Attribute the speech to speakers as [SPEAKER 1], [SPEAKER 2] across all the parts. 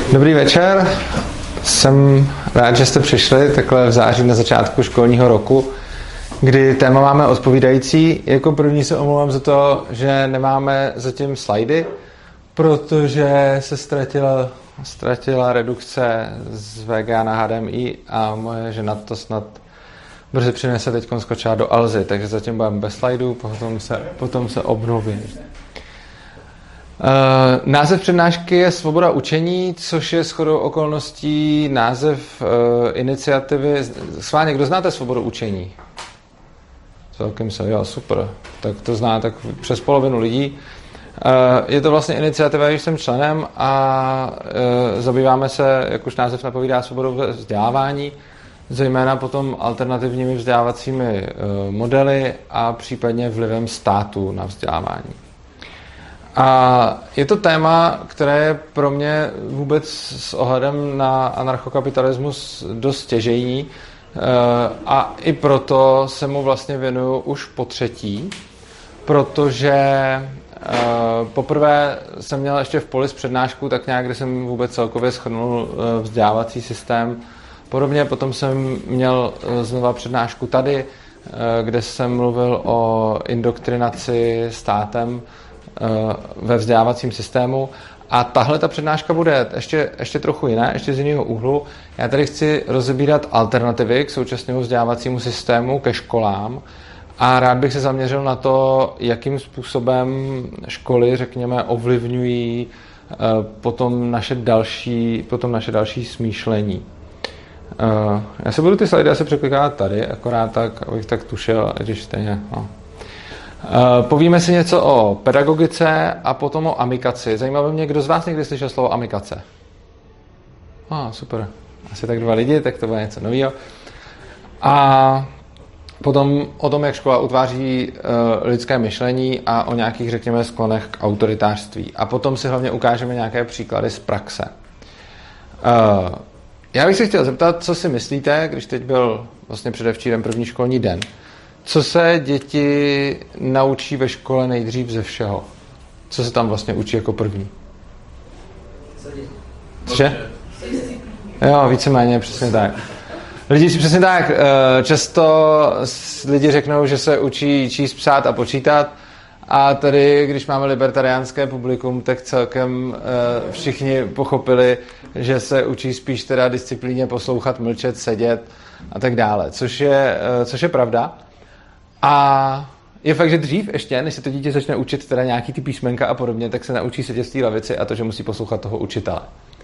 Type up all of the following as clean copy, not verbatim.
[SPEAKER 1] Dobrý večer, jsem rád, že jste přišli takhle v září na začátku školního roku, kdy téma máme odpovídající. Jako první se omlouvám za to, že nemáme zatím slajdy, protože se ztratila redukce z VGA na HDMI a moje žena to snad brzy přinese teď skočila do Alzy, takže zatím budeme bez slajdů, potom se obnoví. Název přednášky je Svoboda učení, což je shodou okolností název iniciativy. Schválně, kdo znáte Svobodu učení? Celkem se, jo, super. Tak to zná tak přes polovinu lidí. Je to vlastně iniciativa, když jsem členem a zabýváme se, jak už název napovídá, svobodou vzdělávání, zejména potom alternativními vzdělávacími modely a případně vlivem státu na vzdělávání. A je to téma, které je pro mě vůbec s ohledem na anarchokapitalismus dost stěžejní a i proto se mu vlastně věnuju už po třetí, protože poprvé jsem měl ještě v Polis přednášku, tak nějak, kde jsem vůbec celkově shrnul vzdělávací systém. Podobně potom jsem měl znova přednášku tady, kde jsem mluvil o indoktrinaci státem ve vzdělávacím systému. A tahle ta přednáška bude ještě trochu jiná, ještě z jiného úhlu. Já tady chci rozebírat alternativy k současnému vzdělávacímu systému, ke školám a rád bych se zaměřil na to, jakým způsobem školy, řekněme, ovlivňují potom naše další smýšlení. Já se budu ty slajdy asi překlikávat tady, akorát tak, abych tak tušil, když stejně... No. Povíme si něco o pedagogice a potom o amikaci. Zajímavé mě, kdo z vás někdy slyšel slovo amikace? Super. Asi tak 2 lidi, tak to bude něco nového. A potom o tom, jak škola utváří lidské myšlení a o nějakých, řekněme, sklonech k autoritářství. A potom si hlavně ukážeme nějaké příklady z praxe. Já bych se chtěl zeptat, co si myslíte, když teď byl vlastně předevčírem první školní den. Co se děti naučí ve škole nejdřív ze všeho? Co se tam vlastně učí jako první? Cože? Jo, víceméně, přesně tak. Lidi si přesně tak. Často lidi řeknou, že se učí číst, psát a počítat. A tady, když máme libertariánské publikum, tak celkem všichni pochopili, že se učí spíš teda disciplíně poslouchat, mlčet, sedět a tak dále. Což je pravda. A je fakt, že dřív ještě, než se to dítě začne učit teda nějaký ty písmenka a podobně, tak se naučí sedět v té lavici a to, že musí poslouchat toho učitele.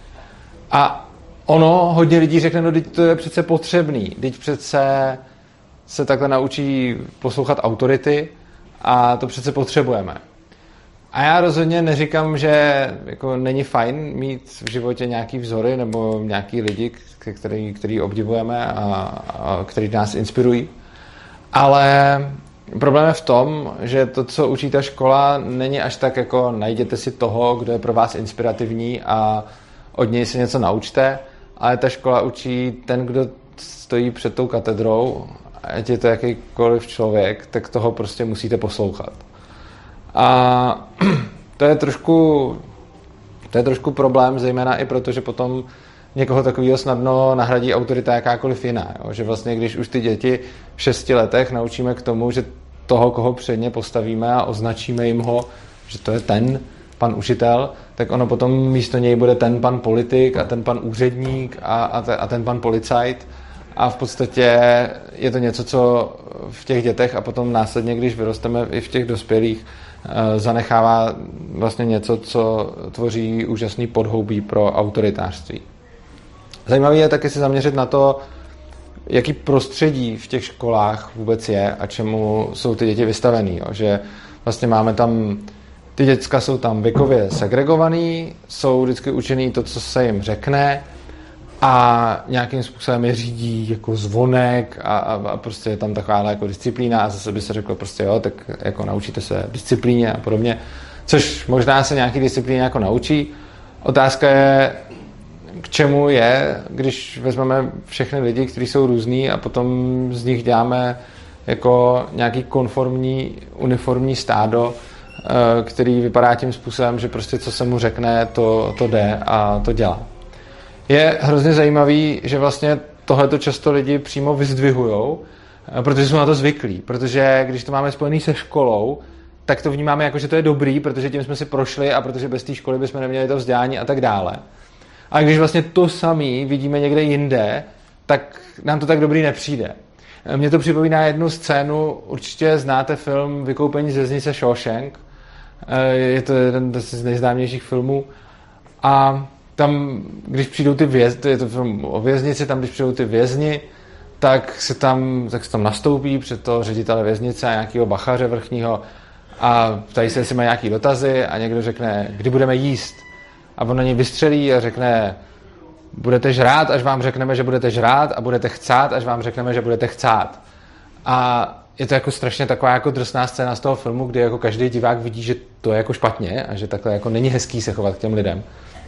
[SPEAKER 1] A hodně lidí řekne, no teď to je přece potřebný, teď přece se takhle naučí poslouchat autority a to přece potřebujeme. A já rozhodně neříkám, že jako není fajn mít v životě nějaký vzory nebo nějaký lidi, který obdivujeme a který nás inspirují. Ale problém je v tom, že to, co učí ta škola, není až tak jako najděte si toho, kdo je pro vás inspirativní a od něj si něco naučte, ale ta škola učí ten, kdo stojí před tou katedrou, ať je to jakýkoliv člověk, tak toho prostě musíte poslouchat. A to je trošku problém, zejména i proto, že potom někoho takového snadno nahradí autorita jakákoliv jiná. Jo? Že vlastně, když už ty děti v 6 letech naučíme k tomu, že toho, koho předně postavíme a označíme jim ho, že to je ten pan učitel, tak ono potom místo něj bude ten pan politik a ten pan úředník a ten pan policajt. A v podstatě je to něco, co v těch dětech a potom následně, když vyrosteme i v těch dospělých, zanechává vlastně něco, co tvoří úžasný podhoubí pro autoritářství. Zajímavé je taky se zaměřit na to, jaký prostředí v těch školách vůbec je a čemu jsou ty děti vystavený. Jo? Že vlastně máme tam, ty děcka jsou tam věkově segregovaný, jsou vždycky učený to, co se jim řekne a nějakým způsobem je řídí jako zvonek a prostě je tam taková jako disciplína a zase by se řeklo prostě jo, tak jako naučíte se disciplíně a podobně, což možná se nějaký disciplíně jako naučí. Otázka je, k čemu je, když vezmeme všechny lidi, kteří jsou různý a potom z nich děláme jako nějaký konformní, uniformní stádo, který vypadá tím způsobem, že prostě co se mu řekne, to jde a to dělá. je hrozně zajímavý, že vlastně tohleto často lidi přímo vyzdvihujou, protože jsou na to zvyklí. Protože když to máme spojený se školou, tak to vnímáme jako, že to je dobrý, protože tím jsme si prošli a protože bez té školy bychom neměli to vzdělání a tak dále. A když vlastně to samý vidíme někde jinde, tak nám to tak dobrý nepřijde. Mně to připomíná jednu scénu, určitě znáte film Vykoupení z věznice Shawshank. Je to jeden z nejznámějších filmů. A tam, když přijdou ty vězni, je to film o věznici, tam když přijdou ty vězni, tak se tam nastoupí před toho ředitele věznice a nějakého bachaře vrchního a ptají se, jestli mají nějaký dotazy a někdo řekne, kdy budeme jíst. A on na něj vystřelí a řekne, budete žrát, až vám řekneme, že budete žrát a budete chcát, až vám řekneme, že budete chcát. A je to jako strašně taková jako drsná scéna z toho filmu, kdy jako každý divák vidí, že to je jako špatně a že takhle jako není hezký se chovat k těm lidem.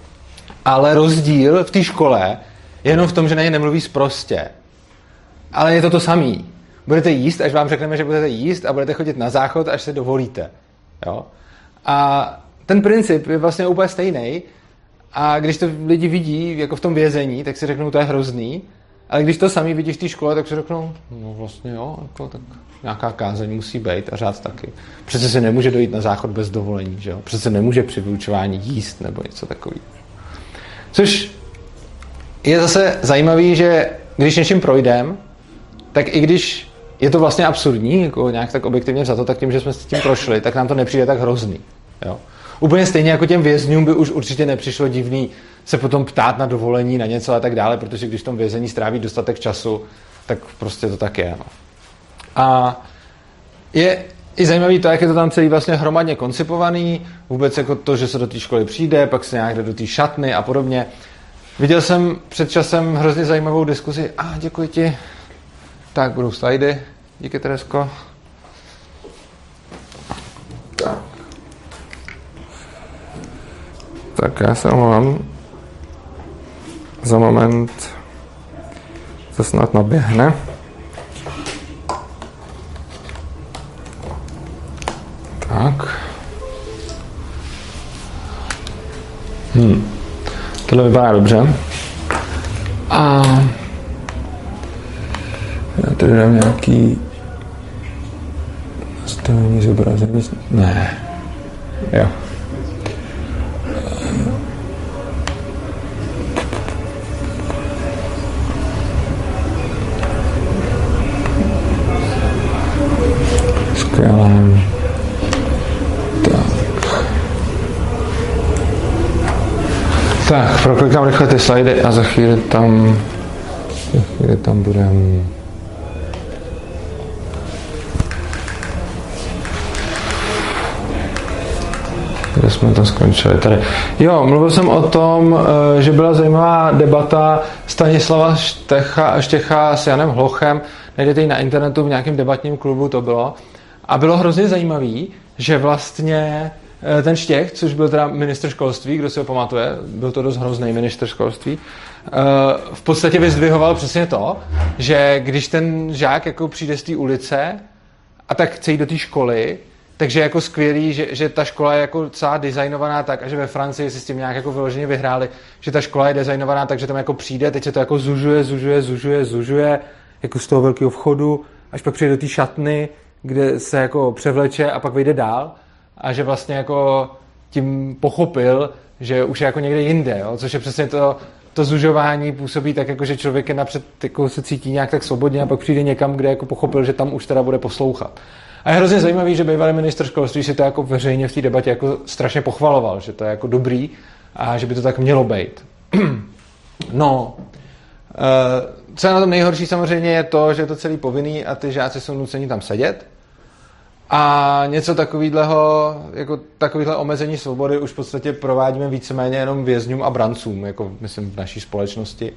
[SPEAKER 1] Ale rozdíl v té škole je jenom v tom, že na ně nemluví sprostě. Ale je to samý. Budete jíst, až vám řekneme, že budete jíst a budete chodit na záchod, až se dovolíte. Jo? A ten princip je vlastně úplně stejný. A když to lidi vidí jako v tom vězení, tak si řeknou, to je hrozný. Ale když to sami vidí v té škole, tak si řeknou, no vlastně jo, jako, tak nějaká kázeň musí být a řád taky. Přece se nemůže dojít na záchod bez dovolení, že jo? Přece nemůže při vyučování jíst nebo něco takového. Což je zase zajímavý, že když něčím projdem, tak i když je to vlastně absurdní, jako nějak tak objektivně vzato, tak tím, že jsme s tím prošli, tak nám to nepřijde tak hrozný. Jo? Úplně stejně jako těm vězňům by už určitě nepřišlo divný se potom ptát na dovolení, na něco a tak dále, protože když v tom vězení stráví dostatek času, tak prostě to tak je. No. A je i zajímavý to, jak je to tam celý vlastně hromadně koncipovaný, vůbec jako to, že se do té školy přijde, pak se nějak jde do té šatny a podobně. Viděl jsem před časem hrozně zajímavou diskuzi. Děkuji ti. Tak, budou slajdy. Díky, Teresko. Tak já se omlouvám. Za moment to snad naběhne. Tak. Tohle vypadá dobře. A já tady dám nějaký nastavení zobrazení. Ne. Jo. Skvělé. Tak, proklikám rychle ty slidy a za chvíli tam budeme. Kde jsme to skončili? Tady. Jo, mluvil jsem o tom, že byla zajímavá debata Stanislava Štěcha s Janem Hlochem. Najdete ji na internetu, v nějakém debatním klubu to bylo. A bylo hrozně zajímavý, že vlastně ten Štěch, což byl teda ministr školství, kdo si ho pamatuje, byl to dost hrozný ministr školství, v podstatě vyzdvihoval přesně to, že když ten žák jako přijde z té ulice a tak chce jít do té školy, takže je jako skvělý, že ta škola je jako celá designovaná tak, a že ve Francii si s tím nějak jako vyloženě vyhráli, že ta škola je designovaná tak, že tam jako přijde, teď se to jako zužuje, jako z toho velkého vchodu, až pak přijde do té šatny, kde se jako převleče a pak vyjde dál. A že vlastně jako tím pochopil, že už je jako někde jinde, jo? Což je přesně to zužování působí tak, jako že člověk je napřed jako se cítí nějak tak svobodně a pak přijde někam, kde jako pochopil, že tam už teda bude poslouchat. A je hrozně zajímavý, že bývalý ministr školství si to jako veřejně v té debatě jako strašně pochvaloval, že to je jako dobrý a že by to tak mělo být. No, co je na tom nejhorší samozřejmě je to, že je to celý povinný a ty žáci jsou nuceni tam sedět. A něco takovýhle omezení svobody už v podstatě provádíme víceméně jenom vězňům a brancům, jako myslím v naší společnosti.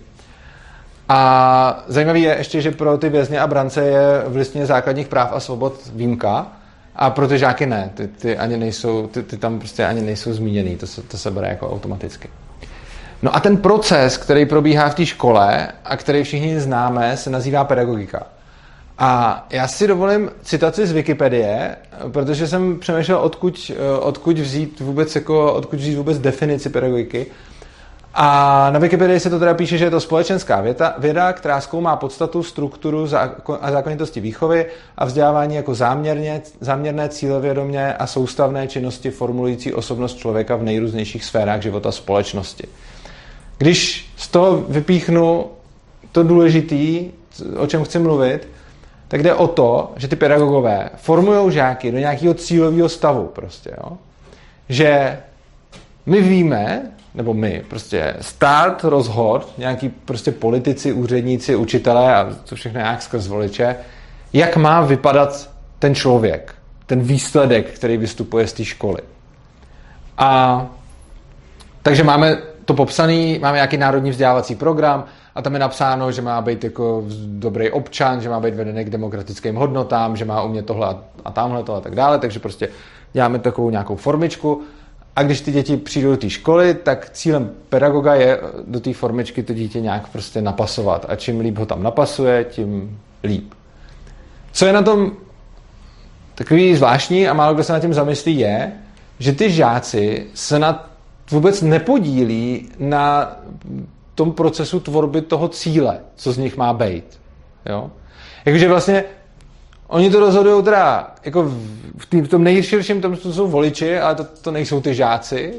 [SPEAKER 1] A zajímavé je ještě, že pro ty vězně a brance je v listině základních práv a svobod výjimka a pro ty žáky ne, ty ani nejsou, ty tam prostě ani nejsou zmíněný, to se bere jako automaticky. No a ten proces, který probíhá v té škole a který všichni známe, se nazývá pedagogika. A já si dovolím citaci z Wikipedie, protože jsem přemýšlel, odkud vzít vůbec definici pedagogiky. A na Wikipedii se to teda píše, že je to společenská věda, která zkoumá podstatu, strukturu a zákonitosti výchovy a vzdělávání jako záměrné, cílevědomě a soustavné činnosti formulující osobnost člověka v nejrůznějších sférách života společnosti. Když z toho vypíchnu to důležitý, o čem chci mluvit, tak jde o to, že ty pedagogové formujou žáky do nějakého cílového stavu prostě, jo? Že my víme, nebo my, prostě stát rozhod, nějaký prostě politici, úředníci, učitelé a to všechno nějak skrz voliče, jak má vypadat ten člověk, ten výsledek, který vystupuje z té školy. A takže máme to popsaný, máme nějaký národní vzdělávací program a tam je napsáno, že má být jako dobrý občan, že má být vedený k demokratickým hodnotám, že má umět tohle a tamhle to a tak dále, takže prostě děláme takovou nějakou formičku. A když ty děti přijdou do té školy, tak cílem pedagoga je do té formičky to dítě nějak prostě napasovat. A čím líp ho tam napasuje, tím líp. Co je na tom takový zvláštní a málo kdo se na tím zamyslí je, že ty žáci se vůbec nepodílí na tom procesu tvorby toho cíle, co z nich má být. Jo? Jakože vlastně oni to rozhodují teda jako v tom nejširším tom jsou voliči, ale to nejsou ty žáci.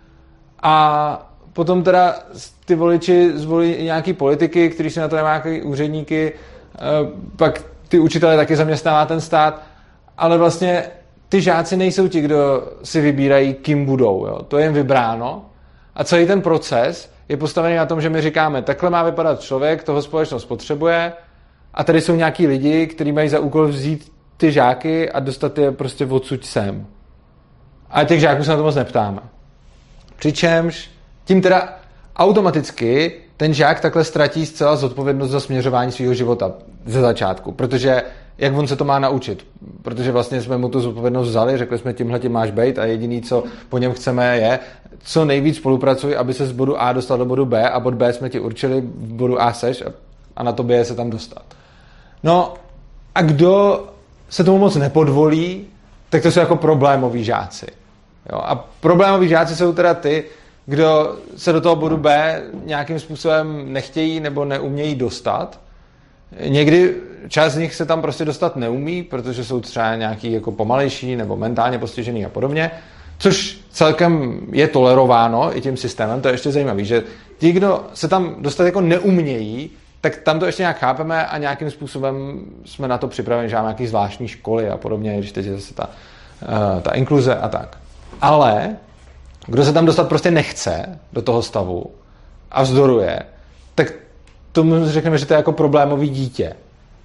[SPEAKER 1] A potom teda ty voliči zvolí nějaký politiky, kteří se na to nemají nějaký úředníky, pak ty učitelé taky zaměstnává ten stát, ale vlastně ty žáci nejsou ti, kdo si vybírají, kým budou. Jo? To je jim vybráno. A celý ten proces je postavený na tom, že my říkáme, takhle má vypadat člověk, toho společnost potřebuje, a tady jsou nějaký lidi, kteří mají za úkol vzít ty žáky a dostat je prostě odsud sem. A těch žáků se na to moc neptáme. Přičemž tím teda automaticky ten žák takhle ztratí zcela zodpovědnost za směřování svého života ze začátku. Protože jak on se to má naučit? Protože vlastně jsme mu tu zodpovědnost vzali, řekli jsme, tímhletím máš bejt a jediný, co po něm chceme, je, co nejvíc spolupracuj, aby se z bodu A dostal do bodu B a bod B jsme ti určili, v bodu A seš a na tobě je se tam dostat. No a kdo se tomu moc nepodvolí, tak to jsou jako problémoví žáci. Jo? A problémoví žáci jsou teda ty, kdo se do toho bodu B nějakým způsobem nechtějí nebo neumějí dostat. Někdy část z nich se tam prostě dostat neumí, protože jsou třeba nějaký jako pomalejší nebo mentálně postižený a podobně, což celkem je tolerováno i tím systémem, to je ještě zajímavé, že ti, kdo se tam dostat jako neumějí, tak tam to ještě nějak chápeme a nějakým způsobem jsme na to připraveni, že máme nějaký zvláštní školy a podobně, když teď je zase ta inkluze a tak. Ale kdo se tam dostat prostě nechce do toho stavu a vzdoruje, tak tomu řekneme, že to je jako problémový dítě.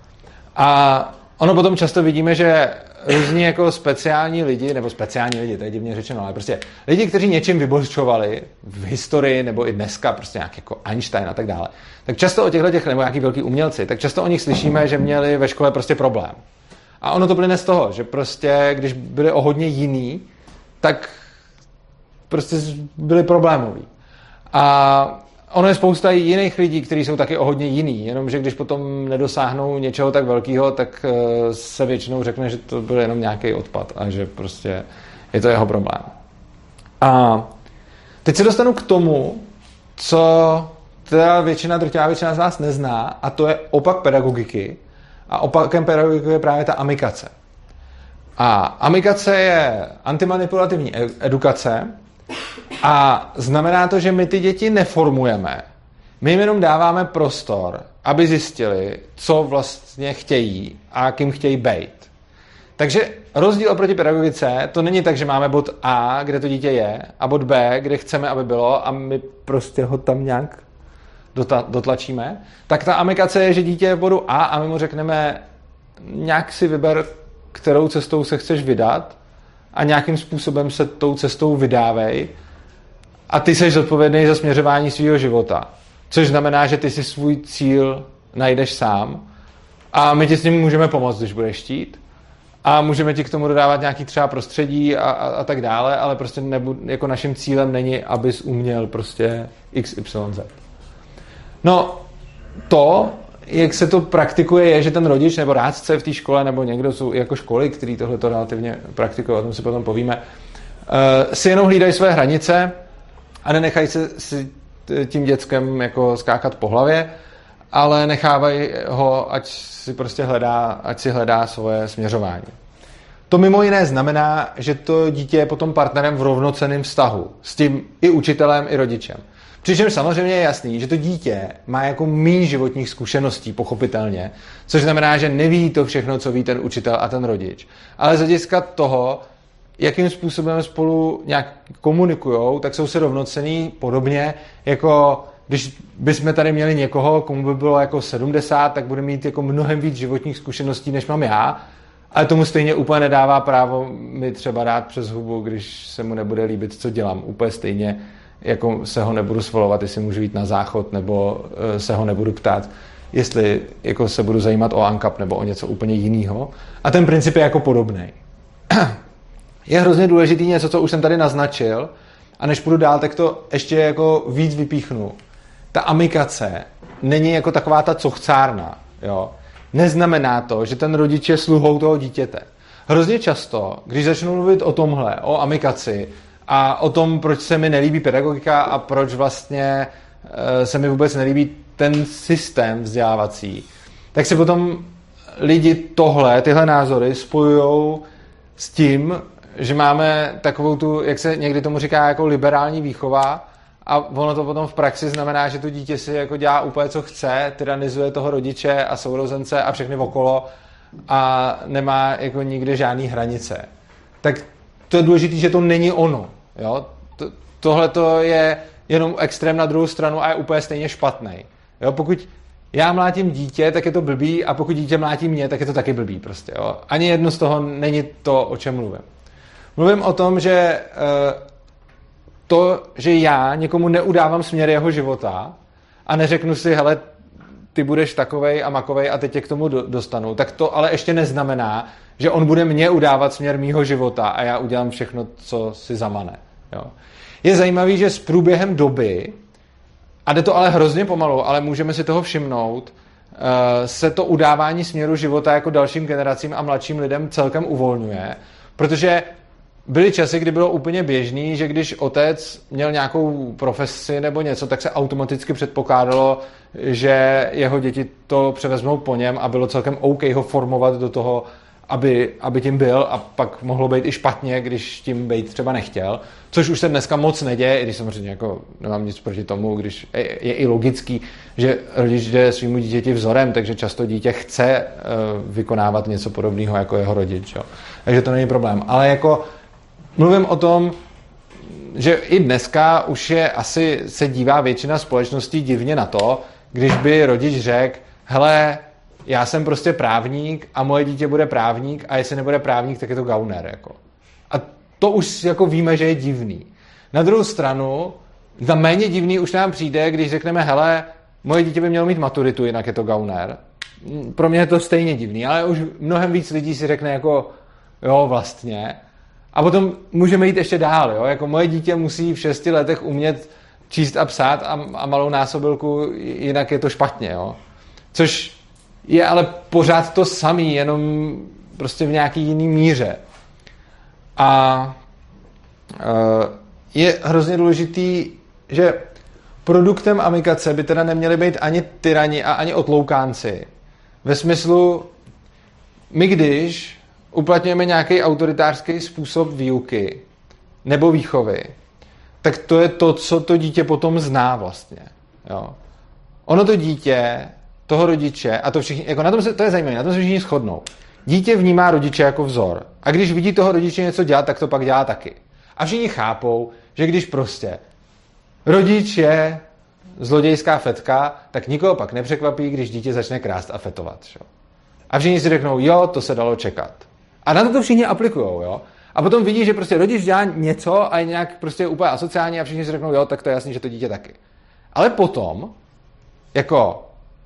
[SPEAKER 1] A ono potom často vidíme, že různí jako speciální lidi, to je divně řečeno, ale prostě lidi, kteří něčím vybořčovali v historii nebo i dneska, prostě nějak jako Einstein a tak dále, tak často o těchto nebo nějaký velký umělci, tak často o nich slyšíme, že měli ve škole prostě problém. A ono to plyne z toho, že prostě, když byli o hodně jiný, tak prostě byli problémoví. A ono je spousta jiných lidí, kteří jsou taky o hodně jiný, jenomže když potom nedosáhnou něčeho tak velkého, tak se většinou řekne, že to byl jenom nějaký odpad a že prostě je to jeho problém. A teď se dostanu k tomu, co teda drtivá většina z vás nezná, a to je opak pedagogiky. A opakem pedagogiky je právě ta amikace. A amikace je antimanipulativní edukace a znamená to, že my ty děti neformujeme. My jim jenom dáváme prostor, aby zjistili, co vlastně chtějí a kým chtějí bejt. Takže rozdíl oproti pedagogice, to není tak, že máme bod A, kde to dítě je, a bod B, kde chceme, aby bylo, a my prostě ho tam nějak dotlačíme. Tak ta amikace je, že dítě je v bodu A my mu řekneme, nějak si vyber, kterou cestou se chceš vydat a nějakým způsobem se tou cestou vydávej a ty jsi zodpovědný za směřování svého života. Což znamená, že ty si svůj cíl najdeš sám a my ti s ním můžeme pomoct, když budeš chtít. A můžeme ti k tomu dodávat nějaký třeba prostředí a tak dále, ale prostě jako naším cílem není, abys uměl prostě XYZ. No, to, jak se to praktikuje, je, že ten rodič nebo rádce v té škole, nebo někdo jsou jako školy, který tohleto relativně praktikují, o tom si potom povíme, si jenom hlídají své hranice a nenechají se si tím dětskem jako skákat po hlavě, ale nechávají ho, ať si hledá svoje směřování. To mimo jiné znamená, že to dítě je potom partnerem v rovnocenném vztahu s tím i učitelem, i rodičem. Přičemž samozřejmě je jasný, že to dítě má jako méně životních zkušeností, pochopitelně, což znamená, že neví to všechno, co ví ten učitel a ten rodič. Ale z hlediska toho, jakým způsobem spolu nějak komunikujou, tak jsou si rovnocenní podobně, jako když bychom tady měli někoho, komu by bylo jako 70, tak bude mít jako mnohem víc životních zkušeností, než mám já, ale tomu stejně úplně nedává právo mi třeba dát přes hubu, když se mu nebude líbit, co dělám. Úplně stejně, jako se ho nebudu svolovat, jestli můžu jít na záchod, nebo se ho nebudu ptát, jestli jako se budu zajímat o ANCAP nebo o něco úplně jiného. A ten princip je jako podobný. Je hrozně důležitý něco, co už jsem tady naznačil, a než půjdu dál, tak to ještě jako víc vypíchnu. Ta amikace není jako taková ta cochcárna, jo. Neznamená to, že ten rodič je sluhou toho dítěte. Hrozně často, když začnu mluvit o tomhle, o amikaci a o tom, proč se mi nelíbí pedagogika a proč vlastně se mi vůbec nelíbí ten systém vzdělávací, tak se potom lidi tyhle názory spojujou s tím, že máme takovou tu, jak se někdy tomu říká, jako liberální výchova, a ono to potom v praxi znamená, že to dítě si jako dělá úplně, co chce, tyranizuje toho rodiče a sourozence a všechny okolo a nemá jako nikde žádný hranice. Tak to je důležité, že to není ono. Jo? Tohle to je jenom extrém na druhou stranu a je úplně stejně špatný. Jo? Pokud já mlátím dítě, tak je to blbý, a pokud dítě mlátí mě, tak je to taky blbý. Prostě, jo? Ani jedno z toho není to, o čem mluvím. Mluvím o tom, že že já někomu neudávám směr jeho života a neřeknu si, hele, ty budeš takovej a makovej a teď tě k tomu dostanu, tak to ale ještě neznamená, že on bude mě udávat směr mýho života a já udělám všechno, co si zamane. Jo. Je zajímavý, že s průběhem doby, a jde to ale hrozně pomalu, ale můžeme si toho všimnout, se to udávání směru života jako dalším generacím a mladším lidem celkem uvolňuje, protože byly časy, kdy bylo úplně běžný, že když otec měl nějakou profesi nebo něco, tak se automaticky předpokládalo, že jeho děti to převezmou po něm a bylo celkem OK ho formovat do toho, aby tím byl, a pak mohlo být i špatně, když tím být třeba nechtěl, což už se dneska moc neděje, i když samozřejmě jako nemám nic proti tomu, když je i logický, že rodič jde svýmu dítěti vzorem, takže často dítě chce vykonávat něco podobného jako jeho rodič. Jo. Takže to není problém. Ale jako mluvím o tom, že i dneska už se dívá většina společností divně na to, když by rodič řekl, hele, já jsem prostě právník a moje dítě bude právník a jestli nebude právník, tak je to gauner. Jako. A to už jako víme, že je divný. Na druhou stranu, za méně divný už nám přijde, když řekneme, hele, moje dítě by mělo mít maturitu, jinak je to gauner. Pro mě je to stejně divný, ale už mnohem víc lidí si řekne jako, jo, vlastně. A potom můžeme jít ještě dál, jo? Jako moje dítě musí v 6 letech umět číst a psát a malou násobilku, jinak je to špatně, jo? Což je ale pořád to samý, jenom prostě v nějaký jiný míře. A je hrozně důležitý, že produktem amikace by teda neměli být ani tyrani a ani otloukánci. Ve smyslu, my když uplatňujeme nějaký autoritářský způsob výuky nebo výchovy, tak to je to, co to dítě potom zná vlastně. Jo. Ono to dítě, toho rodiče, a to všichni, jako na tom to je zajímavé, na tom se všichni shodnou. Dítě vnímá rodiče jako vzor. A když vidí toho rodiče něco dělat, tak to pak dělá taky. A všichni chápou, že když prostě rodič je zlodějská fetka, tak nikoho pak nepřekvapí, když dítě začne krást a fetovat. Šo? A všichni si řeknou, jo, to se dalo čekat. A na to všichni aplikujou, jo. A potom vidí, že prostě rodič dělá něco a je nějak prostě úplně asociální a všichni si řeknou, jo, tak to je jasný, že to dítě taky. Ale potom, jako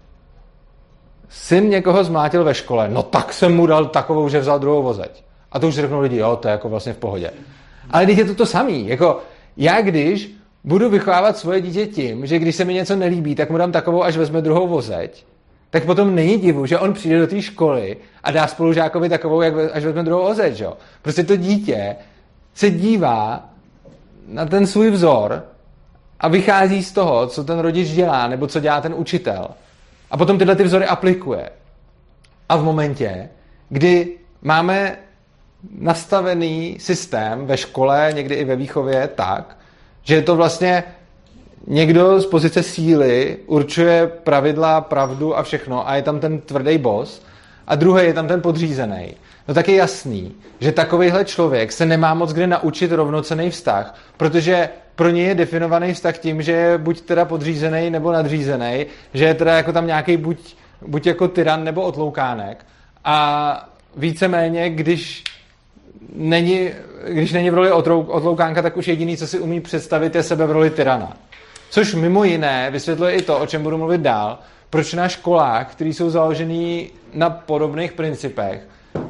[SPEAKER 1] syn někoho zmlátil ve škole, no tak jsem mu dal takovou, že vzal druhou vozeď. A to už si řeknou lidi, jo, to je jako vlastně v pohodě. Ale když je to samý, jako já když budu vychovávat svoje dítě tím, že když se mi něco nelíbí, tak mu dám takovou, až vezme druhou vozeď, tak potom není divu, že on přijde do té školy a dá spolužákovi takovou, až vezme druhou vozeď, jo. Prostě to dítě se dívá na ten svůj vzor a vychází z toho, co ten rodič dělá, nebo co dělá ten učitel. A potom tyhle ty vzory aplikuje. A v momentě, kdy máme nastavený systém ve škole, někdy i ve výchově tak, že je to vlastně někdo z pozice síly určuje pravidla, pravdu a všechno a je tam ten tvrdý boss a druhý je tam ten podřízený. No tak je jasný, že takovejhle člověk se nemá moc kde naučit rovnocenný vztah, protože pro něj je definovaný vztah tím, že je buď teda podřízený nebo nadřízený, že je teda jako tam nějaký buď jako tyran nebo otloukánek a víceméně, když není v roli otloukánka, tak už jediný, co si umí představit, je sebe v roli tyrana. Což mimo jiné vysvětluje i to, o čem budu mluvit dál, proč na školách, které jsou založené na podobných principech,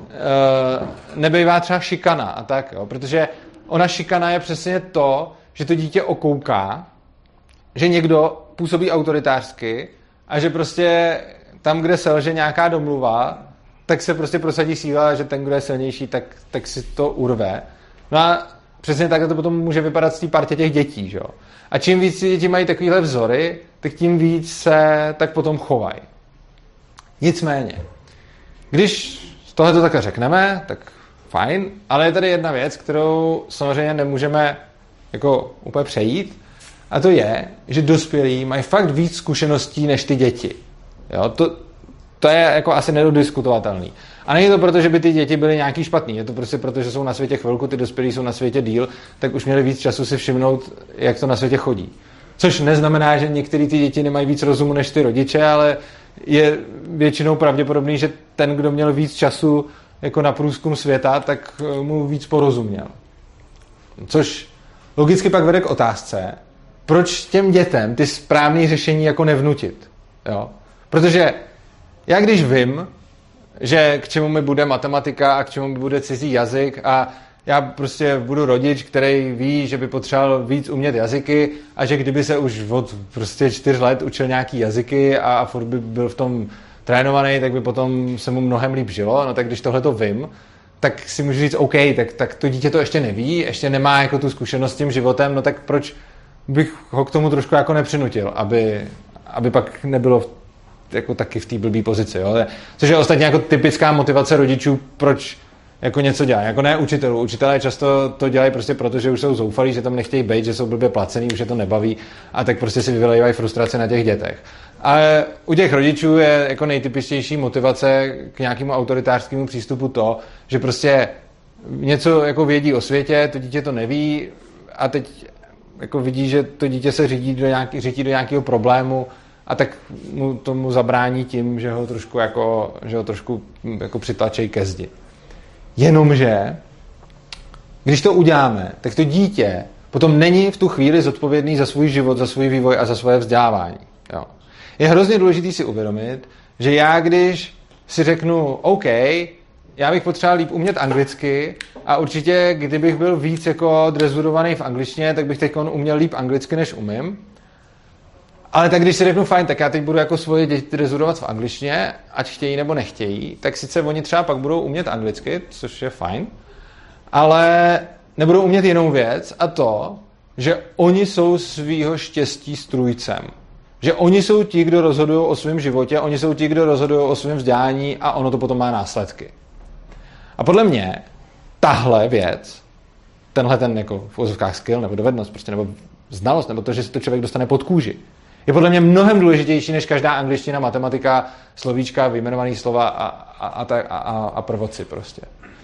[SPEAKER 1] nebývá třeba šikana a tak, jo? Protože ona šikana je přesně to, že to dítě okouká, že někdo působí autoritářsky a že prostě tam, kde selže nějaká domluva, tak se prostě prosadí síla, že ten, kdo je silnější, tak si to urve. No a přesně takhle to potom může vypadat z té partě těch dětí, že jo. A čím víc ty děti mají takovýhle vzory, tak tím víc se tak potom chovají. Nicméně, když tohle to takhle řekneme, tak fajn, ale je tady jedna věc, kterou samozřejmě nemůžeme jako úplně přejít, a to je, že dospělí mají fakt víc zkušeností než ty děti. Jo, to je jako asi nedodiskutovatelný. A není to proto, že by ty děti byly nějaký špatný, je to prostě proto, že jsou na světě chvilku, ty dospělí jsou na světě díl, tak už měli víc času si všimnout, jak to na světě chodí. Což neznamená, že některé ty děti nemají víc rozumu než ty rodiče, ale je většinou pravděpodobný, že ten, kdo měl víc času jako na průzkum světa, tak mu víc porozuměl. Což logicky pak vede k otázce, proč těm dětem ty správné řešení jako nevnutit. Jo? Protože já když vím, že k čemu mi bude matematika a k čemu mi bude cizí jazyk a já prostě budu rodič, který ví, že by potřeboval víc umět jazyky a že kdyby se už od prostě 4 let učil nějaký jazyky a furt by byl v tom trénovaný, tak by potom se mu mnohem líp žilo. No tak když tohle to vím, tak si můžu říct, OK, tak to dítě to ještě neví, ještě nemá jako tu zkušenost s tím životem, no tak proč bych ho k tomu trošku jako nepřinutil, aby pak nebylo jako taky v té blbý pozici. Jo? Což je ostatně jako typická motivace rodičů, proč jako něco dělají. Jako ne učitelů. Učitelé často to dělají prostě proto, že už jsou zoufalí, že tam nechtějí být, že jsou blbě placený, už je to nebaví a tak prostě si vyvlévají frustraci na těch dětech. Ale u těch rodičů je jako nejtypičtější motivace k nějakému autoritářskému přístupu to, že prostě něco jako vědí o světě, to dítě to neví a teď jako vidí, že to dítě se řítí do nějakého problému a tak mu tomu zabrání tím, že ho trošku přitlačejí ke zdi. Jenomže, když to uděláme, tak to dítě potom není v tu chvíli zodpovědný za svůj život, za svůj vývoj a za svoje vzdělávání. Jo. Je hrozně důležité si uvědomit, že já když si řeknu, OK, já bych potřeboval líp umět anglicky a určitě, kdybych byl víc jako drezurovaný v angličtině, tak bych teď uměl líp anglicky, než umím. Ale tak když si řeknu, fajn, tak já teď budu jako svoje děti drezurovat v angličtině, ať chtějí nebo nechtějí, tak sice oni třeba pak budou umět anglicky, což je fajn, ale nebudou umět jinou věc a to, že oni jsou svýho štěstí strůjcem. Že oni jsou ti, kdo rozhodují o svém životě, oni jsou ti, kdo rozhodují o svém vzdělání a ono to potom má následky. A podle mě tahle věc, tenhle ten jako v uvozovkách skill nebo dovednost, prostě, nebo znalost, nebo to, že si to člověk dostane pod kůži, je podle mě mnohem důležitější než každá angličtina, matematika, slovíčka, vyjmenovaný slova a prvoci prostě.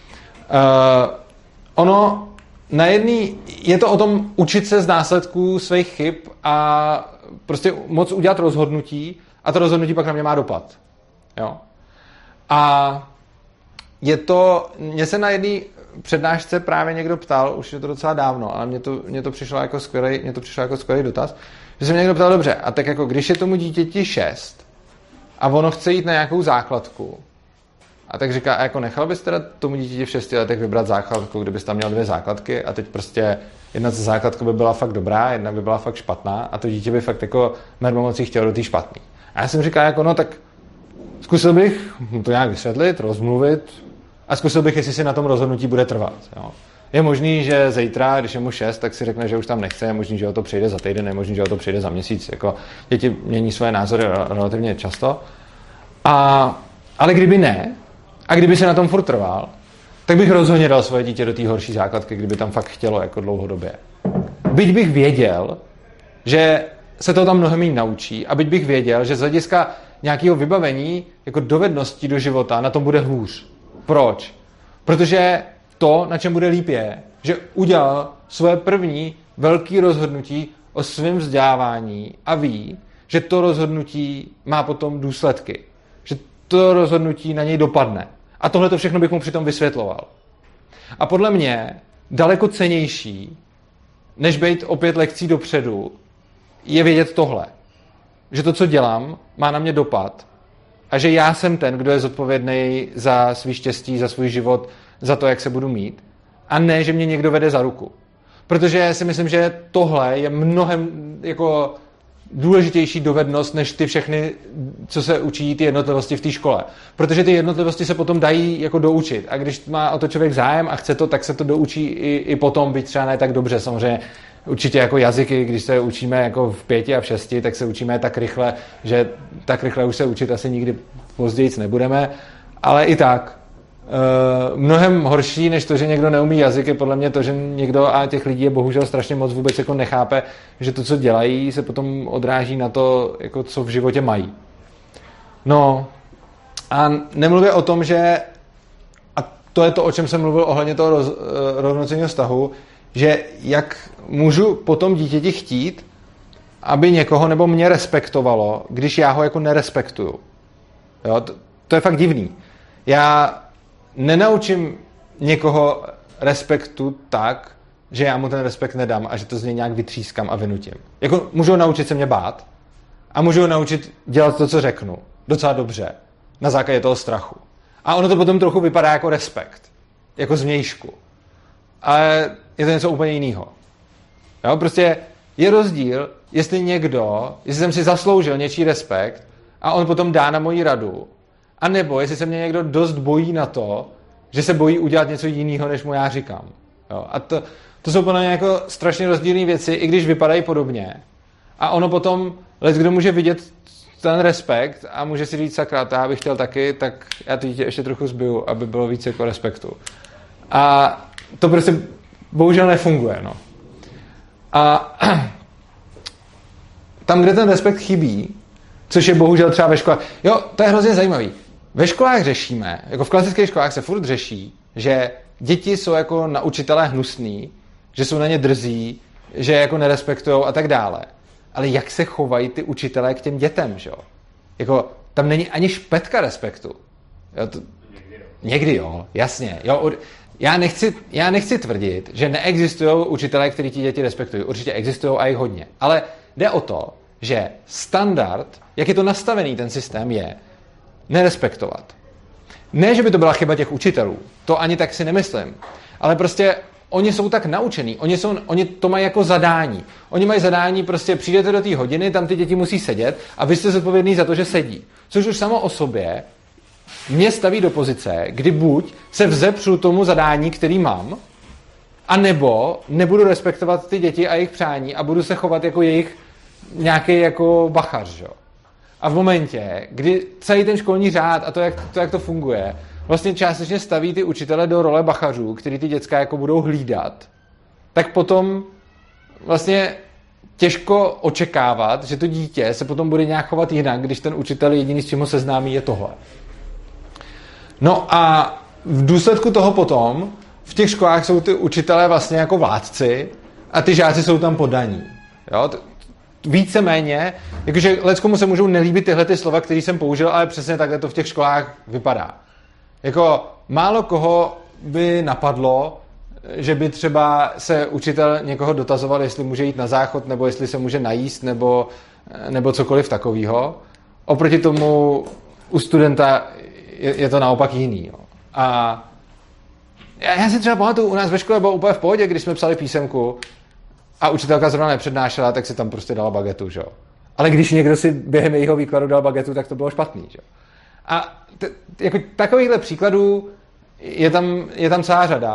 [SPEAKER 1] Ono na jedný, je to o tom učit se z následků svých chyb a prostě moc udělat rozhodnutí a to rozhodnutí pak na mě má dopad. Jo? A mě se na jedné přednášce právě někdo ptal, už je to docela dávno, ale mně to přišlo jako skvělý dotaz, že se mě někdo ptal, dobře, a tak jako když je tomu dítěti 6 a ono chce jít na nějakou základku, a tak říká, a jako nechal bys teda tomu dítěti v 6 letech vybrat základku, kdybys tam měl 2 základky a teď prostě jedna ze základku by byla fakt dobrá, jedna by byla fakt špatná a to dítě by fakt jako mermomocí chtělo do té špatný. A já jsem říkal, jako no tak zkusil bych mu to nějak vysvětlit, rozmluvit a zkusil bych, jestli si na tom rozhodnutí bude trvat. Jo. Je možný, že zítra, když je mu 6, tak si řekne, že už tam nechce, je možný, že ho to přijde za týden, je možný, že ho to přijde za měsíc. Jako děti mění své názory relativně často. Ale kdyby ne, a kdyby se na tom furt trval, tak bych rozhodně dal svoje dítě do té horší základky, kdyby tam fakt chtělo jako dlouhodobě. Byť bych věděl, že se to tam mnohem méně naučí a byť bych věděl, že z hlediska nějakého vybavení, jako dovedností do života, na tom bude hůř. Proč? Protože to, na čem bude líp, je, že udělal svoje první velké rozhodnutí o svém vzdělávání a ví, že to rozhodnutí má potom důsledky. Že to rozhodnutí na něj dopadne. A tohle to všechno bych mu přitom vysvětloval. A podle mě daleko cennější, než být o 5 lekcí dopředu, je vědět tohle. Že to, co dělám, má na mě dopad a že já jsem ten, kdo je zodpovědný za svý štěstí, za svůj život, za to, jak se budu mít. A ne, že mě někdo vede za ruku. Protože si myslím, že tohle je mnohem jako důležitější dovednost, než ty všechny, co se učí ty jednotlivosti v té škole. Protože ty jednotlivosti se potom dají jako doučit. A když má o to člověk zájem a chce to, tak se to doučí i potom, byť třeba ne tak dobře. Samozřejmě určitě jako jazyky, když se učíme jako v 5 a v 6, tak se učíme tak rychle, že tak rychle už se učit asi nikdy později nebudeme. Ale i tak. Mnohem horší, než to, že někdo neumí jazyk, je podle mě to, že někdo, a těch lidí je bohužel strašně moc, vůbec jako nechápe, že to, co dělají, se potom odráží na to, jako co v životě mají. No a nemluvě o tom, že, a to je to, o čem jsem mluvil ohledně toho rovnocenného vztahu, že jak můžu potom dítěti chtít, aby někoho nebo mě respektovalo, když já ho jako nerespektuju. Jo? To je fakt divný. Já nenaučím někoho respektu tak, že já mu ten respekt nedám a že to z něj nějak vytřískám a vynutím. Jako můžu ho naučit se mě bát a můžu ho naučit dělat to, co řeknu. Docela dobře. Na základě toho strachu. A ono to potom trochu vypadá jako respekt. Jako zvnějšku. Ale je to něco úplně jiného. Jo? Prostě je rozdíl, jestli jsem si zasloužil něčí respekt a on potom dá na moji radu, a nebo jestli se mě někdo dost bojí na to, že se bojí udělat něco jiného, než mu já říkám. Jo? A to jsou podle mě jako strašně rozdílné věci, i když vypadají podobně. A ono potom, kdo může vidět ten respekt a může si říct, sakra, já bych chtěl taky, tak já to dítě ještě trochu zbiju, aby bylo víc jako respektu. A to prostě bohužel nefunguje. No. A tam, kde ten respekt chybí, což je bohužel třeba ve školách. Jo, to je hrozně zajímavý. Ve školách řešíme, jako v klasických školách se furt řeší, že děti jsou jako na učitelé hnusný, že jsou na ně drzí, že jako nerespektujou a tak dále. Ale jak se chovají ty učitelé k těm dětem, že jo? Jako, tam není ani špetka respektu. Jo, někdy jo, jasně. Jo, já nechci tvrdit, že neexistují učitelé, kteří ti děti respektují. Určitě existují a jich hodně. Ale jde o to, že standard, jak je to nastavený ten systém, je nerespektovat. Ne, že by to byla chyba těch učitelů, to ani tak si nemyslím, ale prostě oni jsou tak naučení, oni to mají jako zadání. Oni mají zadání, prostě přijdete do té hodiny, tam ty děti musí sedět a vy jste zodpovědný za to, že sedí. Což už samo o sobě mě staví do pozice, kdy buď se vzepřu tomu zadání, který mám, a nebo nebudu respektovat ty děti a jejich přání a budu se chovat jako jejich nějaký jako bachař, že? A v momentě, kdy celý ten školní řád a to, jak to funguje, vlastně částečně staví ty učitele do role bachařů, který ty děcka jako budou hlídat, tak potom vlastně těžko očekávat, že to dítě se potom bude nějak chovat jinak, když ten učitel jediný, s čím ho seznámí, je tohle. No a v důsledku toho potom v těch školách jsou ty učitelé vlastně jako vládci a ty žáci jsou tam podaní. Jo? Víceméně, jakože leckomu se můžou nelíbit tyhle ty slova, které jsem použil, ale přesně takhle to v těch školách vypadá. Jako málo koho by napadlo, že by třeba se učitel někoho dotazoval, jestli může jít na záchod, nebo jestli se může najíst, nebo cokoliv takového. Oproti tomu u studenta je to naopak jiný. Jo. A já si třeba pamatuju, u nás ve škole bylo úplně v pohodě, když jsme psali písemku a učitelka zrovna nepřednášela, tak si tam prostě dala bagetu. Že? Ale když někdo si během jejího výkladu dal bagetu, tak to bylo špatný. Že? A jako takovýchhle příkladů je tam celá řada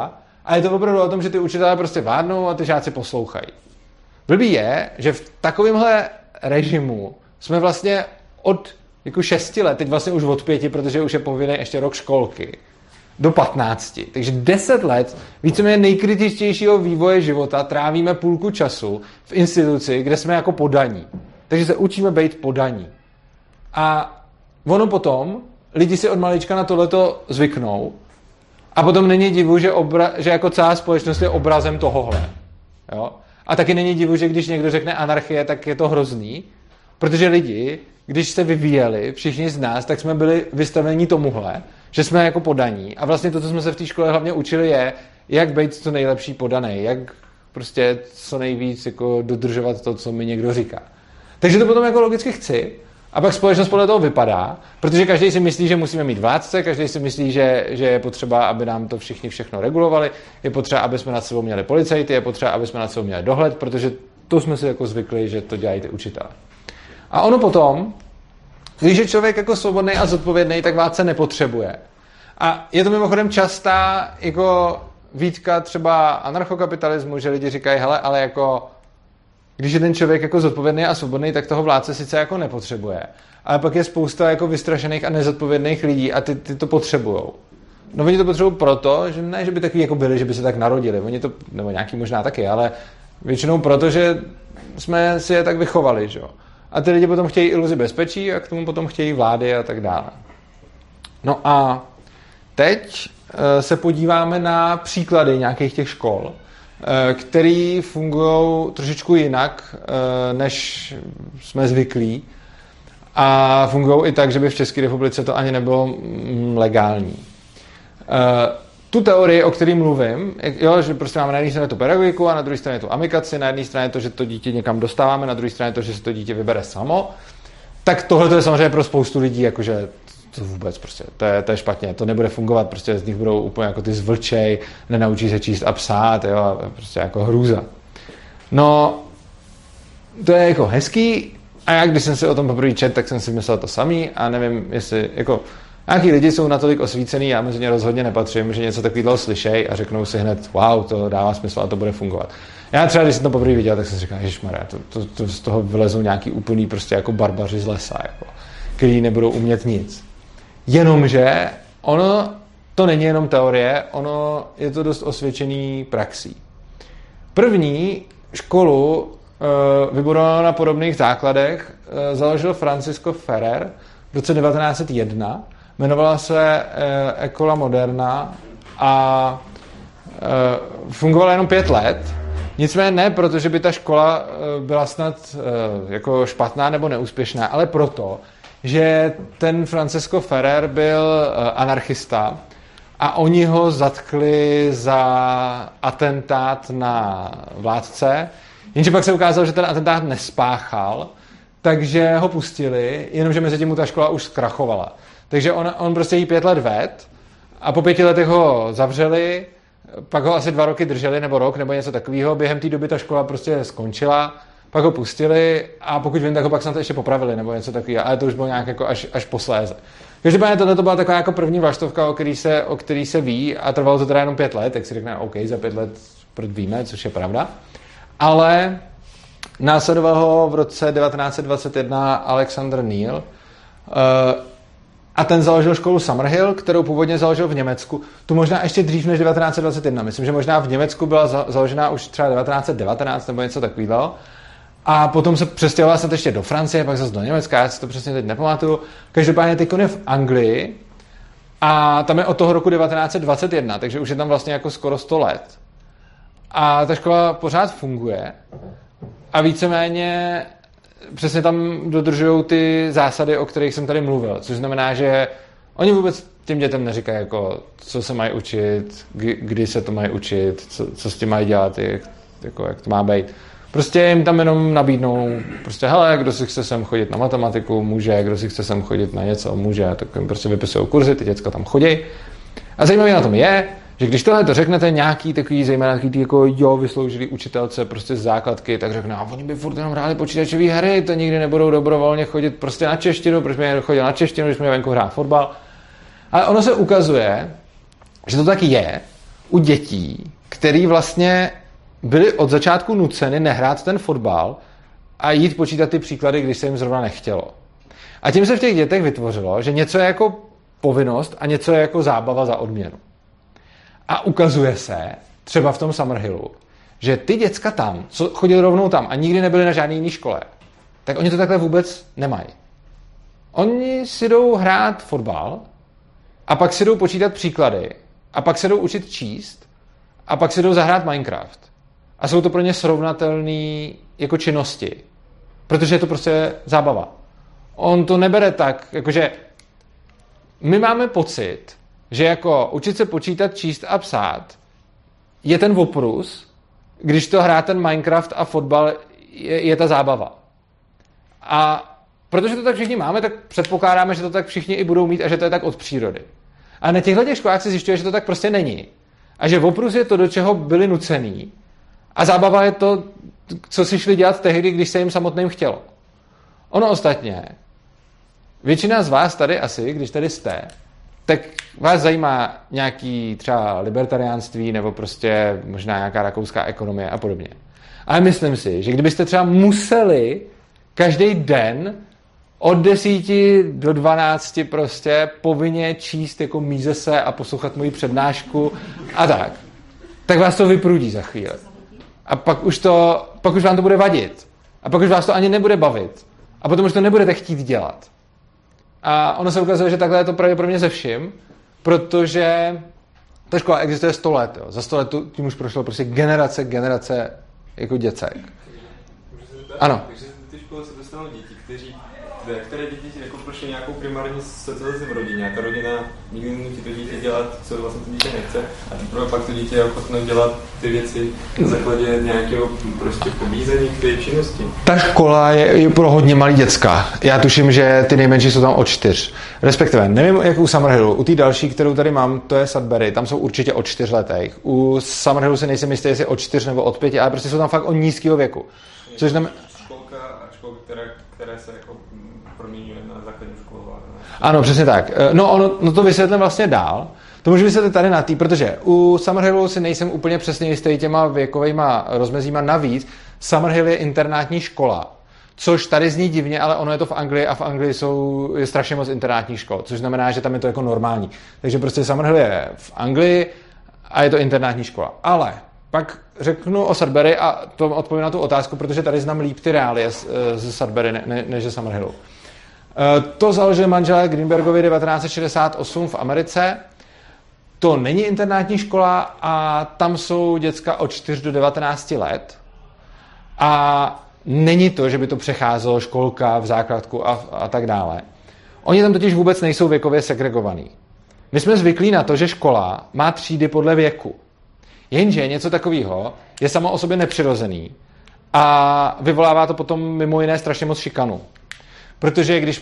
[SPEAKER 1] A je to opravdu o tom, že ty učitelé prostě vládnou a ty žáci poslouchají. Blbý je, že v takovémhle režimu jsme vlastně od jako 6 let, teď vlastně už od 5, protože už je povinný ještě rok školky, do 15. Takže 10 let víceméně nejkritičtějšího vývoje života trávíme půlku času v instituci, kde jsme jako podaní. Takže se učíme být podaní. A ono potom, lidi si od malička na tohleto zvyknou a potom není divu, že jako celá společnost je obrazem tohohle. Jo? A taky není divu, že když někdo řekne anarchie, tak je to hrozný, protože lidi, když se vyvíjeli, všichni z nás, tak jsme byli vystaveni tomuhle, že jsme jako podaní. A vlastně to, co jsme se v té škole hlavně učili, je, jak být co nejlepší podaný, jak prostě co nejvíc jako dodržovat to, co mi někdo říká. Takže to potom jako logicky chci. A pak společnost podle toho vypadá, protože každý si myslí, že musíme mít vládce, každý si myslí, že je potřeba, aby nám to všichni všechno regulovali, je potřeba, aby jsme nad sebou měli policajty, je potřeba, aby jsme nad sebou měli dohled, protože to jsme si jako zvykli, že to dělají ty učitelé. A ono potom, když je člověk jako svobodný a zodpovědný, tak vládce nepotřebuje. A je to mimochodem častá jako výtka třeba anarchokapitalismu, že lidi říkají, hele, ale jako když je ten člověk jako zodpovědný a svobodný, tak toho vládce sice jako nepotřebuje. Ale pak je spousta jako vystrašených a nezodpovědných lidí a ty to potřebujou. No oni to potřebují proto, že ne, že by takový jako byli, že by se tak narodili. Oni to, nebo nějaký možná taky, ale většinou proto, že jsme si je tak vychovali, že jo. A ty lidi potom chtějí iluzi bezpečí a k tomu potom chtějí vlády a tak dále. No a teď se podíváme na příklady nějakých těch škol, který fungují trošičku jinak, než jsme zvyklí. A fungují i tak, že by v České republice to ani nebylo legální. Tu teorii, o které mluvím, jo, že prostě máme na jedné straně tu pedagogiku a na druhé straně tu amikaci, na jedné straně to, že to dítě někam dostáváme, na druhé straně to, že se to dítě vybere samo, tak tohle je samozřejmě pro spoustu lidí, jakože to vůbec prostě, to je špatně, to nebude fungovat, prostě z nich budou úplně jako ty zvlčej, nenaučí se číst a psát, jo, prostě jako hrůza. No, to je jako hezký a já, když jsem si o tom poprvé četl, tak jsem si myslel to samý a nevím, jestli, jako, nějaký lidi jsou natolik osvícený, já mezi ně rozhodně nepatřím, že něco takového slyšej a řeknou si hned, wow, to dává smysl a to bude fungovat. Já třeba, když jsem to poprvé viděl, tak jsem si říkal, ježišmarja, to z toho vylezou nějaký úplný prostě jako barbaři z lesa, jako, který nebudou umět nic. Jenomže ono to není jenom teorie, ono je to dost osvědčený praxí. První školu vybudovanou na podobných základech založil Francisco Ferrer v roce 1901. Jmenovala se École Moderna a fungovala jenom 5 let. Nicméně ne proto, že by ta škola byla snad jako špatná nebo neúspěšná, ale proto, že ten Francisco Ferrer byl anarchista a oni ho zatkli za atentát na vládce, jenže pak se ukázalo, že ten atentát nespáchal, takže ho pustili, jenomže mezi tím mu ta škola už zkrachovala. Takže on prostě jí 5 let ved a po 5 letech ho zavřeli, pak ho asi 2 roky drželi, nebo rok, nebo něco takového. Během té doby ta škola prostě skončila, pak ho pustili a pokud vím, tak ho pak snad ještě popravili, nebo něco takového, ale to už bylo nějak jako až posléze. Každopádně tohle to byla taková jako první vlaštovka, o který se ví a trvalo to teda jenom 5 let, tak si řekne, OK, za 5 let víme, což je pravda. Ale následoval ho v roce 1921 Alexander Neil a ten založil školu Summerhill, kterou původně založil v Německu. Tu možná ještě dřív než 1921. Myslím, že možná v Německu byla založená už třeba 1919 nebo něco takového. A potom se přestěhovala snad ještě do Francie, pak zase do Německa, já si to přesně teď nepamatuju. Každopádně teď je v Anglii a tam je od toho roku 1921, takže už je tam vlastně jako skoro 100 let. A ta škola pořád funguje a víceméně přesně tam dodržují ty zásady, o kterých jsem tady mluvil, což znamená, že oni vůbec těm dětem neříkají, jako, co se mají učit, kdy se to mají učit, co s tím mají dělat, jak to má být. Prostě jim tam jenom nabídnou, prostě hele, kdo si chce sem chodit na matematiku, může, kdo si chce sem chodit na něco, může, tak jim prostě vypisují kurzy, ty děcka tam chodí. A zajímavé na tom je, že když tohle to řeknete nějaký takový, zejména takový jako vysloužilý učitelce prostě z základky, tak řekne, a oni by furt jenom hráli počítačové hry, to nikdy nebudou dobrovolně chodit prostě na češtinu, proč by chodil na češtinu, když jsme venku hrát fotbal. Ale ono se ukazuje, že to taky je u dětí, který vlastně byli od začátku nuceni nehrát ten fotbal a jít počítat ty příklady, když se jim zrovna nechtělo. A tím se v těch dětech vytvořilo, že něco je jako povinnost a něco je jako zábava za odměnu. A ukazuje se, třeba v tom Summerhillu, že ty děcka tam, co chodili rovnou tam a nikdy nebyli na žádné jiné škole, tak oni to takhle vůbec nemají. Oni si jdou hrát fotbal a pak si jdou počítat příklady a pak se jdou učit číst a pak si jdou zahrát Minecraft. A jsou to pro ně srovnatelné jako činnosti. Protože je to prostě zábava. On to nebere tak, jakože my máme pocit, že jako učit se počítat, číst a psát je ten oprus, když to hrá ten Minecraft a fotbal je ta zábava. A protože to tak všichni máme, tak předpokládáme, že to tak všichni i budou mít a že to je tak od přírody. A na těchto školách se zjišťuje, že to tak prostě není. A že oprus je to, do čeho byli nucený. A zábava je to, co si šli dělat tehdy, když se jim samotným chtělo. Ono ostatně, většina z vás tady asi, když tady jste, tak vás zajímá nějaký třeba libertariánství nebo prostě možná nějaká rakouská ekonomie a podobně. Ale myslím si, že kdybyste třeba museli každý den od 10 do 12 prostě povinně číst jako Mízese a poslouchat moji přednášku a tak vás to vyprudí za chvíli. A pak už vám to bude vadit. A pak už vás to ani nebude bavit. A potom už to nebudete chtít dělat. A ono se ukazuje, že takhle je to pravděpodobně se vším, protože ta škola existuje 100 let. Jo. Za 100 let tím už prošlo prostě generace jako děcek. Ano.
[SPEAKER 2] Takže ty školy se dostanou děti, které děti jako prošly nějakou primární socializaci v rodině. A ta rodina nikdy nenutí to dítě dělat, co vlastně to dítě nechce. A teprve pak to dítě je ochotné dělat ty věci na základě nějakého prostě pobízení k té činnosti.
[SPEAKER 1] Ta škola je pro hodně malý děcka. Já tuším, že ty nejmenší jsou tam od 4. Respektive, nevím, jak u Summerhillu. U té další, kterou tady mám, to je Sudbury, tam jsou určitě od 4 letech. U Summerhillu si nejsem jistý, jestli od 4 nebo od 5, ale prostě jsou tam fakt od nízkého věku. Což tam...
[SPEAKER 2] Školka, které se jako proměňuje na základní školu.
[SPEAKER 1] Ano, přesně tak. No to vysvětlím vlastně dál. To můžu vysvětlit tady na tý, protože u Summerhillu si nejsem úplně přesně jistý těma věkovejma rozmezíma. Navíc Summerhill je internátní škola, což tady zní divně, ale ono je to v Anglii a v Anglii je strašně moc internátních škol, což znamená, že tam je to jako normální. Takže prostě Summerhill je v Anglii a je to internátní škola. Ale pak řeknu o Sudbury a to odpovím na tu otázku, protože tady znám líp ty reálie ze Sudbury než ze Summerhillu. To založili manželé Greenbergovi 1968 v Americe. To není internátní škola a tam jsou děcka od 4 do 19 let. A není to, že by to přecházelo školka v základku a tak dále. Oni tam totiž vůbec nejsou věkově segregovaní. My jsme zvyklí na to, že škola má třídy podle věku. Jenže něco takového je samo o sobě nepřirozený a vyvolává to potom mimo jiné strašně moc šikanu. Protože když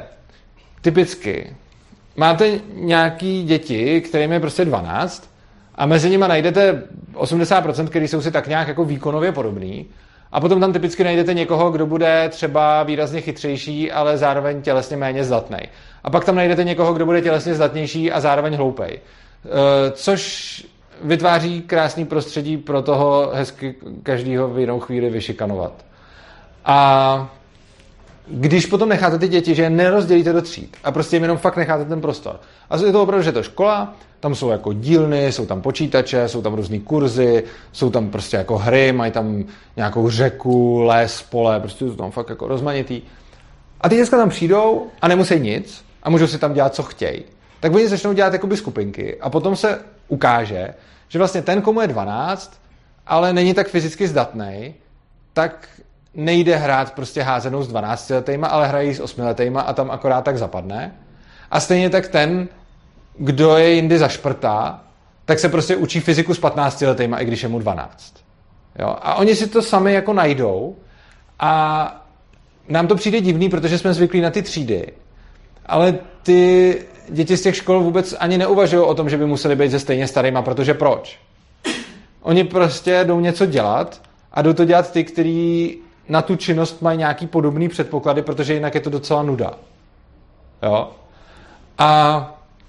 [SPEAKER 1] máte nějaký děti, kterým je prostě 12 a mezi nimi najdete 80%, který jsou si tak nějak jako výkonově podobný a potom tam typicky najdete někoho, kdo bude třeba výrazně chytřejší, ale zároveň tělesně méně zdatný. A pak tam najdete někoho, kdo bude tělesně zdatnější a zároveň hloupej. Což vytváří krásný prostředí pro toho hezky každýho v jinou chvíli vyšikanovat. A když potom necháte ty děti, že je nerozdělíte do tříd a prostě jim jenom fakt necháte ten prostor. A je to opravdu, že je to škola, tam jsou jako dílny, jsou tam počítače, jsou tam různý kurzy, jsou tam prostě jako hry, mají tam nějakou řeku, les, pole, prostě jsou tam fakt jako rozmanitý. A ty děcka tam přijdou a nemusí nic a můžou si tam dělat, co chtějí. Tak oni začnou dělat jakoby skupinky a potom se ukáže, že vlastně ten, komu je 12, ale není tak fyzicky zdatnej, tak nejde hrát prostě házenou s 12letejma, ale hrají s 8letejma a tam akorát tak zapadne. A stejně tak ten, kdo je jindy zašprtá, tak se prostě učí fyziku s 15letejma, i když je mu 12. Jo? A oni si to sami jako najdou a nám to přijde divný, protože jsme zvyklí na ty třídy. Ale ty děti z těch škol vůbec ani neuvažují o tom, že by museli být se stejně starýma, protože proč? Oni prostě jdou něco dělat a jdou to dělat ty, kteří na tu činnost mají nějaký podobný předpoklady, protože jinak je to docela nuda. Jo? A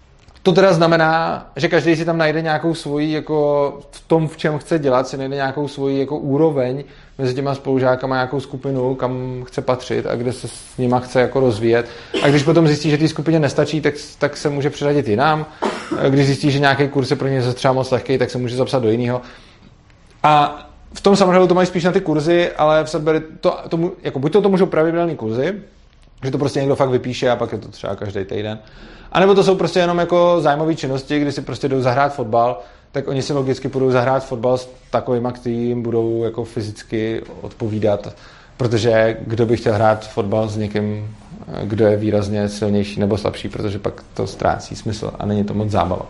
[SPEAKER 1] to teda znamená, že každý si tam najde nějakou svoji, jako v tom, v čem chce dělat, si najde nějakou svoji jako úroveň mezi těma spolužákama, nějakou skupinu, kam chce patřit a kde se s nima chce jako rozvíjet. A když potom zjistí, že té skupině nestačí, tak se může přiřadit jinam. Když zjistí, že nějaký kurz je pro ně třeba moc lehký, tak se může zapsat do jiného. A v tom samozřejmě to mají spíš na ty kurzy, ale v Sudbury jako buď to můžou pravidelný kurzy, že to prostě někdo fakt vypíše a pak je to třeba každý týden. A nebo to jsou prostě jenom jako zájmové činnosti, kdy si prostě jdou zahrát fotbal, tak oni si logicky budou zahrát fotbal s takovýma, kteří jim budou jako fyzicky odpovídat, protože kdo by chtěl hrát fotbal s někým, kdo je výrazně silnější nebo slabší, protože pak to ztrácí smysl a není to moc zábava.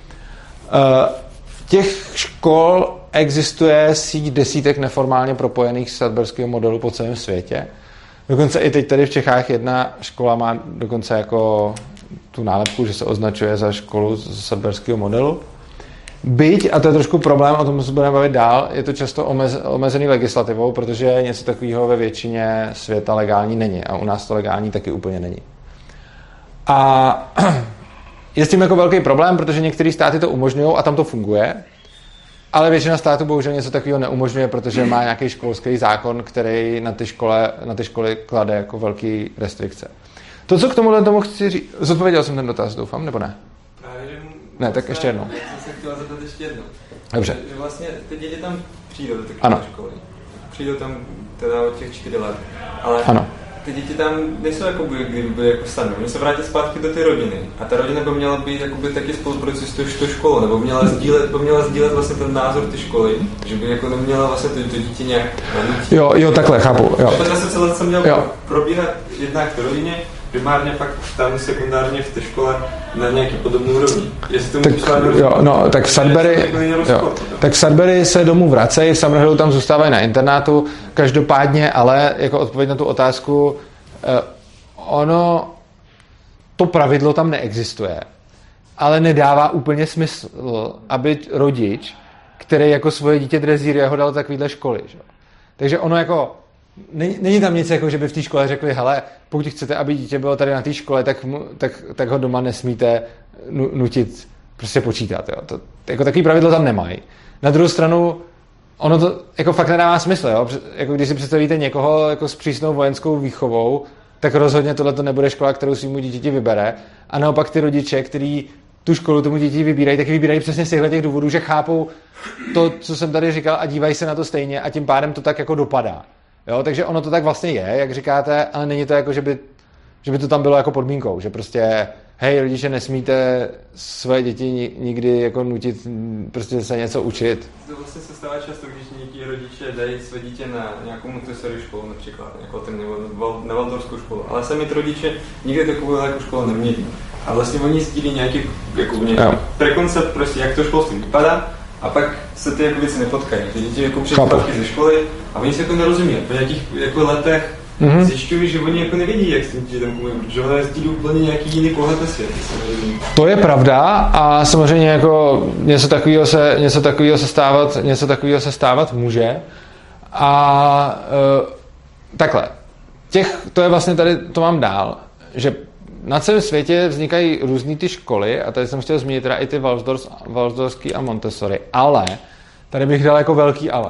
[SPEAKER 1] Těch škol existuje síť desítek neformálně propojených sudburského modelu po celém světě. Dokonce i teď tady v Čechách jedna škola má dokonce jako tu nálepku, že se označuje za školu z sudburského modelu. Byť, a to je trošku problém, o tom se budeme bavit dál, je to často omezený legislativou, protože něco takového ve většině světa legální není a u nás to legální taky úplně není. A je s tím jako velký problém, protože některé státy to umožňují a tam to funguje, ale většina států bohužel něco takového neumožňuje, protože má nějaký školský zákon, který na ty školy klade jako velký restrikce. To, co k tomu chci říct, zodpověděl jsem ten dotaz, doufám, nebo ne?
[SPEAKER 2] Právě, že
[SPEAKER 1] ne, tak ještě jednou.
[SPEAKER 2] Já jsem se chtěla zeptat ještě jednou.
[SPEAKER 1] Dobře.
[SPEAKER 2] Že vlastně ty děti tam přijdou do takové školy. Přijdou tam teda od těch 4 let. Ale
[SPEAKER 1] ano.
[SPEAKER 2] Ty děti tam nejsou jako kdyby jako sami. Oni se vrátí zpátky do té rodiny. A ta rodina by měla být jakoby taky spolupracující s tou školou, nebo měla sdílet vlastně ten názor té školy, že by jako neměla vlastně to dítě nějak nutit.
[SPEAKER 1] Jo, takhle, chápu. Jo.
[SPEAKER 2] To se celé mělo probíhat jednak v rodině, primárně pak tam sekundárně v té škole na nějaký podobnou úrovni. Tak v Sudbury
[SPEAKER 1] se domů vracejí, v Summerhillu tam zůstávají na internátu, každopádně, ale jako odpověď na tu otázku, to pravidlo tam neexistuje, ale nedává úplně smysl, aby rodič, který jako svoje dítě drezíruje, ho dal do takovýhle školy. Že? Takže ono jako není tam nic, jako že by v té škole řekli, hele, pokud chcete, aby dítě bylo tady na té škole, tak ho doma nesmíte nutit prostě počítat. Jo. Jako takový pravidlo tam nemají. Na druhou stranu, ono to jako fakt nedává smysl. Jo. Jako když si představíte někoho jako s přísnou vojenskou výchovou, tak rozhodně tohle to nebude škola, kterou svýmu dítěti vybere. A naopak ty rodiče, kteří tu školu tomu dítěti vybírají, tak vybírají přesně z těch důvodů, že chápou to, co jsem tady říkal a dívají se na to stejně a tím pádem to tak jako dopadá. Jo, takže ono to tak vlastně je, jak říkáte, ale není to jako, že by to tam bylo jako podmínkou, že prostě hej, rodiče, nesmíte své děti nikdy jako nutit prostě se něco učit.
[SPEAKER 2] To vlastně se stává často, když někdy rodiče dají své dítě na nějakou Montessori školu například, jako na Waldorskou školu, ale sami ty rodiče nikdy takovou jako školu neměli. A vlastně oni sdílí nějaký prekoncept, prostě jak to školství vypadá, a pak se ty jako věci nepotkají. Ty děti jako představky ze školy a oni se jako nerozumí. Po nějakých jako letech zjišťují, že oni jako nevědí, jak s tím dítětem komunikují, protože oni sdílí úplně nějaký jiný pohled na svět.
[SPEAKER 1] To je pravda a samozřejmě jako něco takového se stávat může. A takhle. To je vlastně tady, to mám dál, že na celém světě vznikají různý ty školy a tady jsem chtěl zmínit teda i ty Waldorfský a Montessori, ale tady bych dal jako velký ale.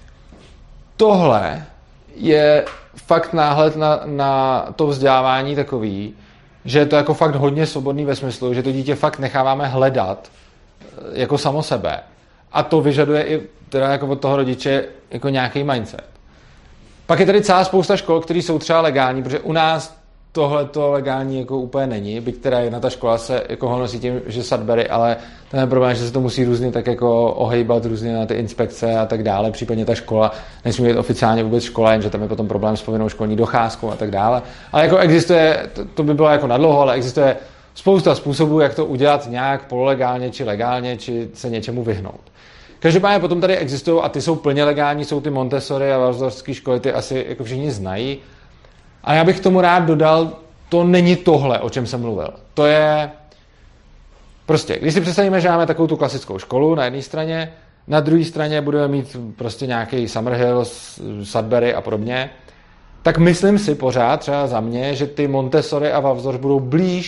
[SPEAKER 1] Tohle je fakt náhled na to vzdělávání takový, že je to jako fakt hodně svobodný ve smyslu, že to dítě fakt necháváme hledat jako samo sebe. A to vyžaduje i teda jako od toho rodiče jako nějaký mindset. Pak je tady celá spousta škol, které jsou třeba legální, protože u nás tohleto legální jako úplně není, byť teda jedna ta škola se jako honosí tím, že Sudbury, ale ten je problém, že se to musí různě tak jako ohejbat různě na ty inspekce a tak dále, případně ta škola nesmí být oficiálně vůbec škola, jenže tam je potom problém s povinnou školní docházkou a tak dále. Ale jako existuje, to by bylo jako nadlouho, ale existuje spousta způsobů, jak to udělat nějak pololegálně či legálně, či se něčemu vyhnout. Každopádně potom tady existují, a ty jsou plně legální, jsou ty Montessori a Waldorfské školy, ty asi jako všichni znají. A já bych k tomu rád dodal, to není tohle, o čem jsem mluvil. To je prostě, když si představíme, že máme takovou tu klasickou školu na jedné straně, na druhé straně budeme mít prostě nějaký Summerhill, Sudbury a podobně, tak myslím si pořád, třeba za mě, že ty Montessori a Waldorf budou blíž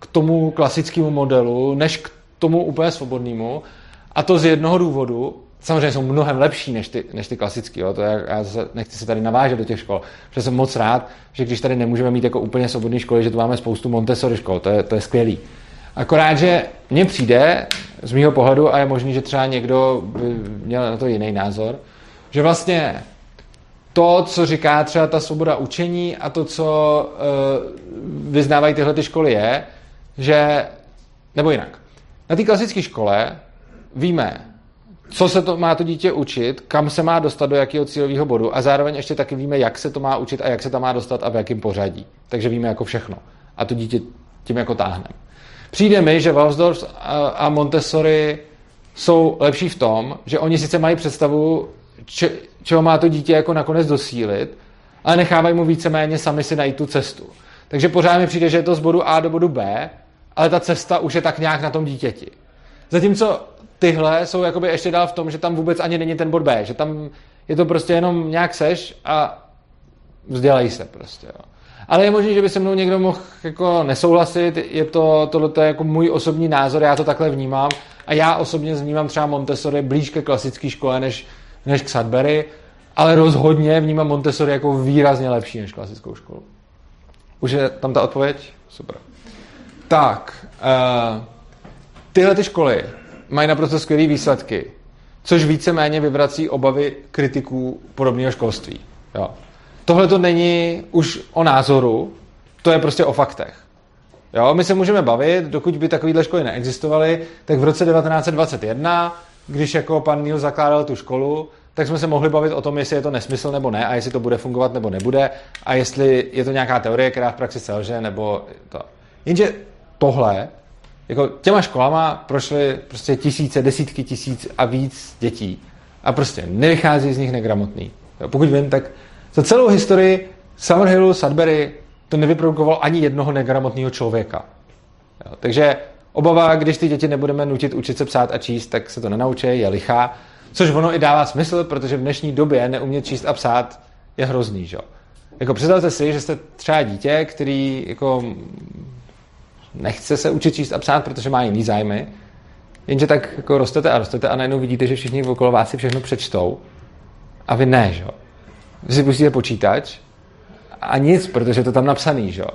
[SPEAKER 1] k tomu klasickému modelu, než k tomu úplně svobodnému. A to z jednoho důvodu, samozřejmě jsou mnohem lepší než ty klasický. Jo? To je, já nechci se tady navážet do těch škol, protože jsem moc rád, že když tady nemůžeme mít jako úplně svobodné školy, že tu máme spoustu Montessori škol, to je skvělý. Akorát, že mně přijde, z mýho pohledu, a je možný, že třeba někdo by měl na to jiný názor, že vlastně to, co říká třeba ta svoboda učení a to, co vyznávají tyhle ty školy je, že, nebo jinak, na té klasické škole víme, co se to má to dítě učit, kam se má dostat do jakého cílového bodu a zároveň ještě taky víme, jak se to má učit a jak se tam má dostat a v jakém pořadí. Takže víme jako všechno. A to dítě tím jako táhneme. Přijde mi, že Waldorf a Montessori jsou lepší v tom, že oni sice mají představu, čeho má to dítě jako nakonec dosílit, ale nechávají mu víceméně sami si najít tu cestu. Takže pořád mi přijde, že je to z bodu A do bodu B, ale ta cesta už je tak nějak na tom dítěti. Zatímco tyhle jsou jakoby ještě dál v tom, že tam vůbec ani není ten bod B, že tam je to prostě jenom nějak seš a vzdělej se prostě. Jo. Ale je možné, že by se mnou někdo mohl jako nesouhlasit, tohle je jako můj osobní názor, já to takhle vnímám a já osobně vnímám třeba Montessori blíž ke klasické škole než k Sudbury, ale rozhodně vnímám Montessori jako výrazně lepší než klasickou školu. Už je tam ta odpověď? Super. Tak, tyhle ty školy mají naprosto skvělé výsledky, což víceméně vyvrací obavy kritiků podobného školství. Jo. Tohle to není už o názoru, to je prostě o faktech. Jo, my se můžeme bavit, dokud by takovéhle školy neexistovaly, tak v roce 1921, když jako pan Neil zakládal tu školu, tak jsme se mohli bavit o tom, jestli je to nesmysl nebo ne a jestli to bude fungovat nebo nebude a jestli je to nějaká teorie, která v praxi selže nebo to. Jenže tohle, jako těma školama prošly prostě tisíce, desítky tisíc a víc dětí a prostě nevychází z nich negramotný. Jo, pokud vím, tak za celou historii Summerhillu, Sudbury to nevyprodukovalo ani jednoho negramotného člověka. Jo, takže obava, když ty děti nebudeme nutit učit se psát a číst, tak se to nenaučí, je lichá. Což ono i dává smysl, protože v dnešní době neumět číst a psát je hrozný. Že? Jako představte si, že jste třeba dítě, který jako nechce se učit číst a psát, protože má jiný zájmy, jenže tak jako rostete a najednou vidíte, že všichni okolo vás si všechno přečtou a vy ne. Že? Vy si pustíte počítač a nic, protože je to tam napsaný. Že?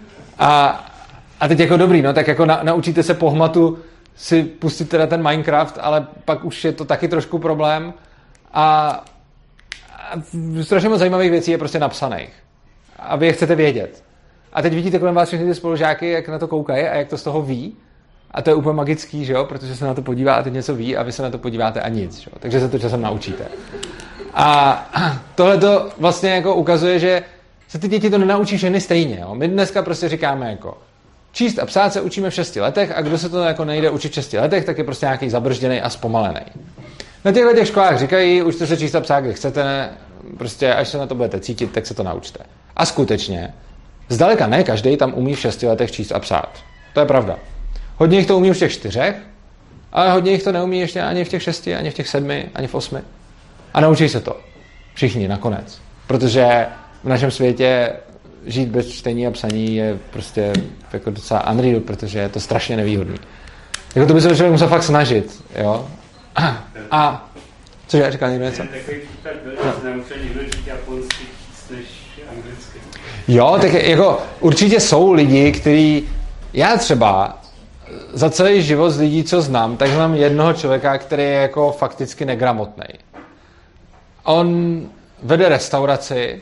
[SPEAKER 1] A teď jako dobrý, no, tak jako naučíte se po hmatu si pustit teda ten Minecraft, ale pak už je to taky trošku problém a strašně moc zajímavých věcí je prostě napsaných. A vy je chcete vědět. A teď vidíte kolem vás všechny ty spolužáky, jak na to koukají a jak to z toho ví. A to je úplně magický, že jo? Protože se na to podívá a teď něco ví a vy se na to podíváte a nic. Že jo? Takže se to časem naučíte. A tohle to vlastně jako ukazuje, že se ty děti to nenaučí všechny stejně. Jo? My dneska prostě říkáme jako číst a psát se učíme v 6 letech a kdo se to jako nejde učit v 6 letech, tak je prostě nějaký zabržděný a zpomalený. Na těch školách říkají, učte se číst a psát, kdy chcete, prostě až se na to budete cítit, tak se to naučte. A skutečně, zdaleka ne každý tam umí v 6 letech číst a psát. To je pravda. Hodně jich to umí už v těch 4, ale hodně jich to neumí ještě ani v těch 6, ani v těch 7, ani v 8. A naučí se to. Všichni nakonec. Protože v našem světě žít bez čtení a psaní je prostě jako docela unreal, protože je to strašně nevýhodný. Jako to by se člověk musel fakt snažit, jo? A cože, říkal někdo něco?
[SPEAKER 3] Takový příklad byl, že se naučil někdo říct japonsky než anglicky.
[SPEAKER 1] Jo, tak jako určitě jsou lidi, kteří, já třeba za celý život z lidí, co znám, tak znám jednoho člověka, který je jako fakticky negramotnej. On vede restauraci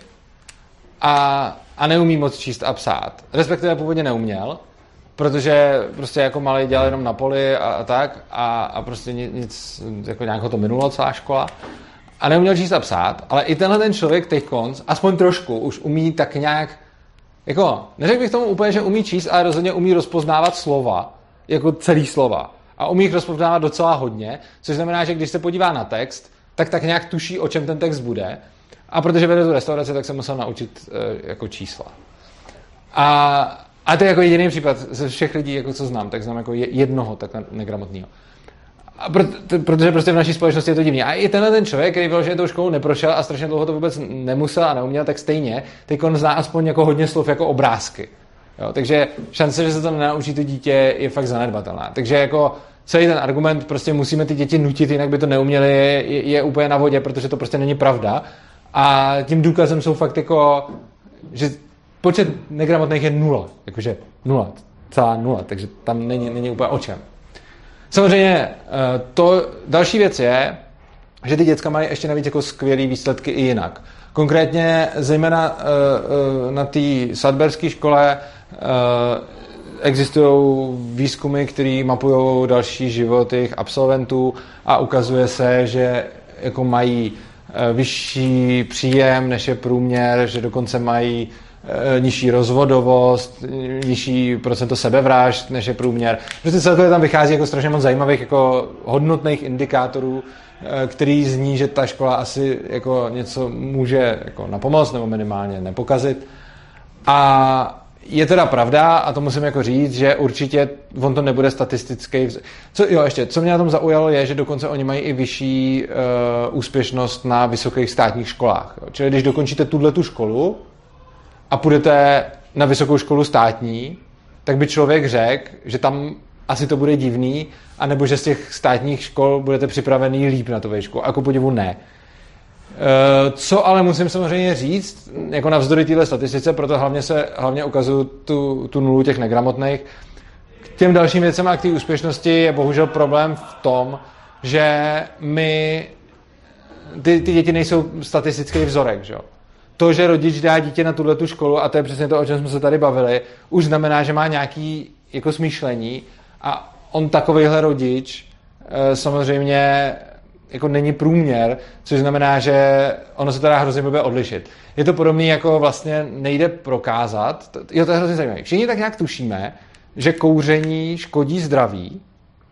[SPEAKER 1] a neumí moc číst a psát. Respektive původně neuměl, protože prostě jako malý dělal jenom na poli a tak a prostě nic, jako nějak ho to minulo celá škola. A neuměl číst a psát, ale i tenhle ten člověk teďkonc, aspoň trošku, už umí tak nějak, jako, neřekl bych tomu úplně, že umí číst, ale rozhodně umí rozpoznávat slova, jako celý slova. A umí jich rozpoznávat docela hodně, což znamená, že když se podívá na text, tak nějak tuší, o čem ten text bude. A protože vede tu restauraci, tak se musel naučit jako čísla. A to je jako jediný případ ze všech lidí, jako co znám, tak znám jako jednoho tak negramotného. Protože prostě v naší společnosti je to divný. A i tenhle ten člověk, který vyloženě tou školou neprošel a strašně dlouho to vůbec nemusel a neuměl, tak stejně, teď on zná aspoň jako hodně slov jako obrázky. Jo? Takže šance, že se tam nenaučí to dítě, je fakt zanedbatelná. Takže jako celý ten argument, prostě musíme ty děti nutit, jinak by to neuměli, je úplně na vodě, protože to prostě není pravda. A tím důkazem jsou fakt jako, že počet negramotných je 0. Jakože 0,0, takže tam není úplně o čem. Samozřejmě to další věc je, že ty děcka mají ještě navíc jako skvělý výsledky i jinak. Konkrétně zejména na té Sudburyské škole existují výzkumy, které mapují další život jejich absolventů a ukazuje se, že jako mají vyšší příjem, než je průměr, že dokonce mají nižší rozvodovost, nižší procento sebevražd, než je průměr. Prostě celkově tam vychází jako strašně moc zajímavých jako hodnotných indikátorů, který zní, že ta škola asi jako něco může jako napomoct nebo minimálně nepokazit. A je teda pravda, a to musím jako říct, že určitě on to nebude statistický. Co mě na tom zaujalo je, že dokonce oni mají i vyšší úspěšnost na vysokých státních školách. Jo. Čili když dokončíte tu školu a půjdete na vysokou školu státní, tak by člověk řekl, že tam asi to bude divný, anebo že z těch státních škol budete připravený líp na tu výšku. A ku podivu ne. Co ale musím samozřejmě říct, jako navzdory téhle statistice, proto hlavně ukazuju tu nulu těch negramotných. K těm dalším věcem a k té úspěšnosti je bohužel problém v tom, že ty děti nejsou statistický vzorek, že jo. To, že rodič dá dítě na tuhletu školu, a to je přesně to, o čem jsme se tady bavili, už znamená, že má nějaký jako smýšlení a on takovejhle rodič samozřejmě jako není průměr, což znamená, že ono se to dá hrozně blbě odlišit. Je to podobné, jako vlastně nejde prokázat. Jo, to je hrozně zajímavé. Všichni tak nějak tušíme, že kouření škodí zdraví,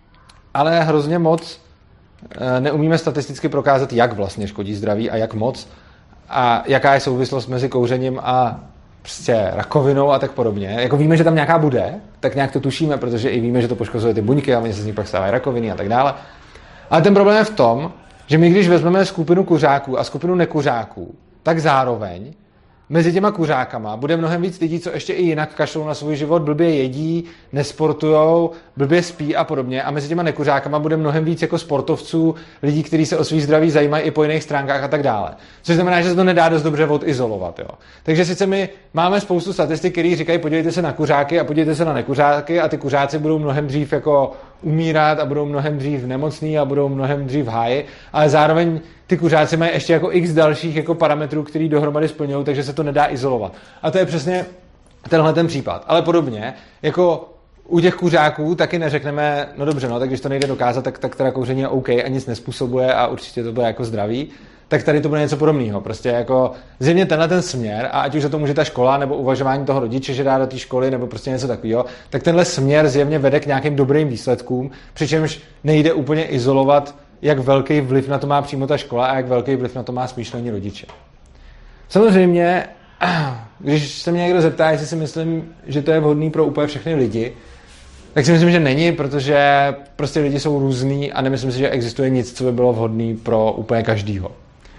[SPEAKER 1] ale hrozně moc neumíme statisticky prokázat, jak vlastně škodí zdraví a jak moc a jaká je souvislost mezi kouřením a prostě rakovinou a tak podobně. Jako víme, že tam nějaká bude, tak nějak to tušíme, protože i víme, že to poškozuje ty buňky a oni se z nich pak stávají rakoviny a tak dále. Ale ten problém je v tom, že my když vezmeme skupinu kuřáků a skupinu nekuřáků, tak zároveň mezi těma kuřákama bude mnohem víc lidí, co ještě i jinak kašlou na svůj život, blbě jedí, nesportujou, blbě spí a podobně. A mezi těma nekuřákama bude mnohem víc jako sportovců, lidí, kteří se o svý zdraví zajímají i po jiných stránkách a tak dále. Což znamená, že se to nedá dost dobře odizolovat. Jo. Takže sice my máme spoustu statistik, které říkají, podívejte se na kuřáky a podívejte se na nekuřáky a ty kuřáci budou mnohem dřív jako umírat a budou mnohem dřív nemocní a budou mnohem dřív v háji, ale zároveň ty kuřáci mají ještě jako x dalších jako parametrů, který dohromady splňují, takže se to nedá izolovat. A to je přesně tenhle ten případ. Ale podobně, jako u těch kuřáků taky neřekneme, no dobře, no, tak když to nejde dokázat, tak teda kouření je OK a nic nespůsobuje a určitě to bude jako zdravý, tak tady to bude něco podobného. Prostě jako zjevně tenhle ten směr, a ať už za to může ta škola nebo uvažování toho rodiče, že dá do té školy nebo prostě něco takového, tak tenhle směr zjevně vede k nějakým dobrým výsledkům, přičemž nejde úplně izolovat, jak velký vliv na to má přímo ta škola a jak velký vliv na to má smýšlení rodiče. Samozřejmě, když se mě někdo zeptá, jestli si myslím, že to je vhodný pro úplně všechny lidi, tak si myslím, že není, protože prostě lidi jsou různý a nemyslím si, že existuje nic, co by bylo vhodný pro úplně každýho.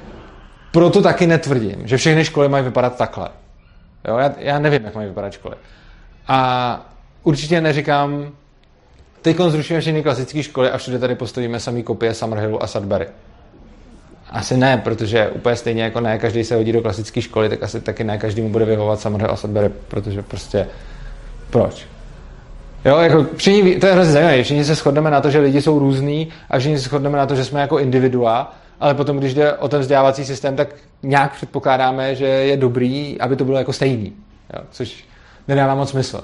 [SPEAKER 1] Proto taky netvrdím, že všechny školy mají vypadat takhle. Jo, já nevím, jak mají vypadat školy. A určitě neříkám, teď zrušíme všechny klasické školy a všude tady postavíme samý kopie Summerhillu a Sudbury. Asi ne, protože úplně stejně jako ne každý se hodí do klasické školy, tak asi taky ne každému bude vyhovovat Summerhill a Sudbury, protože prostě proč? Jo, jako všichni, to je hrozně zajímavé, všichni se shodneme na to, že lidi jsou různý a všichni se shodneme na to, že jsme jako individua, ale potom, když jde o ten vzdělávací systém, tak nějak předpokládáme, že je dobrý, aby to bylo jako stejný, jo, což nedává moc smysl.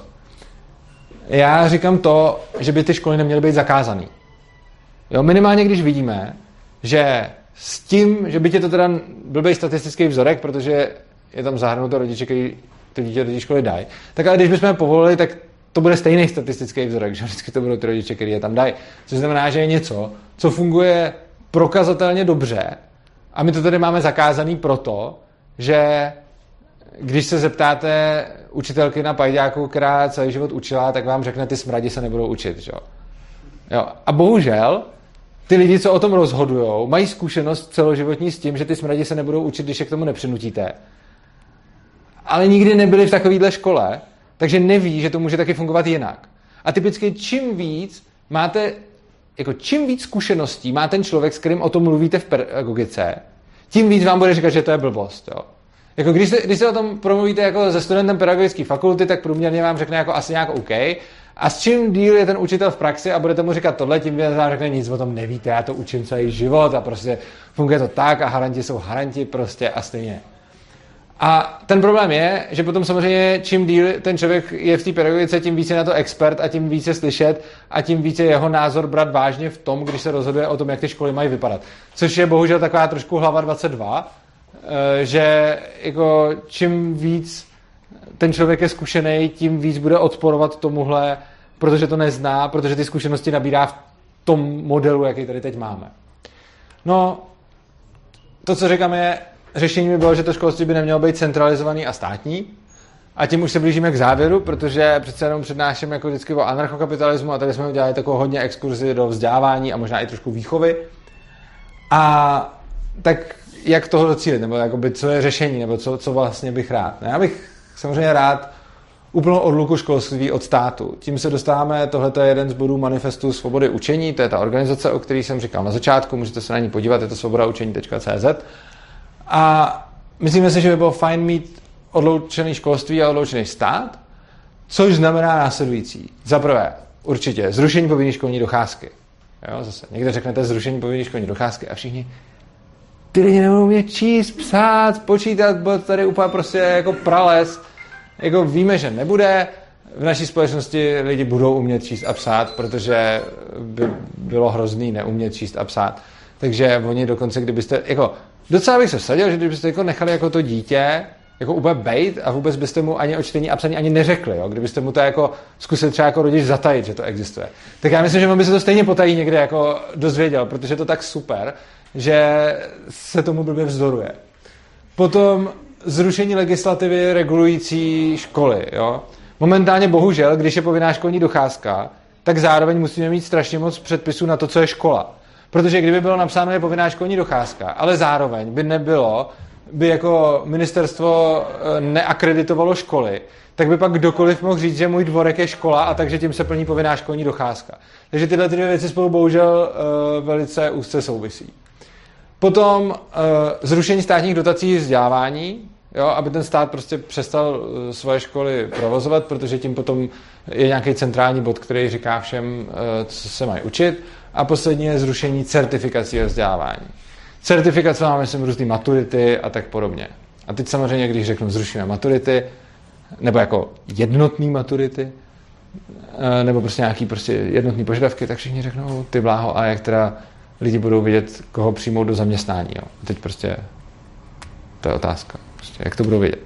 [SPEAKER 1] Já říkám to, že by ty školy neměly být zakázaný. Jo, minimálně když vidíme, že s tím, že by tě to teda blbej statistický vzorek, protože je tam zahrnuto rodiče, který to dítě do té školy dají, tak ale když bychom je povolili, tak to bude stejný statistický vzorek, že vždycky to budou ty rodiče, který je tam dají. Což znamená, že je něco, co funguje prokazatelně dobře a my to tady máme zakázaný proto, že když se zeptáte učitelky na pajďáku, která celý život učila, tak vám řekne, ty smradi se nebudou učit. Že? Jo. A bohužel ty lidi, co o tom rozhodujou, mají zkušenost celoživotní s tím, že ty smradi se nebudou učit, když je k tomu nepřinutíte. Ale nikdy nebyli v takovéhle škole takže neví, že to může taky fungovat jinak. A typicky čím víc zkušeností má ten člověk, s kterým o tom mluvíte v pedagogice, tím víc vám bude říkat, že to je blbost. Jo? Jako když se o tom promluvíte jako se studentem pedagogické fakulty, tak průměrně vám řekne jako asi nějak OK. A s čím díl je ten učitel v praxi a budete mu říkat tohle, tím vám řekne nic o tom nevíte, já to učím celý život a prostě funguje to tak a haranti jsou haranti prostě a stejně. A ten problém je, že potom samozřejmě čím díl ten člověk je v té pedagogice, tím více na to expert a tím více slyšet a tím více jeho názor brát vážně v tom, když se rozhoduje o tom, jak ty školy mají vypadat. Což je bohužel taková trošku hlava 22, že jako čím víc ten člověk je zkušený, tím víc bude odporovat tomuhle, protože to nezná, protože ty zkušenosti nabírá v tom modelu, jaký tady teď máme. No, to, co říkám, je, řešení by bylo, že to školství by nemělo být centralizovaný a státní. A tím už se blížíme k závěru, protože přece jenom přednáším jako vždycky o anarchokapitalismu a tady jsme udělali takovou hodně exkurzi do vzdělávání a možná i trošku výchovy. A tak jak toho docílit, nebo jakoby, co je řešení, nebo co vlastně bych rád. No, já bych samozřejmě rád úplnou odluku školství od státu. Tím se dostáváme, tohle je jeden z bodů manifestu Svobody učení, to je ta organizace, o které jsem říkal na začátku, můžete se na ní podívat, je to svobodaučení.cz. A myslíme si, že by bylo fajn mít odloučený školství a odloučený stát, což znamená následující. Za prvé, určitě zrušení povinné školní docházky. Jo, zase někde řeknete zrušení povinné školní docházky a všichni ty lidi nebudou umět číst, psát, počítat, bude tady úplně prostě jako prales. Jako víme, že nebude. V naší společnosti lidi budou umět číst a psát, protože by bylo hrozný neumět číst a psát. Takže oni dokonce, kdybyste, jako docela bych se vsadil, že kdybyste jako nechali jako to dítě jako úplně bejt a vůbec byste mu ani o čtení a psaní ani neřekli, jo? Kdybyste mu to jako zkusil třeba jako rodič zatajit, že to existuje. Tak já myslím, že on by se to stejně potají někde jako dozvěděl, protože je to tak super, že se tomu blbě vzdoruje. Potom zrušení legislativy regulující školy. Jo? Momentálně bohužel, když je povinná školní docházka, tak zároveň musíme mít strašně moc předpisů na to, co je škola. Protože kdyby bylo napsáno, je povinná školní docházka, ale zároveň by nebylo, by jako ministerstvo neakreditovalo školy, tak by pak kdokoliv mohl říct, že můj dvorek je škola a takže tím se plní povinná školní docházka. Takže tyhle dvě věci spolu bohužel velice úzce souvisí. Potom zrušení státních dotací vzdělávání, jo, aby ten stát prostě přestal svoje školy provozovat, protože tím potom je nějaký centrální bod, který říká všem, co se mají učit. A poslední je zrušení certifikací a vzdělávání. Certifikace máme, myslím, různý maturity a tak podobně. A teď samozřejmě, když řeknu zrušíme maturity, nebo jako jednotný maturity, nebo prostě nějaký prostě jednotný požadavky, tak všichni řeknou, ty bláho, a jak teda lidi budou vědět, koho přijmout do zaměstnání. Jo. Teď prostě to je otázka. Prostě, jak to budou vědět.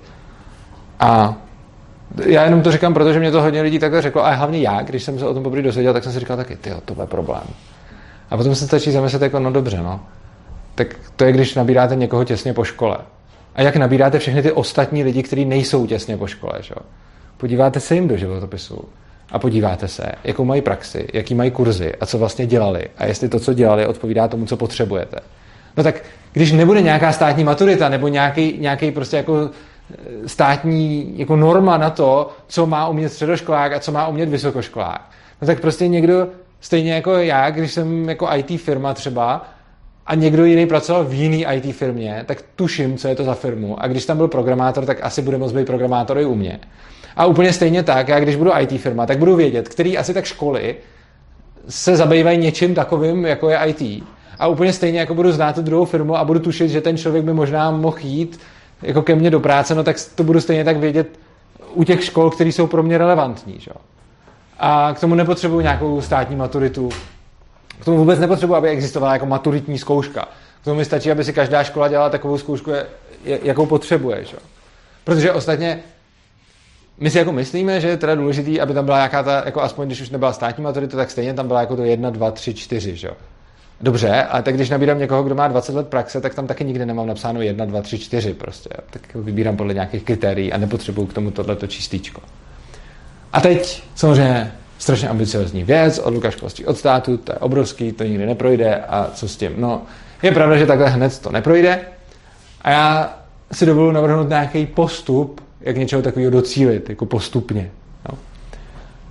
[SPEAKER 1] A já jenom to říkám, protože mě to hodně lidí takhle řeklo, a hlavně já, když jsem se o tom poprvé dozvěděl, tak jsem si říkal taky, tyjo, to je problém. A potom se stačí zamyslet jako, no dobře, no. Tak to je, když nabíráte někoho těsně po škole. A jak nabíráte všechny ty ostatní lidi, kteří nejsou těsně po škole, že? Podíváte se jim do životopisu a podíváte se, jakou mají praxi, jaký mají kurzy a co vlastně dělali a jestli to, co dělali, odpovídá tomu, co potřebujete. No tak, když nebude nějaká státní maturita nebo nějaký prostě jako státní jako norma na to, co má umět středoškolák a co má umět vysokoškolák, no tak prostě někdo, stejně jako já, když jsem jako IT firma třeba a někdo jiný pracoval v jiný IT firmě, tak tuším, co je to za firmu. A když tam byl programátor, tak asi bude moct být programátor i u mě. A úplně stejně tak, já když budu IT firma, tak budu vědět, který asi tak školy se zabývají něčím takovým, jako je IT. A úplně stejně, jako budu znát tu druhou firmu a budu tušit, že ten člověk by možná mohl jít jako ke mně do práce, no tak to budu stejně tak vědět u těch škol, které jsou pro mě relevantní. Že? A k tomu nepotřebuji nějakou státní maturitu. K tomu vůbec nepotřebuji, aby existovala jako maturitní zkouška. K tomu mi stačí, aby si každá škola dělala takovou zkoušku, jakou potřebuje. Že? Protože ostatně my si jako myslíme, že je teda důležitý, aby tam byla nějaká ta, jako aspoň když už nebyla státní maturita, tak stejně tam byla jako to 1, 2, 3, 4, že? Dobře, ale tak když nabírám někoho, kdo má 20 let praxe, tak tam taky nikdy nemám napsáno 1, 2, 3, 4 prostě. Tak vybírám podle nějakých kritérií a nepotřebuju k tomu tohleto číslíčko. A teď samozřejmě strašně ambiciozní věc, odluka školství od státu, to je obrovský, to nikdy neprojde a co s tím? No, je pravda, že takhle hned to neprojde a já si dovoluji navrhnout nějaký postup, jak něčeho takového docílit, jako postupně.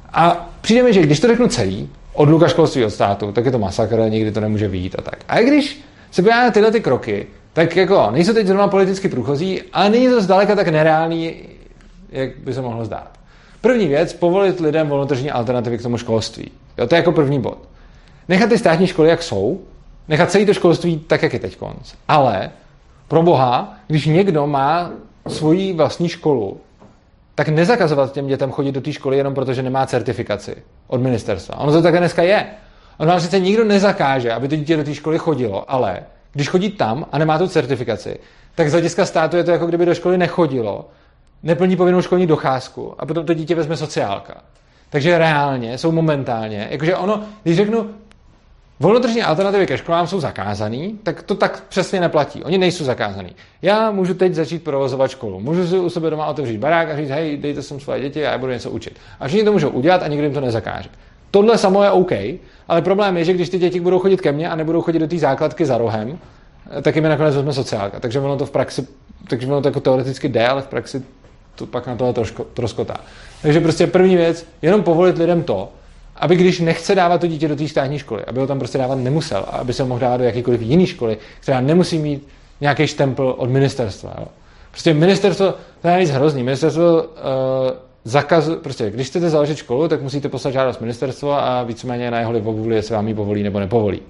[SPEAKER 1] A přijde mi, že když to řeknu celý, odluka školství od státu, tak je to masakr, nikdy to nemůže vyjít a tak. A když se podíváme na tyhle ty kroky, tak jako nejsou teď zrovna politicky průchozí, ale není to zdaleka tak nereálný, jak by se mohlo zdát. První věc, povolit lidem volnotržní alternativy k tomu školství. Jo, to je jako první bod. Nechat ty státní školy, jak jsou, nechat celé to školství tak, jak je teď konc. Ale pro boha, když někdo má svoji vlastní školu, tak nezakazovat těm dětem chodit do té školy jenom proto, že nemá certifikaci od ministerstva. Ono to také dneska je. On vám sice nikdo nezakáže, aby to dítě do té školy chodilo, ale když chodí tam a nemá tu certifikaci, tak z hlediska státu je to jako kdyby do školy nechodilo, neplní povinnou školní docházku a potom to dítě vezme sociálka. Takže reálně jsou momentálně, jakože ono, když řeknu, volnotržní alternativy ke školám jsou zakázaný, tak to tak přesně neplatí. Oni nejsou zakázaný. Já můžu teď začít provozovat školu. Můžu si u sebe doma otevřít barák a říct, hej, dejte sem svoje děti a já budu něco učit. A všichni to můžou udělat a nikdo jim to nezakáže. Tohle samo je OK, ale problém je, že když ty děti budou chodit ke mně a nebudou chodit do té základky za rohem, tak jim je nakonec vezme sociálka. Takže ono to v praxi, takže ono to jako teoreticky jde, ale v praxi to pak na tohle troskotá. Takže prostě první věc, jenom povolit lidem to, aby když nechce dávat to dítě do té státní školy, aby ho tam prostě dávat nemusel, a aby se mohl dávat do jakékoliv jiné školy, která nemusí mít nějaký štempel od ministerstva. Jo. Prostě ministerstvo, to je nic hrozný, ministerstvo zakazuje, prostě když chcete založit školu, tak musíte poslat žádost ministerstvo a víceméně na jeho libovůli, jestli vám ji povolí nebo nepovolí.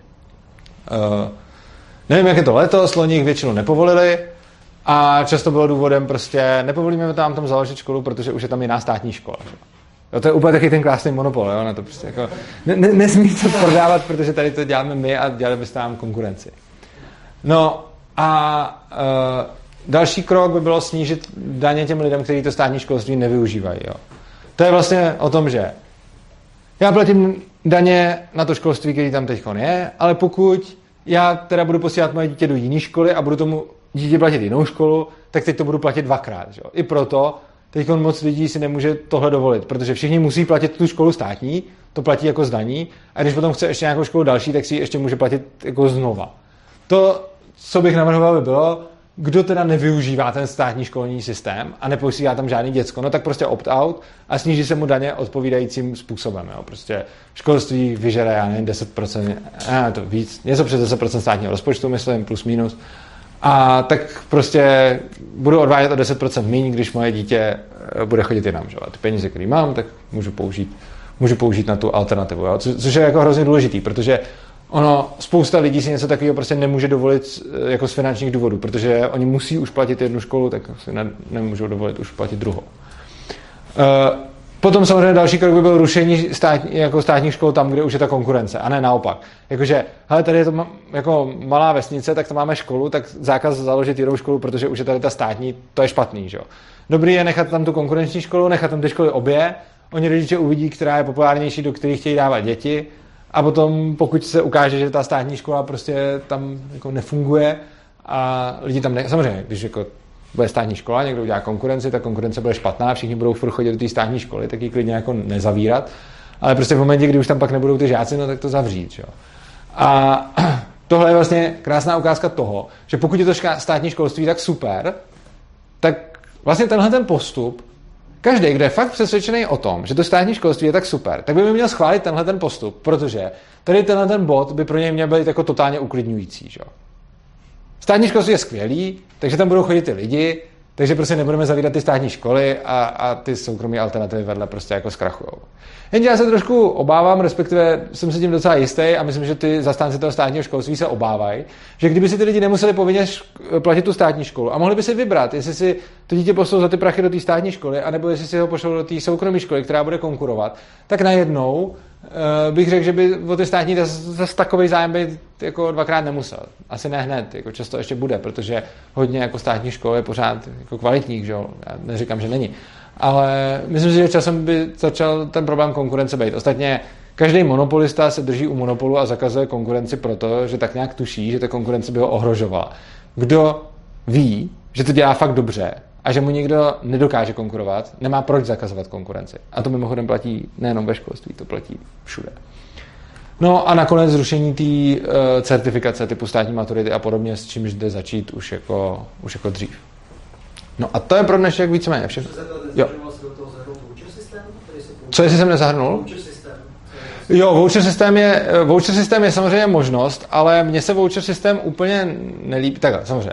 [SPEAKER 1] Nevím, jak je to letos, loni jich většinu nepovolili a často bylo důvodem prostě nepovolíme vám tam založit školu, protože už je tam jiná státní škola. Jo, to je úplně taky ten krásný monopol, jo, na to prostě jako nesmí to prodávat, protože tady to děláme my a dělali byste nám konkurenci. No a další krok by bylo snížit daně těm lidem, kteří to státní školství nevyužívají. Jo. To je vlastně o tom, že já platím daně na to školství, který tam teď je, ale pokud já teda budu posílat moje dítě do jiné školy a budu tomu dítě platit jinou školu, tak teď to budu platit dvakrát. Jo. I proto teď moc lidí si nemůže tohle dovolit, protože všichni musí platit tu školu státní, to platí jako z daní, a když potom chce ještě nějakou školu další, tak si ji ještě může platit jako znova. To, co bych navrhoval, by bylo, kdo teda nevyužívá ten státní školní systém a neposílá tam žádný děcko, no tak prostě opt-out a sníží se mu daně odpovídajícím způsobem. Jo. Prostě školství vyžere, já nevím, 10%, to víc, něco přes 10% státního rozpočtu, myslím, plus minus. A tak prostě budu odvádět o 10% míň, když moje dítě bude chodit jinam. Že? A ty peníze, které mám, tak můžu použít na tu alternativu. Jo? Což je jako hrozně důležitý, protože spousta lidí si něco takového prostě nemůže dovolit jako z finančních důvodů, protože oni musí už platit jednu školu, tak si nemůžou dovolit už platit druhou. Potom samozřejmě další krok by byl rušení státních škol tam, kde už je ta konkurence, a ne naopak. Jakože, hele, tady je to jako malá vesnice, tak to máme školu, tak zákaz založit jinou školu, protože už je tady ta státní, to je špatný, že jo. Dobrý je nechat tam tu konkurenční školu, nechat tam ty školy obě, oni rodiče uvidí, která je populárnější, do kterých chtějí dávat děti, a potom, pokud se ukáže, že ta státní škola prostě tam jako nefunguje a lidi tam samozřejmě, když jako bude státní škola, někdo udělá konkurenci, ta konkurence bude špatná, všichni budou furt chodit do té státní školy, tak ji klidně jako nezavírat, ale prostě v momentě, kdy už tam pak nebudou ty žáci, no tak to zavřít. Jo. A tohle je vlastně krásná ukázka toho, že pokud je to státní školství tak super, tak vlastně tenhle ten postup, každý, kdo je fakt přesvědčený o tom, že to státní školství je tak super, tak by měl schválit tenhle ten postup, protože tady tenhle ten bod by pro něj měl být jako totálně uklidňující. Že? Státní školství je skvělý, takže tam budou chodit ty lidi, takže prostě nebudeme zavírat ty státní školy a ty soukromé alternativy vedle prostě jako zkrachujou. Jenže já se trošku obávám, respektive jsem si tím docela jistý a myslím, že ty zastánci toho státního školství se obávají, že kdyby si ty lidi nemuseli povinně platit tu státní školu a mohli by si vybrat, jestli si to dítě pošlou za ty prachy do té státní školy, anebo jestli si ho pošlou do té soukromé školy, která bude konkurovat, tak najednou bych řekl, že by o ty státní zase takovej zájem být jako dvakrát nemusel. Asi ne hned, jako často ještě bude, protože hodně jako státní škol je pořád jako kvalitních, že jo? Já neříkám, že není. Ale myslím si, že časem by začal ten problém konkurence být. Ostatně každý monopolista se drží u monopolu a zakazuje konkurenci proto, že tak nějak tuší, že ta konkurence by ho ohrožovala. Kdo ví, že to dělá fakt dobře a že mu nikdo nedokáže konkurovat, nemá proč zakazovat konkurenci. A to mimochodem platí nejenom ve školství, to platí všude. No a nakonec zrušení té certifikace typu státní maturity a podobně, s čímž jde začít už jako No a to je pro dnešek víceméně všechno. Jo. Co jestli jsem nezahrnul? Jo, voucher systém je samozřejmě možnost, ale mně se voucher systém úplně nelíbí. Takhle, samozřejmě.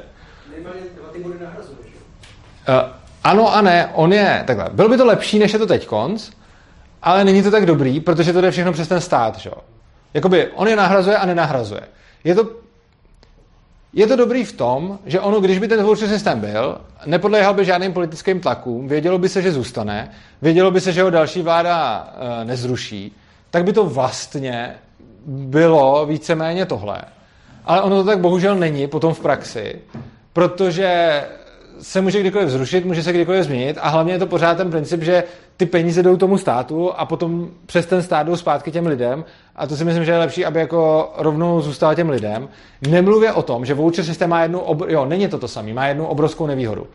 [SPEAKER 1] Ano a ne, on je takhle. Bylo by to lepší, než je to teďkonc, ale není to tak dobrý, protože to jde všechno přes ten stát, že jo. Jakoby on je nahrazuje a nenahrazuje. Je to dobrý v tom, že ono, když by ten voucher systém byl, nepodléhal by žádným politickým tlakům, vědělo by se, že zůstane, vědělo by se, že ho další vláda nezruší, tak by to vlastně bylo víceméně tohle. Ale ono to tak bohužel není potom v praxi, protože se může kdykoliv zrušit, může se kdykoliv změnit a hlavně je to pořád ten princip, že ty peníze jdou tomu státu a potom přes ten stát jdou zpátky těm lidem a to si myslím, že je lepší, aby jako rovnou zůstalo těm lidem. Nemluvě o tom, že voucher systém má není to samé, má jednu obrovskou nevýhodu.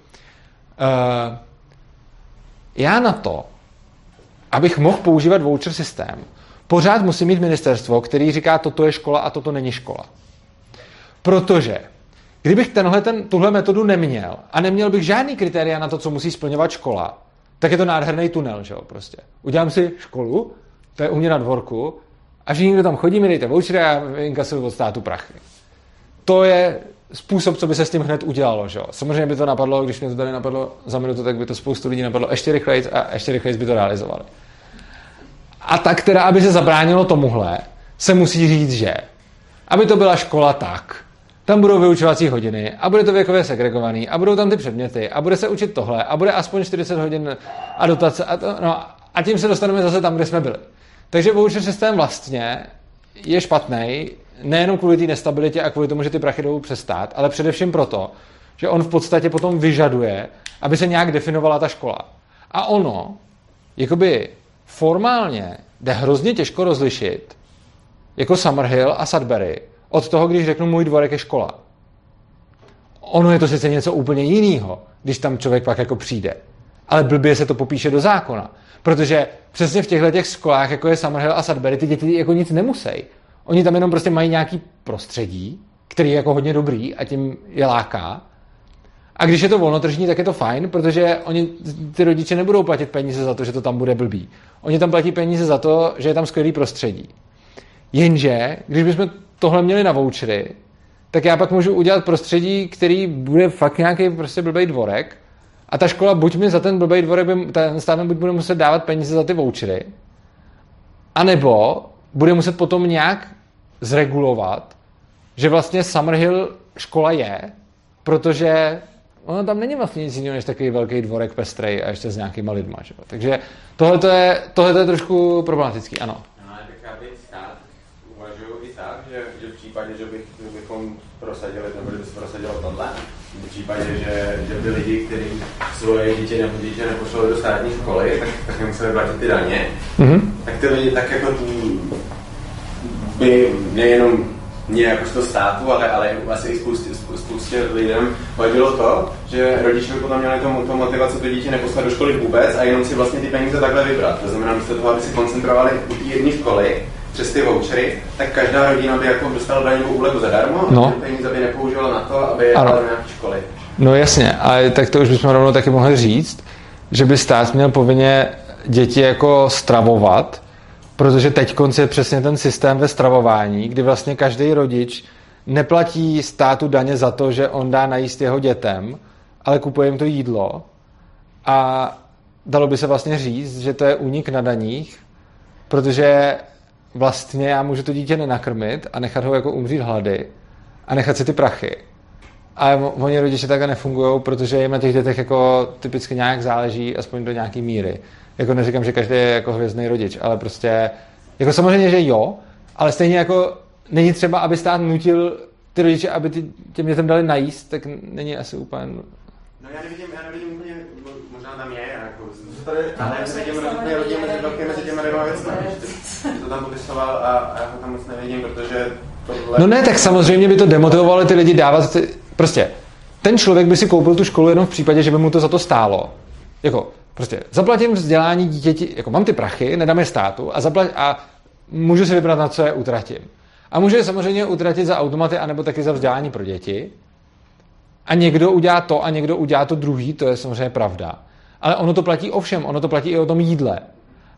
[SPEAKER 1] Já na to, abych mohl používat voucher systém, pořád musím mít ministerstvo, který říká, toto je škola a toto není škola. Protože kdybych tuhle metodu neměl a neměl bych žádný kritéria na to, co musí splňovat škola, tak je to nádherný tunel, že jo, prostě. Udělám si školu, to je u mě na dvorku, a všichni, kdo tam chodí, mi dejte vouchery a já inkasuju od státu prachy. To je způsob, co by se s tím hned udělalo, že jo. Samozřejmě by to napadlo, když mě to tady napadlo za minutu, tak by to spoustu lidí napadlo ještě rychleji a ještě rychleji by to realizovali. A tak teda, aby se zabránilo tomuhle, se musí říct, že aby to byla škola tak, tam budou vyučovací hodiny a bude to věkově segregovaný a budou tam ty předměty a bude se učit tohle a bude aspoň 40 hodin a dotace a tím se dostaneme zase tam, kde jsme byli. Takže voucher systém vlastně je špatný, nejenom kvůli té nestabilitě a kvůli tomu, že ty prachy jdou přes stát, ale především proto, že on v podstatě potom vyžaduje, aby se nějak definovala ta škola. A ono, jakoby formálně jde hrozně těžko rozlišit jako Summerhill a Sudbury od toho, když řeknu, můj dvorek je škola. Ono je to sice něco úplně jiného, když tam člověk pak jako přijde. Ale blbě se to popíše do zákona. Protože přesně v těchto školách, jako je Summerhill a Sudbury, ty děti jako nic nemusí. Oni tam jenom prostě mají nějaký prostředí, který je jako hodně dobrý a tím je láká. A když je to volnotržní, tak je to fajn, protože ty rodiče nebudou platit peníze za to, že to tam bude blbý. Oni tam platí peníze za to, že je tam skvělý prostředí. Jenže, když bychom tohle měli na vouchery, tak já pak můžu udělat prostředí, který bude fakt nějaký prostě blbej dvorek a ta škola buď mi za ten blbej dvorek, ten stát buď bude muset dávat peníze za ty vouchery, anebo bude muset potom nějak zregulovat, že vlastně Summerhill škola je, protože ono tam není vlastně nic jiného než takový velký dvorek pestrej a ještě s nějakýma lidma. Že? Takže tohle je trošku problematický, ano.
[SPEAKER 4] Že v případě, že bychom prosadili, nebo že by se prosadilo tohle, v případě, že by lidi, kteří svoje dítě nepošlou do státní školy, tak nemuseli platit ty daně, tak ty lidi tak jako by nejenom mě jakožto státu, ale asi i spoustě lidem vadilo to, že rodiče by potom měli tu motivaci to dítě neposlat do školy vůbec a jenom si vlastně ty peníze takhle vybrat. To znamená, místo toho, aby si koncentrovali u té jedné školy, přes ty vouchery, tak každá rodina by jako dostala daňovou úlevu zadarmo a ty peníze by nepoužila na to, aby jela do nějaké školy.
[SPEAKER 1] No jasně, ale tak to už bychom rovnou taky mohli říct, že by stát měl povinně děti jako stravovat, protože teď je přesně ten systém ve stravování, kdy vlastně každý rodič neplatí státu daně za to, že on dá najíst jeho dětem, ale kupuje jim to jídlo a dalo by se vlastně říct, že to je únik na daních, protože vlastně já můžu to dítě nenakrmit a nechat ho jako umřít hlady a nechat si ty prachy. Ale oni rodiče takhle nefungují, protože jim na těch dětech jako typicky nějak záleží, aspoň do nějaký míry. Jako neříkám, že každý je jako hvězdný rodič, ale prostě jako samozřejmě, že jo, ale stejně jako není třeba, aby stát nutil ty rodiče, aby těm dětem dali najíst, tak není asi úplně...
[SPEAKER 4] No já nevidím úplně, možná tam je, jako, ale nevidím rozdíl mezi těmi dvěma věcmi. To tam popisoval a já ho tam moc nevidím, protože tohle...
[SPEAKER 1] No ne, tak samozřejmě by to demotivovalo ty lidi dávat... Prostě ten člověk by si koupil tu školu jenom v případě, že by mu to za to stálo. Jako prostě zaplatím vzdělání dítěti, jako mám ty prachy, nedám je státu a můžu si vybrat, na co je utratím. A můžu je samozřejmě utratit za automaty anebo taky za vzdělání pro děti. A někdo udělá to a někdo udělá to druhý, to je samozřejmě pravda. Ale ono to platí o všem, ono to platí i o tom jídle.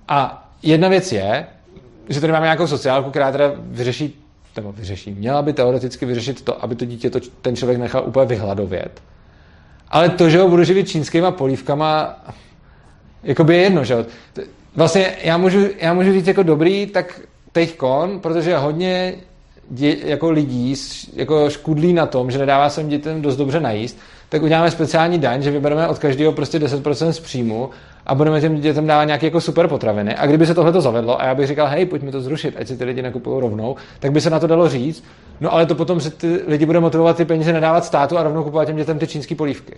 [SPEAKER 1] A jedna věc je, že tady máme nějakou sociálku, která teda vyřeší, měla by teoreticky vyřešit to, aby to dítě ten člověk nechal úplně vyhladovět. Ale to, že ho budu živit čínskýma polívkama, jakoby je jedno, že jo. Vlastně já můžu říct jako dobrý, tak teďkon, protože hodně jako lidí jako škudlí na tom, že nedává svým dětem dost dobře najíst, tak uděláme speciální daň, že vybereme od každého prostě 10% z příjmu a budeme těm dětem dávat nějaké jako super potraviny. A kdyby se tohle to zavedlo a já bych říkal, hej, pojďme to zrušit, ať si ty lidi nakupují rovnou, tak by se na to dalo říct, no ale to potom, že ty lidi bude motivovat ty peníze nedávat státu a rovnou kupovat těm dětem ty čínské polívky.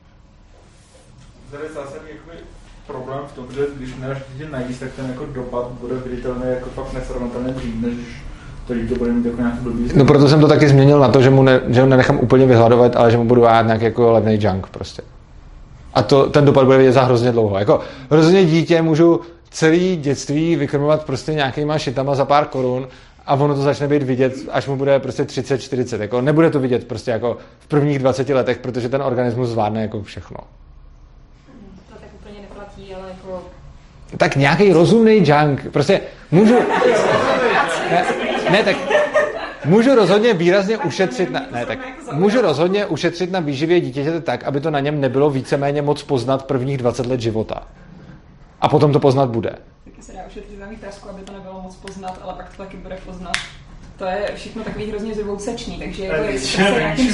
[SPEAKER 5] Tady zásadní problém v tom, že když nedáš dítě najíst, tak ten jako dopad bude viditelný jako fakt nesrovnatelně dřív, než to dítě bude mít jako nějaký blbý.
[SPEAKER 1] No proto jsem to taky změnil na to, že ho nenechám úplně vyhladovat, ale že mu budu dát nějaký jako levný junk prostě. A ten dopad bude vidět za hrozně dlouho. Jako hrozně dítě můžu celý dětství vykrmovat prostě nějakýma šitama za pár korun a ono to začne být vidět, až mu bude prostě 30-40. Jako nebude to vidět prostě jako v prvních 20 letech, protože ten organismus zvládne jako všechno.
[SPEAKER 6] To tak úplně neplatí, ale jako...
[SPEAKER 1] Tak nějaký rozumný junk. Prostě můžu... Ne, tak můžu rozhodně výrazně ušetřit můžu rozhodně ušetřit na výživě dítěte tak, aby to na něm nebylo víceméně moc poznat prvních 20 let života. A potom to poznat bude.
[SPEAKER 6] Taky se dá ušetřit na výtázku, aby to nebylo moc poznat, ale pak to taky bude poznat. To je všechno takový hrozně zrvoucečný, takže jako jestli se nějakým...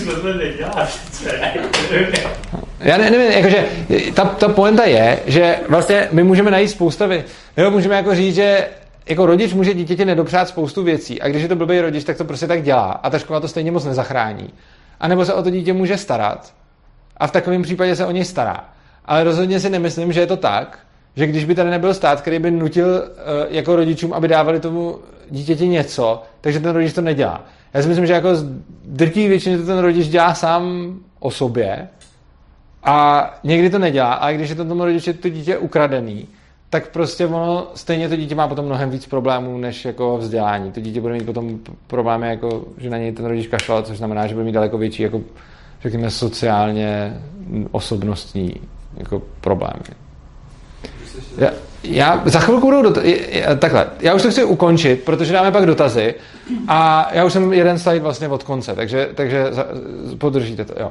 [SPEAKER 1] Já nevím, jakože ta pointa je, že vlastně my můžeme najít spousta můžeme jako říct, že jako rodič může dítěti nedopřát spoustu věcí a když je to blbý rodič, tak to prostě tak dělá a ta škola to stejně moc nezachrání. A nebo se o to dítě může starat a v takovém případě se o něj stará. Ale rozhodně si nemyslím, že je to tak, že když by tady nebyl stát, který by nutil jako rodičům, aby dávali tomu dítěti něco, takže ten rodič to nedělá. Já si myslím, že jako drtí většině to ten rodič dělá sám o sobě a někdy to nedělá, ale když je to tomu rodiči to dítě ukradený, tak prostě ono, stejně to dítě má potom mnohem víc problémů, než jako vzdělání. To dítě bude mít potom problémy, jako, že na něj ten rodič kašlal, což znamená, že bude mít daleko větší, jako, řekněme, sociálně osobnostní jako problémy. Já za chvilku budu takhle, já už to chci ukončit, protože dáme pak dotazy a já už jsem jeden slide vlastně od konce, takže podržíte to, jo.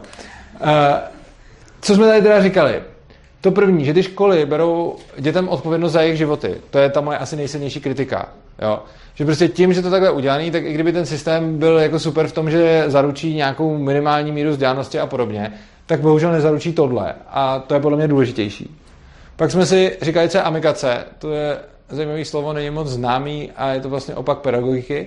[SPEAKER 1] Co jsme tady teda říkali? To první, že ty školy berou dětem odpovědnost za jejich životy. To je ta moje asi nejsilnější kritika. Jo? Že prostě tím, že to takhle udělaný, tak i kdyby ten systém byl jako super v tom, že zaručí nějakou minimální míru vzdělanosti a podobně, tak bohužel nezaručí tohle. A to je podle mě důležitější. Pak jsme si říkali, co je amikace. To je zajímavé slovo, není moc známý a je to vlastně opak pedagogiky.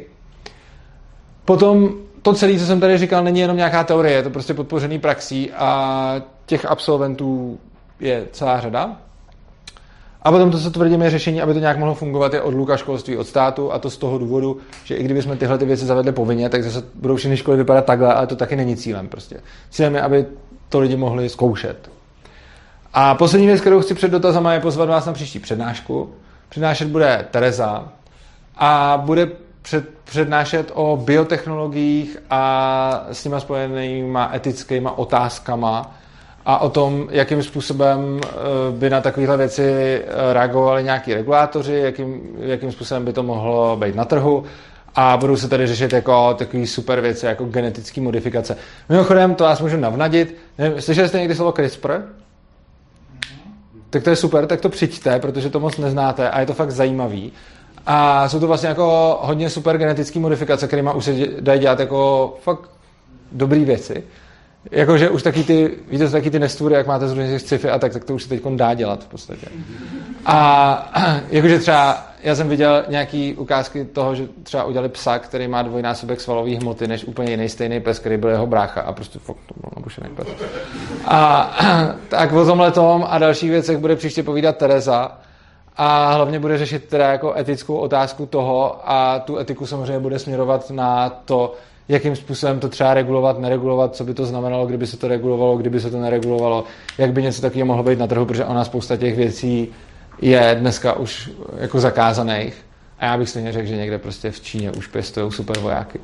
[SPEAKER 1] Potom to celé, co jsem tady říkal, není jenom nějaká teorie, je to prostě podpořený praxí a těch absolventů je celá řada. A potom to, co tvrdíme, je řešení, aby to nějak mohlo fungovat, je odluka školství od státu a to z toho důvodu, že i kdybychom tyhle ty věci zavedli povinně, tak zase budou všechny školy vypadat takhle, ale to taky není cílem prostě. Cílem je, aby to lidi mohli zkoušet. A poslední věc, kterou chci před dotazama, je pozvat vás na příští přednášku. Přednášet bude Tereza a bude přednášet o biotechnologiích a s nimi spojenýma etickýma otázkama a o tom, jakým způsobem by na takovéhle věci reagovali nějaký regulátoři, jakým způsobem by to mohlo být na trhu a budou se tady řešit jako takový super věci, jako genetické modifikace. Mimochodem, to vás můžu navnadit. Slyšeli jste někdy slovo CRISPR? Tak to je super, tak to přijďte, protože to moc neznáte a je to fakt zajímavý. A jsou to vlastně jako hodně super genetické modifikace, kterýma už se dají dělat jako fakt dobrý věci. Jakože už taky víte, taky ty nestvůry, jak máte z různých sci-fi a tak to už se teď dá dělat v podstatě. A jakože třeba já jsem viděl nějaký ukázky toho, že třeba udělali psa, který má dvojnásobek svalové hmoty než úplně jiný stejný pes, který byl jeho brácha a prostě fakt to byl nabušený pes. A tak o tomhletom a dalších věcech bude příště povídat Tereza a hlavně bude řešit teda jako etickou otázku toho a tu etiku samozřejmě bude směrovat na to, jakým způsobem to třeba regulovat, neregulovat, co by to znamenalo, kdyby se to regulovalo, kdyby se to neregulovalo, jak by něco takového mohlo být na trhu, protože ona spousta těch věcí je dneska už jako zakázaných a já bych stejně řekl, že někde prostě v Číně už pěstujou super vojáky.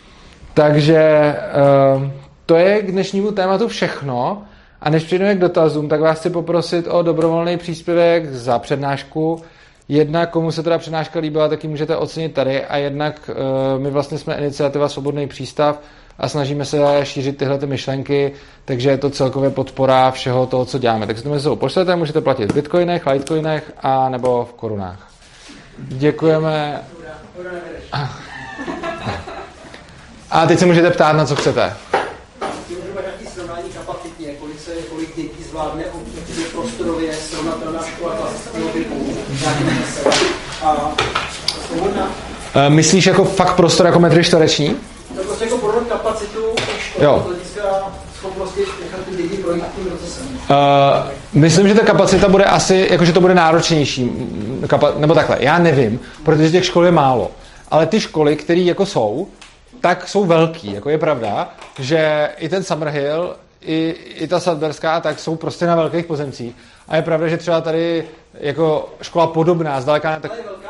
[SPEAKER 1] Takže to je k dnešnímu tématu všechno a než přejdeme k dotazům, tak vás chci poprosit o dobrovolný příspěvek za přednášku. Jednak komu se teda přednáška líbila, taky můžete ocenit tady a jednak my vlastně jsme iniciativa Svobodný přístav a snažíme se šířit tyhle ty myšlenky, takže je to celkově podpora všeho toho, co děláme. Takže to mezi sebou pošlete, můžete platit v bitcoinech, litecoinech a nebo v korunách. Děkujeme. A teď se můžete ptát, na co chcete.
[SPEAKER 7] Kolik dětí zvládne prostorově srovnatelná škola klasického typu,
[SPEAKER 1] myslíš jako fakt prostor jako metry čtvereční?
[SPEAKER 7] To prostě jako porovnat kapacitu školy, z hlediska schopnosti nechat ty děti projít tím procesem.
[SPEAKER 1] Myslím, že ta kapacita bude asi, jakože to bude náročnější, nebo takhle, já nevím, protože těch škol je málo, ale ty školy, které jako jsou, tak jsou velký, jako je pravda, že i ten Summerhill, i ta Sudburská, tak jsou prostě na velkých pozemcích. A je pravda, že třeba tady jako škola podobná, zdaleka ne tak...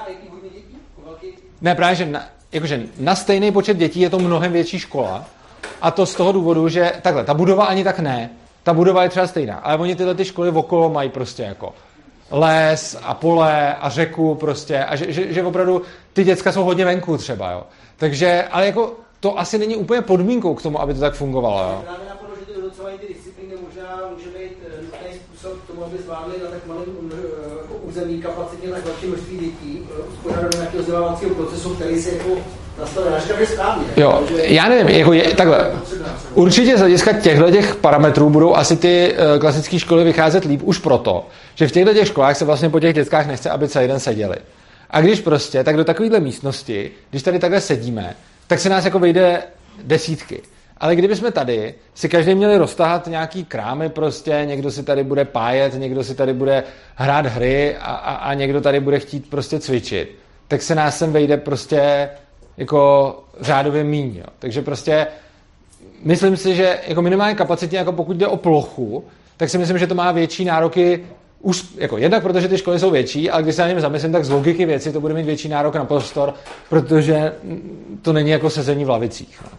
[SPEAKER 1] Ne, právě, že na stejný počet dětí je to mnohem větší škola. A to z toho důvodu, že takhle, ta budova ani tak ne. Ta budova je třeba stejná, ale oni tyhle ty školy okolo mají prostě jako les a pole a řeku prostě. A že opravdu ty děcka jsou hodně venku třeba, jo. Takže, ale jako to asi není úplně podmínkou k tomu, aby to tak fungovalo, jo.
[SPEAKER 7] Ty disciplíny možná může být nutný způsob k tomu, aby zvládli na tak malém území kapacitně tak velké množství dětí, uspořádat do nějakého vzdělávacího procesu, který se jako nastavil náškavě správně.
[SPEAKER 1] Jo, já nevím, jako takhle. Určitě z hlediska těchto parametrů budou asi ty klasické školy vycházet líp už proto, že v těchto školách se vlastně po těch dětskách nechce, aby celý den seděli. A když prostě, tak do takovéhle místnosti, když tady takhle sedíme, tak se nás jako vejde desítky. Ale kdybychom tady si každý měli roztahat nějaký krámy prostě, někdo si tady bude pájet, někdo si tady bude hrát hry a někdo tady bude chtít prostě cvičit, tak se nás sem vejde prostě jako řádově míň. Jo. Takže prostě myslím si, že jako minimálně kapacitně, jako pokud jde o plochu, tak si myslím, že to má větší nároky už, jako jednak protože ty školy jsou větší, ale když se na něm zamyslím, tak z logiky věci to bude mít větší nárok na prostor, protože to není jako sezení v lavicích. No.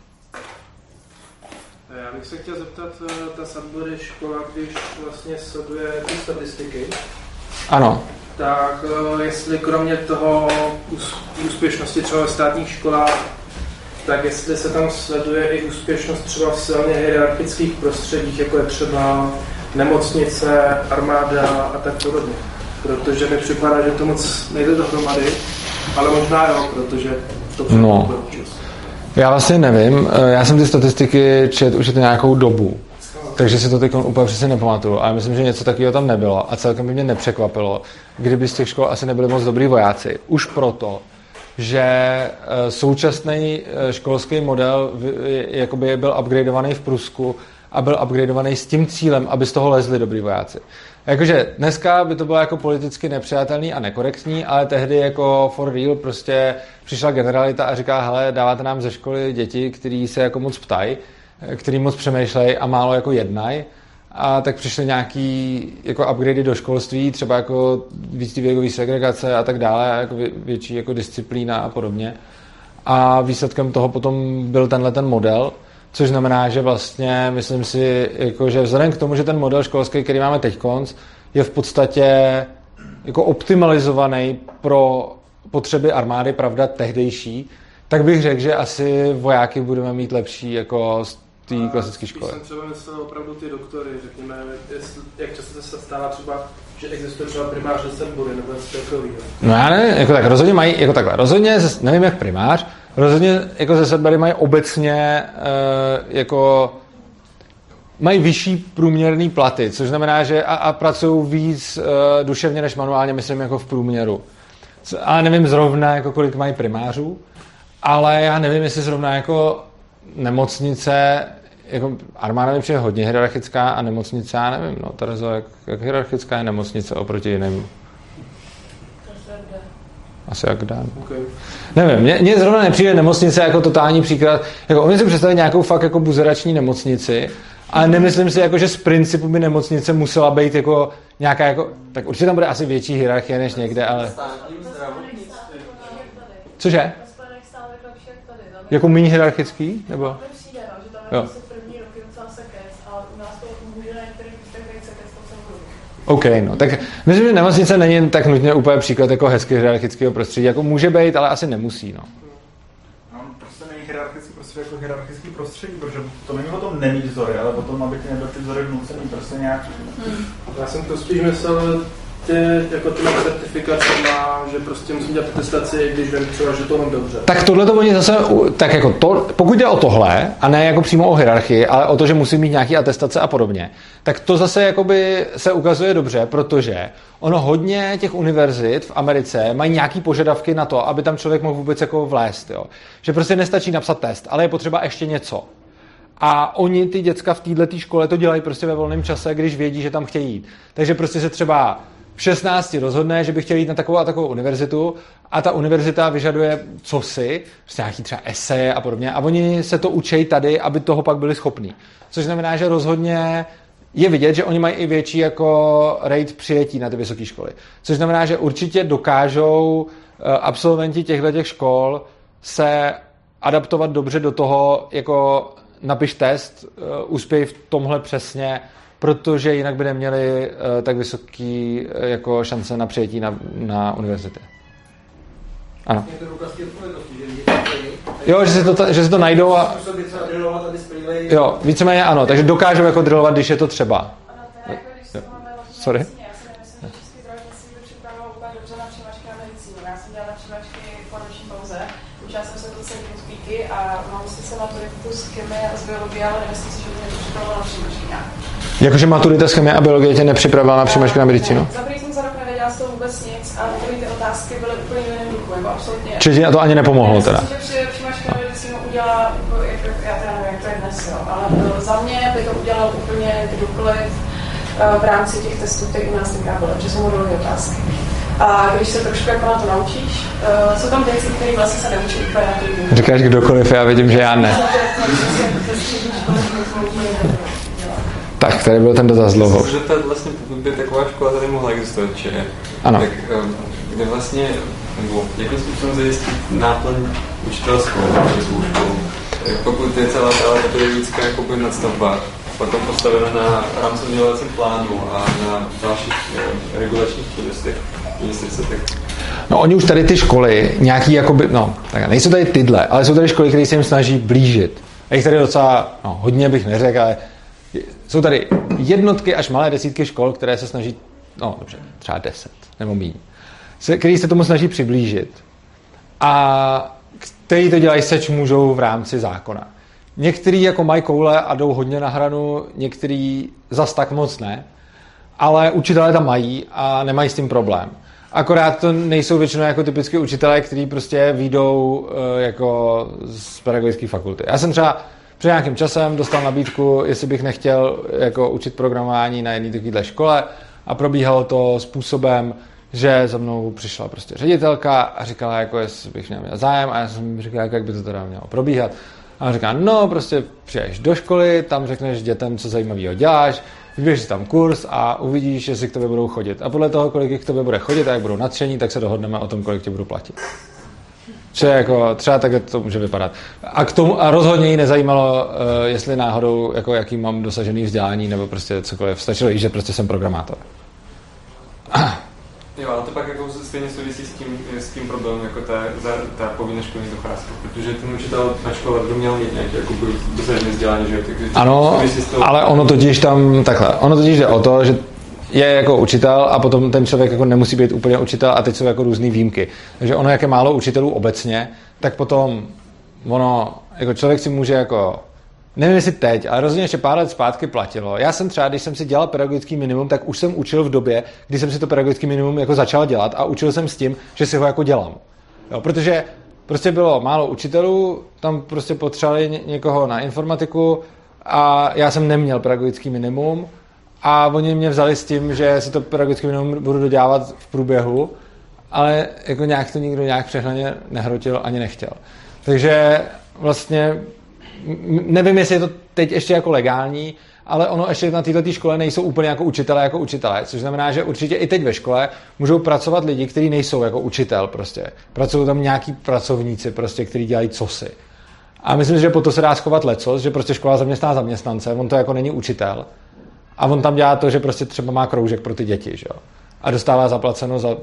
[SPEAKER 8] Já bych se chtěl zeptat, ta Sudbury škola, když vlastně sleduje ty statistiky,
[SPEAKER 1] ano.
[SPEAKER 8] Tak jestli kromě toho úspěšnosti třeba ve státních školách, tak jestli se tam sleduje i úspěšnost třeba v silně hierarchických prostředích, jako je třeba nemocnice, armáda a tak podobně. Protože mi připadá, že to moc nejde dohromady, ale možná jo, protože to
[SPEAKER 1] no. Já vlastně nevím, já jsem ty statistiky četl už nějakou dobu, takže si to teď úplně přesně nepamatuju, ale myslím, že něco takového tam nebylo a celkem by mě nepřekvapilo, kdyby z těch škol asi nebyli moc dobrý vojáci. Už proto, že současný školský model jakoby byl upgradeovaný v Prusku a byl upgradeovaný s tím cílem, aby z toho lezli dobrý vojáci. Jakože dneska by to bylo jako politicky nepřijatelný a nekorektní, ale tehdy jako for real prostě přišla generalita a říká, hele, dáváte nám ze školy děti, který se jako moc ptají, který moc přemýšlejí a málo jako jednají. A tak přišly nějaký jako upgradey do školství, třeba jako víc věkový segregace a tak dále, jako větší jako disciplína a podobně. A výsledkem toho potom byl tenhle ten model, což znamená, že vlastně myslím si, jako, že vzhledem k tomu, že ten model školský, který máme teďkonc, je v podstatě jako optimalizovaný pro potřeby armády, pravda, tehdejší, tak bych řekl, že asi vojáky budeme mít lepší jako z té klasické školy.
[SPEAKER 8] Když jsem třeba myslel opravdu ty doktory, řekněme, jak často se stává třeba, že existuje třeba primář ze Sudbury nebo něco takového.
[SPEAKER 1] No já ne, jako tak rozhodně mají, jako takhle, rozhodně, nevím jak primář, rozhodně jako ze Sudbury mají obecně jako mají vyšší průměrný platy, což znamená, že a pracují víc duševně než manuálně, myslím jako v průměru. A nevím zrovna, jako kolik mají primářů, ale já nevím, jestli zrovna jako nemocnice, jako armáda mi přijde hodně hierarchická a nemocnice, já nevím, no, Terezo, jak hierarchická je nemocnice oproti jiným? Asi jak dám. Okay. Nevím, mně zrovna nepřijde nemocnice jako totální příklad, jako umím si představit nějakou fakt jako buzerační nemocnici, ale nemyslím si, jako, že z principu by nemocnice musela být jako nějaká, jako, tak určitě tam bude asi větší hierarchie než někde, ale... Cože? Jako méně hierarchický? Nebo? OK, no, tak myslím, že nemocnice není tak nutně úplně příklad jako hezky hierarchického prostředí, jako může být, ale asi nemusí, no.
[SPEAKER 5] No, prostě není hierarchický prostředí jako hierarchický prostředí, protože to není o tom nemít vzory, ale o tom, aby ty nebyly ty vzory vnucený prostě nějak.
[SPEAKER 8] Já jsem to spíš myslel, jako ty certifikace má, že prostě musím dělat atestaci, když vím třeba, že to mám dobře.
[SPEAKER 1] Tak tohle to oni zase, tak jako to, pokud jde o tohle, a ne jako přímo o hierarchii, ale o to, že musí mít nějaký atestace a podobně, tak to zase jakoby se ukazuje dobře, protože ono hodně těch univerzit v Americe mají nějaký požadavky na to, aby tam člověk mohl vůbec jako vlézt, jo. Že prostě nestačí napsat test, ale je potřeba ještě něco. A oni, ty děcka v této škole to dělají prostě ve volném čase, když vědí, že tam chtějí jít. Takže prostě se třeba v 16 rozhodne, že by chtěl jít na takovou a takovou univerzitu a ta univerzita vyžaduje cosi, prostě nějaký třeba eseje a podobně a oni se to učí tady, aby toho pak byli schopní. Což znamená, že rozhodně je vidět, že oni mají i větší jako rate přijetí na ty vysoké školy. Což znamená, že určitě dokážou absolventi těchto škol se adaptovat dobře do toho, jako napiš test, uspěj v tomhle přesně, protože jinak by neměli tak vysoký jako šance na přijetí na univerzitě. Ano.
[SPEAKER 7] Je to důkaz té odpovědnosti, že
[SPEAKER 1] jo, že si to najdou a... Jo, víceméně ano, takže dokážou jako drillovat, když je to třeba. Sorry?
[SPEAKER 9] Učila jsem se to celý speaky a mám sice maturitu z chemie a z biologie, ale nemyslím si, že mě nepřipravovala na příjmačky nějak.
[SPEAKER 1] Jakože maturita z chemie a biologie tě nepřipravovala na příjmačky na medicínu?
[SPEAKER 9] Za první jsem za rok nevěděla z toho vůbec nic a první ty otázky byly úplně jiným duchu, jako absolutně.
[SPEAKER 1] Čiže to ani nepomohlo teda?
[SPEAKER 9] Myslím si, že příjmačky na medicínu udělá, já teda nevím, jak to je dnes, jo, ale za mě by to udělal úplně kdykoliv v rámci těch testů, které u nás tenkrát byly, protože jsou modelové otázky. A když se trošku jako na to naučíš, jsou tam věci, které vlastně se neučí úplně na to.
[SPEAKER 1] Říkáš kdokoliv, já vidím, že já ne. Tak, tady byl ten dotaz dlouho.
[SPEAKER 2] Že tady vlastně, pokud by taková škola tady mohla existovat, že?
[SPEAKER 1] Ano.
[SPEAKER 2] Tak kde vlastně, nebo jakým způsobem zajistit náplň učitelskou, českou školu? Pokud je celá ta pedagogická nadstavba potom postavena na rámcovém vzdělávacím plánu a na dalších regulačních činnostech,
[SPEAKER 1] No oni už tady ty školy nějaký jakoby, no tak nejsou tady tyhle, ale jsou tady školy, které se jim snaží blížit. A jich tady docela, no hodně bych neřekl, ale jsou tady jednotky až malé desítky škol, které se snaží, no dobře, třeba 10 nebo míň, který se tomu snaží přiblížit. A který to dělají seč můžou v rámci zákona. Některý jako mají koule a jdou hodně na hranu, některý zas tak moc ne, ale učitelé tam mají a nemají s tím problém. Akorát to nejsou většinou jako typicky učitelé, kteří prostě vyjdou jako z pedagogické fakulty. Já jsem třeba před nějakým časem dostal nabídku, jestli bych nechtěl jako učit programování na jedné takovéhle škole a probíhalo to způsobem, že za mnou přišla prostě ředitelka a říkala, jako jestli bych měl zájem a já jsem říkal, jak by to teda mělo probíhat. A on říká, no prostě přijdeš do školy, tam řekneš dětem, co zajímavého děláš, vyběž si tam kurz a uvidíš, jestli k tobě budou chodit. A podle toho, kolik k tobě bude chodit a jak budou nadšení, tak se dohodneme o tom, kolik tě budu platit. Že jako, třeba tak to může vypadat. A rozhodně jí nezajímalo, jestli náhodou, jako jaký mám dosažený vzdělání, nebo prostě cokoliv. Stačilo jí, že prostě jsem programátor.
[SPEAKER 2] Jo, ale to pak jako stejně souvisí s tím problémem, jako ta povinná školní docházka, protože ten učitel na škole by měl mít nějaké jako dosažené vzdělání, že jo?
[SPEAKER 1] Ano, ale ono totiž tam takhle, ono totiž jde o to, že je jako učitel a potom ten člověk jako nemusí být úplně učitel a teď jsou jako různý výjimky. Takže ono, jak je málo učitelů obecně, tak potom ono, jako člověk si může jako, nevím jestli teď, ale rozhodně ještě pár let zpátky platilo. Já jsem třeba, když jsem si dělal pedagogický minimum, tak už jsem učil v době, kdy jsem si to pedagogický minimum jako začal dělat a učil jsem s tím, že si ho jako dělám. Jo, protože prostě bylo málo učitelů, tam prostě potřebovali někoho na informatiku a já jsem neměl pedagogický minimum a oni mě vzali s tím, že si to pedagogický minimum budu dodělávat v průběhu, ale jako nějak to nikdo nějak přehnaně nehrotil ani nechtěl. Takže vlastně nevím, jestli je to teď ještě jako legální, ale ono ještě na této škole nejsou úplně jako učitelé, což znamená, že určitě i teď ve škole můžou pracovat lidi, kteří nejsou jako učitel prostě. Pracují tam nějaký pracovníci prostě, kteří dělají cosi. A myslím si, že po to se dá schovat lecos, že prostě škola zaměstná zaměstnance, on to jako není učitel. A on tam dělá to, že prostě třeba má kroužek pro ty děti, že jo. A dostává zaplaceno za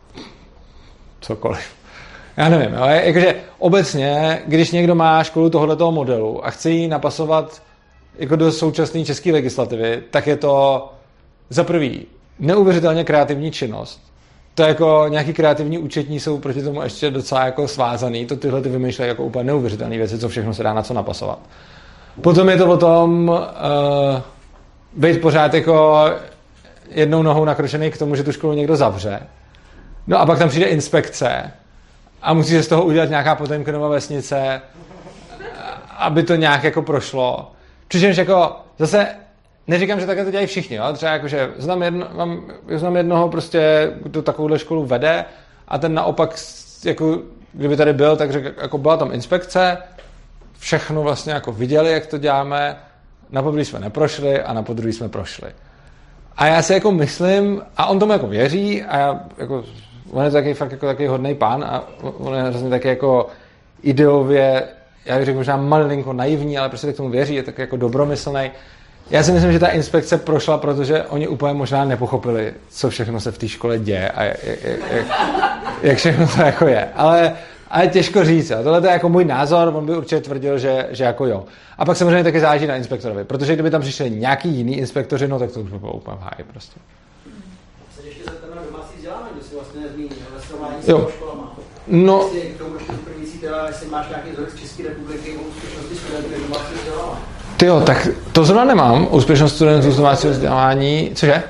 [SPEAKER 1] cokoliv. Já nevím, jo. Jakože obecně, když někdo má školu tohoto modelu a chce ji napasovat jako do současné české legislativy, tak je to za prvý neuvěřitelně kreativní činnost. To jako nějaký kreativní účetní jsou proti tomu ještě docela jako svázaný, to tyhle ty vymýšlejí jako úplně neuvěřitelné věci, co všechno se dá na co napasovat. Potom je to o tom být pořád jako jednou nohou nakročený k tomu, že tu školu někdo zavře. No a pak tam přijde inspekce a musí se z toho udělat nějaká Potemkinova vesnice, aby to nějak jako prošlo. Přičemž jako zase neříkám, že takhle to dělají všichni, jo? Třeba jako, že znám jednoho prostě, kdo takovouhle školu vede a ten naopak, jako, kdyby tady byl, tak řekl, jako byla tam inspekce, všechno vlastně jako viděli, jak to děláme, na poprvé jsme neprošli a na podruhé jsme prošli. A já si jako myslím, a on tomu jako věří a já jako, on je taky fakt jako takový hodnej pán a on je hrozně taky jako ideově, já bych řekl možná malinko naivní, ale prostě k tomu věří, je tak jako dobromyslnej. Já si myslím, že ta inspekce prošla, protože oni úplně možná nepochopili, co všechno se v té škole děje a jak všechno to jako je. Ale těžko říct. Tohle je jako můj názor, on by určitě tvrdil, že jako jo. A pak samozřejmě taky záleží na inspektorovi, protože kdyby tam přišli nějaký jiný inspektoři, no tak to už by bylo úplně v háji prostě.
[SPEAKER 7] Se ještě zeptám na domácí vzdělávání, kdo si vlastně nezmínil, ale srovnání s těmi školama.
[SPEAKER 1] No.
[SPEAKER 7] Jestli k tomu ještě doplňující teda, jestli máš nějaký vzorek z České republiky o úspěšnosti studentů domácí vzdělávání.
[SPEAKER 1] Tyjo, tak to zrovna nemám, úspěšnost studentů z domácího vzdělávání. Cože?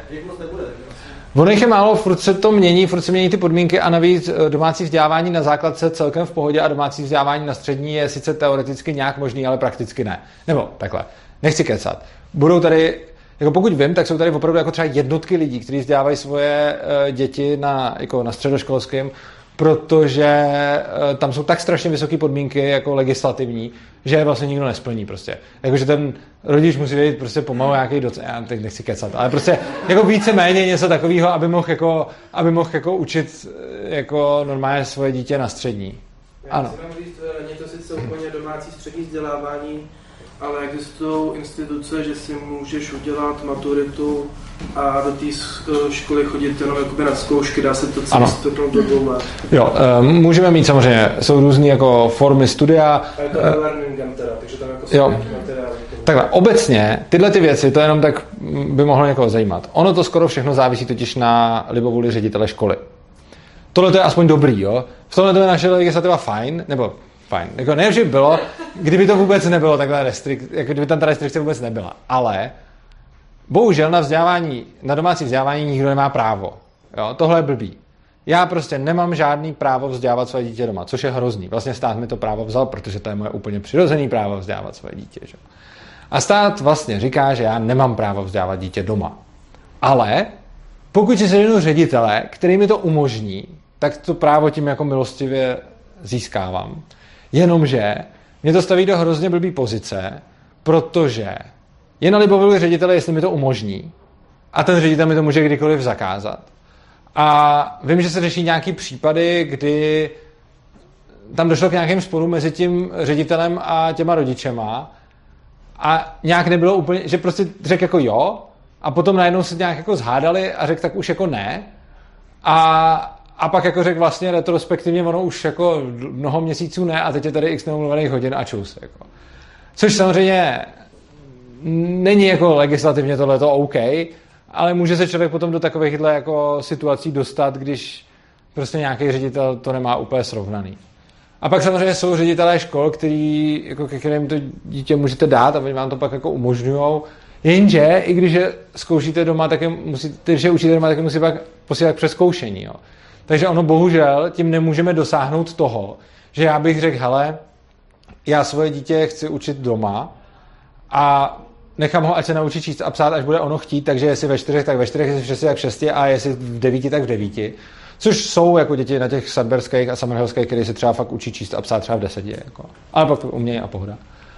[SPEAKER 1] Ono jich je málo, furt se to mění, furt se mění ty podmínky a navíc domácí vzdělávání na základce celkem v pohodě a domácí vzdělávání na střední je sice teoreticky nějak možný, ale prakticky ne. Nebo takhle, nechci kecat. Budou tady, jako pokud vím, tak jsou tady opravdu jako třeba jednotky lidí, kteří vzdělávají svoje děti na středoškolském, protože tam jsou tak strašně vysoké podmínky jako legislativní, že vlastně nikdo nesplní prostě. Jakože ten rodič musí vědět prostě pomalu nějaký docent, já teď nechci kecat, ale prostě jako víceméně něco takového, aby mohl jako učit jako normálně svoje dítě na střední. Ano.
[SPEAKER 8] Já chci říct, není to sice úplně domácí střední vzdělávání, ale existují instituce, že si můžeš udělat maturitu a do té školy chodit jenom jakoby na zkoušky, dá se to celé stopnout do 2 let.
[SPEAKER 1] Jo, můžeme mít samozřejmě, jsou různý jako formy studia.
[SPEAKER 8] A je to e-learningem teda, takže tam jako jsou materiály.
[SPEAKER 1] Takhle, obecně tyhle ty věci, to jenom tak by mohlo někoho zajímat. Ono to skoro všechno závisí totiž na libovůli ředitele školy. Tohle to je aspoň dobrý, jo. V tomhle to je naše legislativa fajn, nebo fajn. Jako ne, že bylo, kdyby to vůbec nebylo takhle jako kdyby tam ta restrikce vůbec nebyla. Ale bohužel na domácí vzdělávání nikdo nemá právo. Jo? Tohle je blbý. Já prostě nemám žádný právo vzdělávat své dítě doma, což je hrozný. Vlastně stát mi to právo vzal, protože to je moje úplně přirozený právo vzdělávat své dítě. Že? A stát vlastně říká, že já nemám právo vzdělávat dítě doma. Ale pokud si seženu ředitele, který mi to umožní, tak to právo tím jako milostivě získávám. Jenomže mě to staví do hrozně blbý pozice, protože je na libovůli ředitele, jestli mi to umožní, a ten ředitel mi to může kdykoliv zakázat. A vím, že se řeší nějaký případy, kdy tam došlo k nějakým sporům mezi tím ředitelem a těma rodičema a nějak nebylo úplně, že prostě řekl jako jo a potom najednou se nějak jako zhádali a řekl tak už jako ne a pak jako řekl vlastně retrospektivně ono už jako mnoho měsíců ne a teď je tady x neumluvených hodin a čus. Jako. Což samozřejmě není jako legislativně tohleto OK, ale může se člověk potom do takovýchhle jako situací dostat, když prostě nějaký ředitel to nemá úplně srovnaný. A pak samozřejmě jsou ředitelé škol, který, jako ke kterým to dítě můžete dát a oni vám to pak jako umožňujou. Jenže, i když je zkoušíte doma, tak když je učíte doma, tak je musí pak posílat k přezkoušení. Jo. Takže ono bohužel tím nemůžeme dosáhnout toho, že já bych řekl, hele, já svoje dítě chci učit doma a nechám ho, ať se naučí číst a psát, až bude ono chtít, takže jestli ve 4, tak ve 4, jestli v 6, tak v 6 a jestli v 9, tak v 9. Což jsou jako děti na těch Sudburyských a Summerhillských, které se třeba fakt učí číst a psát třeba v 10. Jako. Ale pak umějí a pohoda.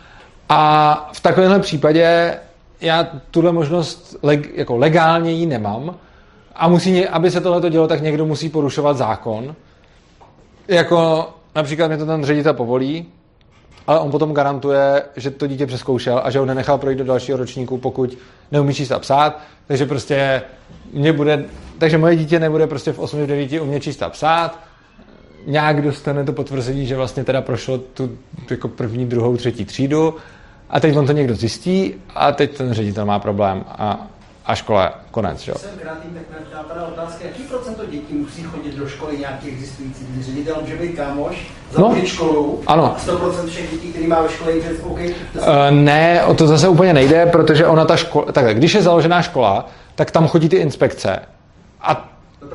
[SPEAKER 1] A v takovémhle případě já tuhle možnost jako legálně ji nemám a musí, aby se tohle dělo, tak někdo musí porušovat zákon. Jako například mě to ten ředitel povolí ale on potom garantuje, že to dítě přezkoušel a že ho nenechal projít do dalšího ročníku, pokud neumí číst a psát, takže prostě takže moje dítě nebude prostě v 8 v 9 umět číst a psát, nějak dostane to potvrzení, že vlastně teda prošlo tu jako první, druhou, třetí třídu a teď on to někdo zjistí a teď ten ředitel má problém a škola je konec. Jo?
[SPEAKER 7] Jsem krátým, tak mě napadá otázka, jaký procento dětí musí chodit do školy nějaký existující, kdy ředitel může být kámoš, zapojit školu
[SPEAKER 1] ano.
[SPEAKER 7] A 100% všech dětí, který má ve škole, je OK?
[SPEAKER 1] Ne, o to zase úplně nejde, protože ona ta škola, takhle, když je založená škola, tak tam chodí ty inspekce. A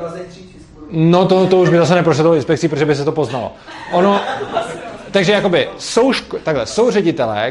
[SPEAKER 1] no to už by zase neprošlo tou inspekcí, protože by se to poznalo. Takže jakoby jsou ředitelé,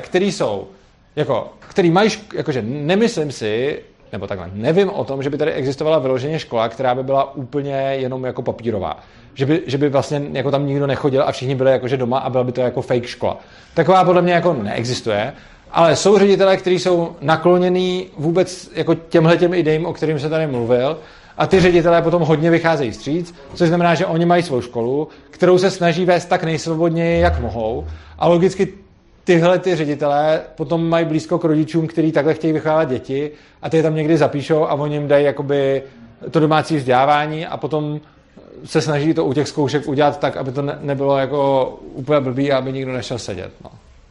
[SPEAKER 1] který mají, jakože nemyslím si, nebo takhle, nevím o tom, že by tady existovala vyloženě škola, která by byla úplně jenom jako papírová. Že by vlastně jako tam nikdo nechodil a všichni byli jakože doma a byla by to jako fake škola. Taková podle mě jako neexistuje, ale jsou ředitelé, kteří jsou nakloněný vůbec jako těmhletěm ideím, o kterým se tady mluvil, a ty ředitelé potom hodně vycházejí vstříc, což znamená, že oni mají svou školu, kterou se snaží vést tak nejsvobodněji, jak mohou, a logicky tyhle ty ředitelé potom mají blízko k rodičům, kteří takhle chtějí vychovávat děti a ty je tam někdy zapíšou a oni jim dají jakoby to domácí vzdělávání a potom se snaží to u těch zkoušek udělat tak, aby to nebylo jako úplně blbý a aby nikdo nešel sedět. No.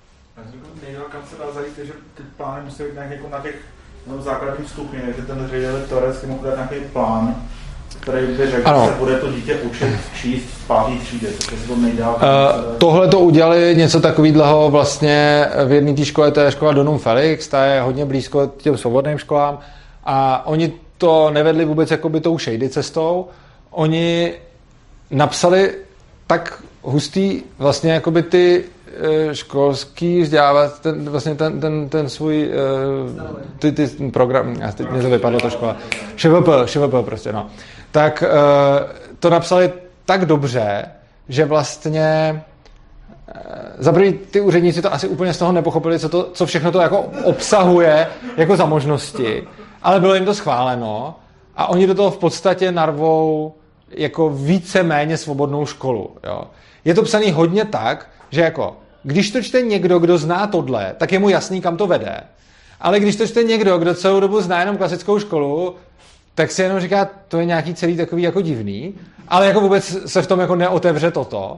[SPEAKER 5] Kam se dá zajít, že ty plány musí být jako na těch základním stupni, že ten ředitel teoreticky mohl dát nějaký plán, který by řekl, že se bude to dítě učit číst v 5. třídě, protože se to nejdá.
[SPEAKER 1] Tohle to udělali něco takového vlastně v jedné té škole, to je škola Donum Felix, ta je hodně blízko těm svobodným školám a oni to nevedli vůbec jakoby tou shady cestou. Oni napsali tak hustý vlastně jakoby ty školský vzdělávat, ten svůj ty program, a teď mě to vypadlo to škola, ŠVP prostě, no. Tak to napsali tak dobře, že vlastně za první ty úředníci to asi úplně z toho nepochopili, co všechno to jako obsahuje jako za možnosti, ale bylo jim to schváleno a oni do toho v podstatě narvou jako víceméně svobodnou školu. Jo. Je to psaný hodně tak, že jako když to čte někdo, kdo zná tohle, tak je mu jasný, kam to vede. Ale když to čte někdo, kdo celou dobu zná jenom klasickou školu, tak si jenom říká, to je nějaký celý takový jako divný, ale jako vůbec se v tom jako neotevře toto.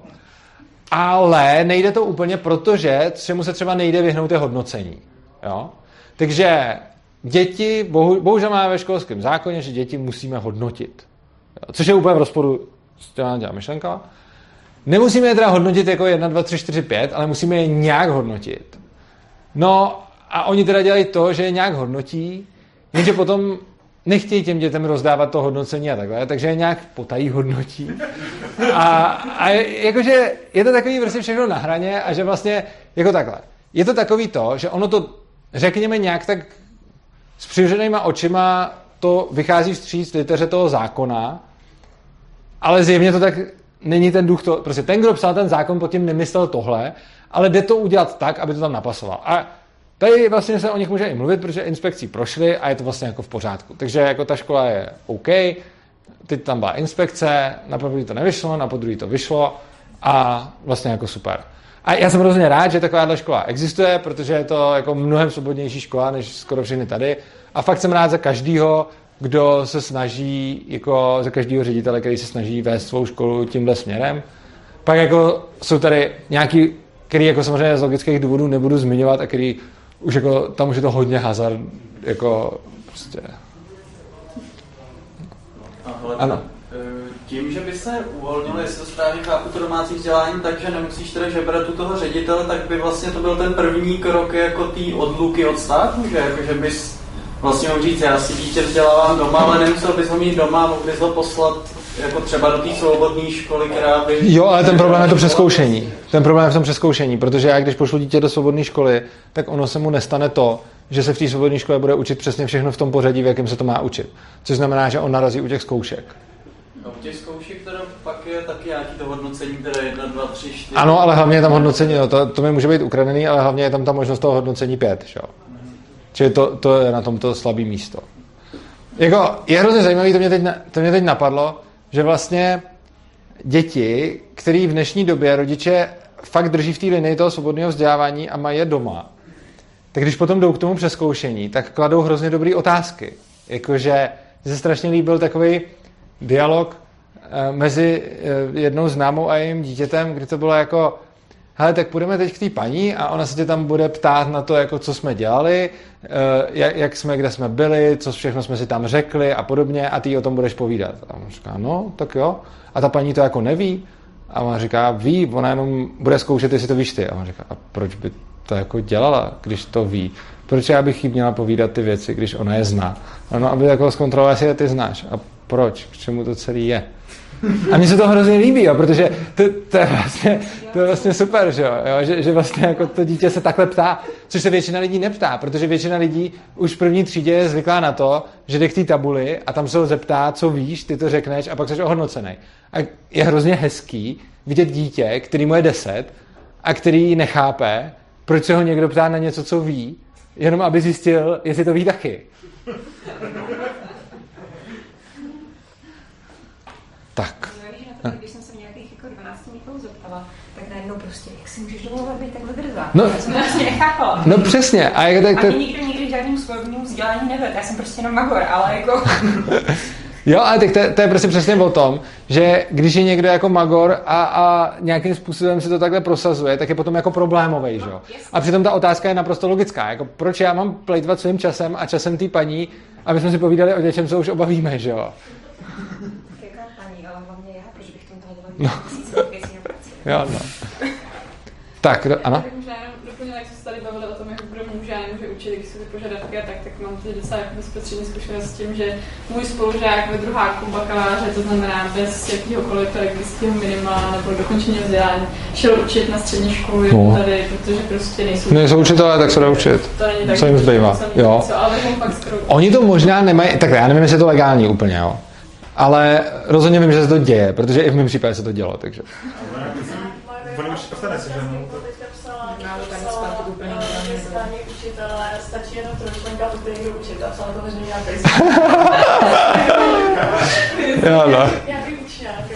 [SPEAKER 1] Ale nejde to úplně, protože čemu se třeba nejde vyhnout je hodnocení. Jo? Takže děti, bohužel máme ve školském zákoně, že děti musíme hodnotit. Jo? Což je úplně v rozporu s těma myšlenkama. Nemusíme je teda hodnotit jako 1, 2, 3, 4, 5, ale musíme je nějak hodnotit. No a oni teda dělají to, že je nějak hodnotí, jenže potom nechtějí těm dětem rozdávat to hodnocení a takhle, takže je nějak potají hodnotí. A jakože je to takový prostě všechno na hraně a že vlastně jako takhle. Je to takový to, že ono to, řekněme nějak tak s přivřenýma očima to vychází vstříc liteře toho zákona, ale zjevně to tak není ten duch to, prostě ten, kdo psal ten zákon, pod tím nemyslel tohle, ale jde to udělat tak, aby to tam napasoval. A tady vlastně se o nich může i mluvit, protože inspekcí prošly a je to vlastně jako v pořádku. Takže jako ta škola je OK, teď tam byla inspekce, na první to nevyšlo, na podruhý to vyšlo a vlastně jako super. A já jsem hrozně rád, že takováhle škola existuje, protože je to jako mnohem svobodnější škola, než skoro všechny tady. A fakt jsem rád za každýho, kdo se snaží, jako za každého ředitele, který se snaží vést svou školu tímhle směrem. Pak jako jsou tady nějaký, který jako samozřejmě z logických důvodů nebudu zmiňovat a který už jako, tam už je to hodně hazard, jako prostě. Ano.
[SPEAKER 10] Tím, že by se uvolnilo, jestli to správně chápu, to domácí vzdělání, takže nemusíš teda žebrat u toho ředitele, tak by vlastně to byl ten první krok jako té odluky od státu, že? Jako, že bys vlastně mohl říct, já si dítě vzdělávám doma, ale nemusel bys ho mít doma, mohl bys ho poslat jako třeba do té svobodné školy, která by...
[SPEAKER 1] Jo, ale ten problém je to přezkoušení. Ten problém je v tom přezkoušení, protože já, když pošlu dítě do svobodné školy, tak ono se mu nestane to, že se v té svobodné škole bude učit přesně všechno v tom pořadí, v jakém se to má učit. Což znamená, že on narazí u těch zkoušek.
[SPEAKER 10] A u těch zkoušek teda pak je taky nějaký to hodnocení, teda 1, 2, 3, 4...
[SPEAKER 1] Ano, ale hlavně je tam hodnocení, no, to mi může být ukradený, ale hlavně je tam ta možnost toho hodnocení 5, jo. Čili to je na tomto slabý místo. Jako, je hrozně zajímavý, to mě teď napadlo, že vlastně děti, který v dnešní době rodiče fakt drží v té linii toho svobodného vzdělávání a mají je doma, tak když potom jdou k tomu přezkoušení, tak kladou hrozně dobré otázky. Jakože se strašně líbil takový dialog mezi jednou známou a jejím dítětem, kdy to bylo jako hele, tak půjdeme teď k té paní a ona se tě tam bude ptát na to, jako co jsme dělali, jak jsme, kde jsme byli, co všechno jsme si tam řekli a podobně a ty o tom budeš povídat. A on říká, no, tak jo. A ta paní to jako neví. A on říká, ví, ona jenom bude zkoušet, jestli to víš ty. A on říká, a proč by to jako dělala, když to ví? Proč já bych jí měla povídat ty věci, když ona je zná? No, aby jako zkontrolovala, jestli je ty znáš. A proč? K čemu to celý je? A mně se to hrozně líbí, jo, protože to je vlastně super, že, jo, že vlastně jako to dítě se takhle ptá, což se většina lidí neptá, protože většina lidí už v první třídě je zvyklá na to, že jde k té tabuli a tam se ho zeptá, co víš, ty to řekneš a pak jsi ohodnocený. A je hrozně hezký vidět dítě, který mu je 10 a který nechápe, proč se ho někdo ptá na něco, co ví, jenom aby zjistil, jestli to ví taky. Tak.
[SPEAKER 6] Když jsem se nějakých jako 12 někoho zeptala, tak najednou prostě, jak si můžeš dovolit být takhle drzá?
[SPEAKER 1] No,
[SPEAKER 6] já jsem to vlastně nechápala.
[SPEAKER 1] No přesně. A
[SPEAKER 6] mě nikdo nikdy žádným svobodným vzdělání nevedl, já jsem prostě jenom magor, ale jako...
[SPEAKER 1] Jo, ale tak to je prostě přesně o tom, že když je někdo jako magor a nějakým způsobem se to takhle prosazuje, tak je potom jako problémovej, že jo? A přitom ta otázka je naprosto logická, jako proč já mám plejtvat svým časem a časem té paní, aby jsme si povídali o něčem, co už oba víme, že jo? No. Jo, no. Tak, ano?
[SPEAKER 9] Tak možná jenom doplnila, jak jsme se tady bavili o tom, jak kdo může a nemůže učit, když jsou ty požadavky a tak mám tady docela bezprostřední zkušenost s tím, že můj spolužák ve druháku bakaláře, to znamená bez jakýhokoliv pedagogického minima nebo dokončení vzdělání, šel učit na střední školu tady, protože prostě nejsou
[SPEAKER 1] učitelé, tak se dá učit.
[SPEAKER 9] To není tak,
[SPEAKER 1] co jim zbývá. Jo.
[SPEAKER 9] Ale fakt skoro.
[SPEAKER 1] Oni to možná nemají, tak já nevím, jestli je to legální úplně, jo. Ale rozhodně vím, že se to děje, protože i v mém případě se to dělo, takže.
[SPEAKER 5] Oni už prostě neseženou.
[SPEAKER 9] Stačí jenom trošku to bude učit a psala to možná nějaký
[SPEAKER 1] Jo, no.
[SPEAKER 9] nějaký učňák.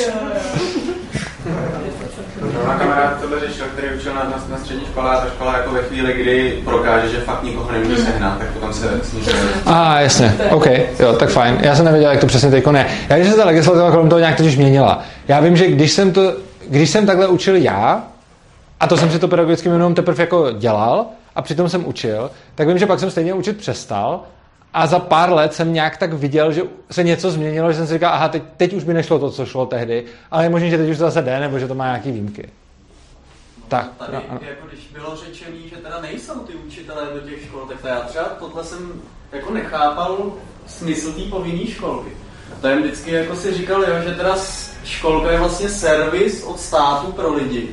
[SPEAKER 4] Má kamarád tohle řešil, který učil na střední škole a ta škola jako ve chvíli, kdy prokáže, že fakt nikoho nemůže sehnat, tak potom se snižuje.
[SPEAKER 1] Jasně, OK, jo, tak fajn. Já jsem nevěděl, jak to přesně teďko ne. Já vím, že se ta legislativa kolem toho nějak totiž měnila. Já vím, že když jsem takhle učil já, a to jsem si to pedagogickým minimum teprve jako dělal, a přitom jsem učil, tak vím, že pak jsem stejně učit přestal a za pár let jsem nějak tak viděl, že se něco změnilo, že jsem si říkal, aha, teď už by nešlo to, co šlo tehdy, ale je možné, že teď už to zase jde, nebo že to má nějaký výjimky. Tak.
[SPEAKER 10] Tady, jako když bylo řečený, že teda nejsou ty učitelé do těch škol, tak já třeba tohle jsem jako nechápal smysl té povinné školky. Tady vždycky jako si říkal, jo, že teda školka je vlastně servis od státu pro lidi.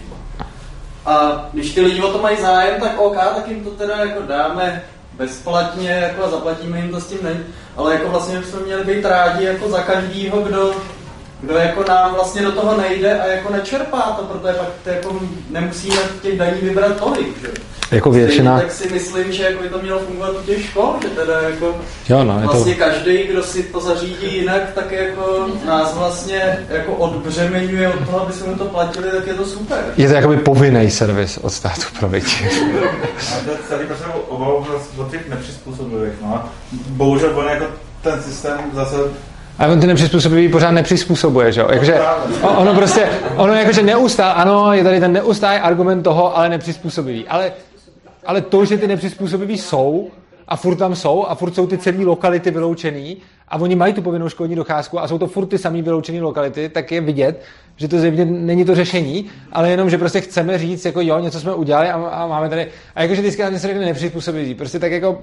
[SPEAKER 10] A když ty lidi o to mají zájem, tak OK, tak jim to teda jako dáme bezplatně, jako a zaplatíme jim to s tím není. Ale jako vlastně bychom měli být rádi jako za každýho, kdo jako nám vlastně do toho nejde a jako nečerpá to, protože pak to jako nemusíme těch daní vybrat tolik, že?
[SPEAKER 1] Jako většina.
[SPEAKER 10] Tak si myslím, že jako by to mělo fungovat u těch škol, že teda jako
[SPEAKER 1] jo, no,
[SPEAKER 10] vlastně to... každý, kdo si to zařídí jinak, tak jako nás vlastně jako odbřemenuje od toho, aby jsme mu to platili, tak je to super.
[SPEAKER 1] Je to jakoby povinný servis od státu pro větší.
[SPEAKER 5] A to je celý prostě obavu od těch nepřizpůsobivých, no. Bohužel on jako ten systém zase.
[SPEAKER 1] Ale on ty nepřizpůsobivý pořád nepřizpůsobuje, že jo? Jakože ono jakože neustále, ano, je tady ten neustálý argument toho, ale nepřizpůsobivý. Ale to, že ty nepřizpůsobiví jsou a furt jsou ty celé lokality vyloučený a oni mají tu povinnou školní docházku a jsou to furt ty samý vyloučené lokality, tak je vidět, že to zjevně není to řešení, ale jenom, že prostě chceme říct, jako jo, něco jsme udělali a máme tady, a jakože vždycky se řekne nepřizpůsobivý, prostě tak jako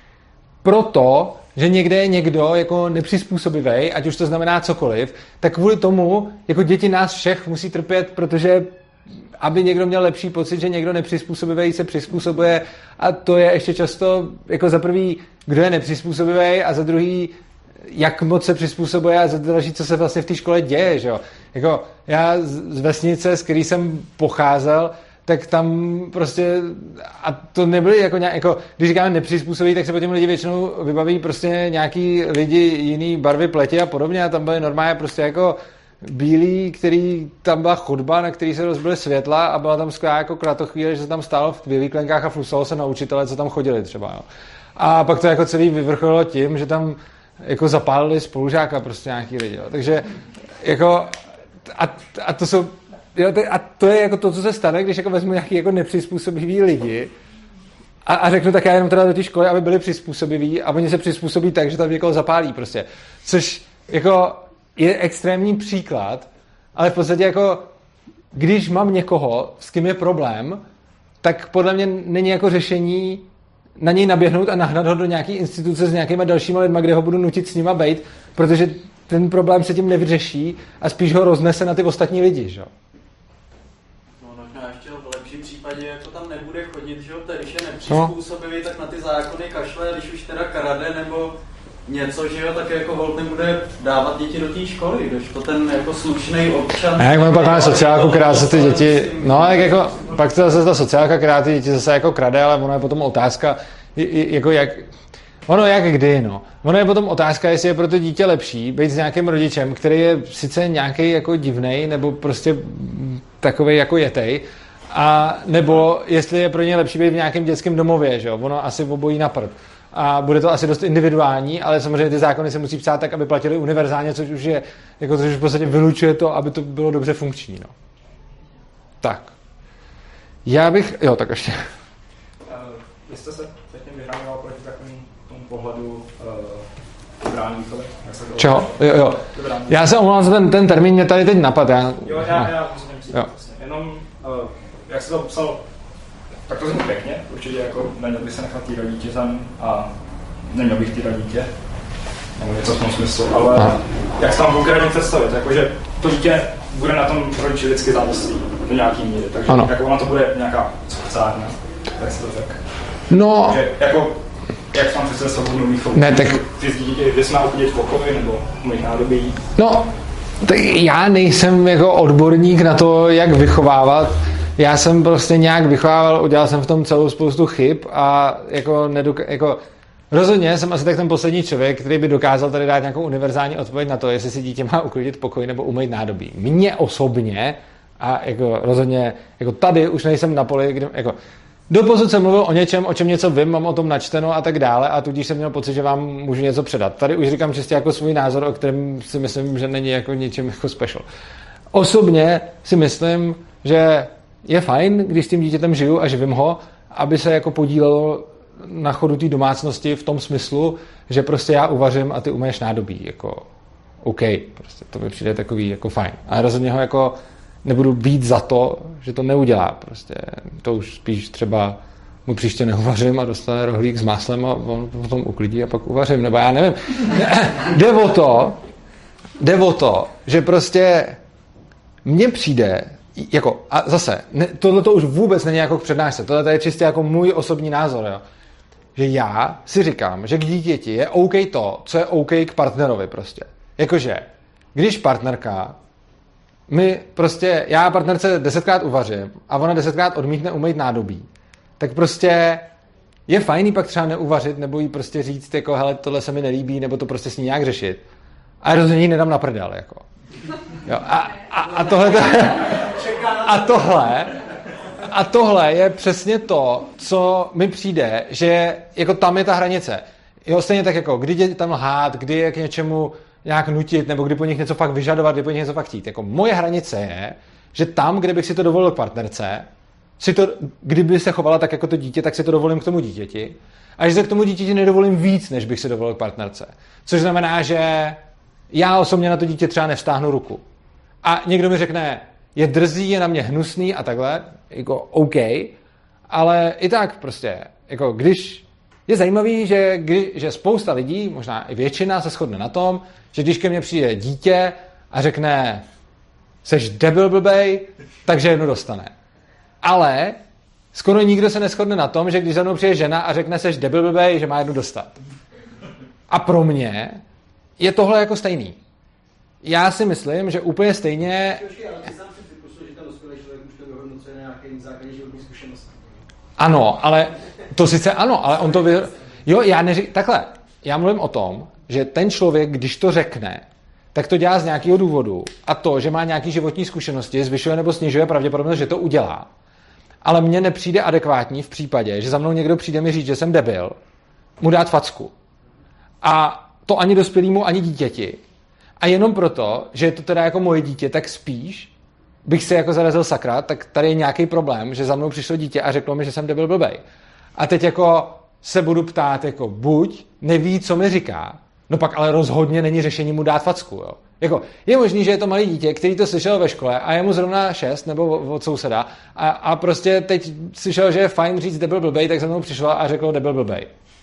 [SPEAKER 1] proto, že někde je někdo jako nepřizpůsobivý, ať už to znamená cokoliv, tak kvůli tomu jako děti nás všech musí trpět, protože aby někdo měl lepší pocit, že někdo nepřizpůsobivý se přizpůsobuje a to je ještě často jako za prvý, kdo je nepřizpůsobivý a za druhý, jak moc se přizpůsobuje a za další, co se vlastně v té škole děje, že jo. Jako já z vesnice, z který jsem pocházel, tak tam prostě, a to nebyly jako nějak, jako, když říkáme nepřizpůsobí, tak se po těm lidi většinou vybaví prostě nějaký lidi jiný barvy pleti a podobně a tam byly normálně prostě jako bílý, který tam byla chodba, na který se rozbily světla a byla tam skvělá jako kratochvíle, že se tam stálo v výklenkách a flusalo se na učitele, co tam chodili třeba. Jo. A pak to jako celý vyvrcholilo tím, že tam jako zapálili spolužáka prostě nějaký lidi. Jo. Takže jako a to jsou jo, a to je jako to, co se stane, když jako vezmu nějaký jako nepřizpůsobivý lidi a řeknu tak já jenom teda do té školy, aby byli přizpůsobiví a oni se přizpůsobí tak, že tam někoho zapálí prostě. Což jako je extrémní příklad, ale v podstatě jako když mám někoho, s kým je problém, tak podle mě není jako řešení na něj naběhnout a nahnat ho do nějaký instituce s nějakýma dalšíma lidma, kde ho budu nutit s nima bejt, protože ten problém se tím nevyřeší a spíš ho roznese na ty ostatní lidi, že jo?
[SPEAKER 10] No, možná ještě v lepším případě, jako tam nebude chodit, že jo, když je nepřizpůsobivý, tak na ty zákony kašle, když už teda krade nebo něco, že jo, tak jako holt nebude dávat děti do té školy, když to ten jako slušný občan...
[SPEAKER 1] A jak máme pak máme sociálku, která se ty děti... No, jak jako, pak to zase ta sociálka, která ty děti zase jako krade, ale ono je potom otázka, jako jak... Ono jak kdy, no. Ono je potom otázka, jestli je pro to dítě lepší být s nějakým rodičem, který je sice nějaký jako divnej, nebo prostě takovej jako jetej, a nebo jestli je pro ně lepší být v nějakém dětském domově, že jo. Ono asi obojí na prd. A bude to asi dost individuální, ale samozřejmě ty zákony se musí psát tak, aby platily univerzálně, což už je, jako což už v podstatě vylučuje to, aby to bylo dobře funkční, no. Tak. Já bych, jo, tak ještě.
[SPEAKER 5] Vy jste se předtím vyhrával proti takovým tomu pohledu dobrání výchovy?
[SPEAKER 1] Čeho? Jo. Já se omlouvám za ten termín, mě tady teď napad. Já
[SPEAKER 5] myslím, jenom, jak se to psalo, tak to zní pěkně, určitě jako neměl by se nechat týrat dítě tam a neměl bych týrat dítě, nebo něco v tom smyslu, ale jak se tam konkrétně představit, jakože to dítě bude na tom rodiči vždycky závislý do nějaký míry, takže jako ona to bude nějaká sociální, tak se to řekl.
[SPEAKER 1] No.
[SPEAKER 5] Takže jako, jak tam přece svobodnou výchovu?
[SPEAKER 1] Ne, tak...
[SPEAKER 5] Ty dítě, kde jsme udělat pokoji nebo umýt nádobí?
[SPEAKER 1] No, tak já nejsem jako odborník na to, jak vychovávat. Já jsem prostě nějak vychovával, udělal jsem v tom celou spoustu chyb a jako rozhodně jsem asi tak ten poslední člověk, který by dokázal tady dát nějakou univerzální odpověď na to, jestli si dítě má uklidit pokoj nebo umýt nádobí. Mně osobně a jako rozhodně jako tady už nejsem na poli, kde jako doposud jsem mluvil o něčem, o čem něco vím, mám o tom načteno a tak dále a tudíž jsem měl pocit, že vám můžu něco předat. Tady už říkám čistě jako svůj názor, o kterém si myslím, že není jako něčím jako special. Osobně si myslím, že je fajn, když s tím dítětem žiju a živím ho, aby se jako podílelo na chodu té domácnosti v tom smyslu, že prostě já uvařím a ty umyješ nádobí, jako OK, prostě to mi přijde takový jako fajn. A rozhodně ho jako nebudu být za to, že to neudělá, prostě to už spíš třeba mu příště neuvařím a dostane rohlík s máslem a on potom uklidí a pak uvařím, nebo já nevím. Jde o to, že prostě mně přijde jako, a zase, tohle to už vůbec není jako k přednášce, tohle je čistě jako můj osobní názor, jo. Že já si říkám, že k dítěti je OK to, co je OK k partnerovi prostě. Jakože, když partnerka já partnerce 10krát uvařím a ona 10krát odmítne umýt nádobí, tak prostě je fajný pak třeba neuvařit nebo jí prostě říct, jako hele, tohle se mi nelíbí, nebo to prostě s ní nějak řešit. A rozhodně jí nedám na prdel, jako. Jo, a tohle je přesně to, co mi přijde, že jako tam je ta hranice. Jo, stejně tak jako, kdy je tam lhát, kdy je k něčemu nějak nutit, nebo kdy po nich něco fakt vyžadovat, kdy po nich něco fakt chtít. Jako moje hranice je, že tam, kde bych si to dovolil k partnerce, kdyby se chovala tak jako to dítě, tak si to dovolím k tomu dítěti. A že se k tomu dítěti nedovolím víc, než bych si dovolil k partnerce. Což znamená, že já osobně na to dítě třeba nevstáhnu ruku. A někdo mi řekne, je drzý, je na mě hnusný a takhle, jako OK, ale i tak prostě, jako když je zajímavý, že spousta lidí, možná i většina, se shodne na tom, že když ke mně přijde dítě a řekne, seš debil blbej, takže jednu dostane. Ale skoro nikdo se neshodne na tom, že když za mnou přijde žena a řekne, seš debil blbej, že má jednu dostat. A pro mě je tohle jako stejný. Já si myslím, že úplně stejně... Ano, ale to sice ano, ale on to... Jo, takhle. Já mluvím o tom, že ten člověk, když to řekne, tak to dělá z nějakého důvodu a to, že má nějaký životní zkušenosti, zvyšuje nebo snižuje pravděpodobnost, že to udělá. Ale mně nepřijde adekvátní v případě, že za mnou někdo přijde mi říct, že jsem debil, mu dát facku. A to ani dospělému, ani dítěti. A jenom proto, že je to teda jako moje dítě, tak spíš bych se jako zarazil sakra, tak tady je nějaký problém, že za mnou přišlo dítě a řeklo mi, že jsem debil blbej. A teď jako se budu ptát, jako buď neví, co mi říká, no pak ale rozhodně není řešení mu dát facku, jo. Jako, je možný, že je to malé dítě, který to slyšel ve škole a je mu zrovna 6 nebo od souseda a prostě teď slyšel, že je fajn říct debil blbej, tak za mnou přišel a řekl debil blbej.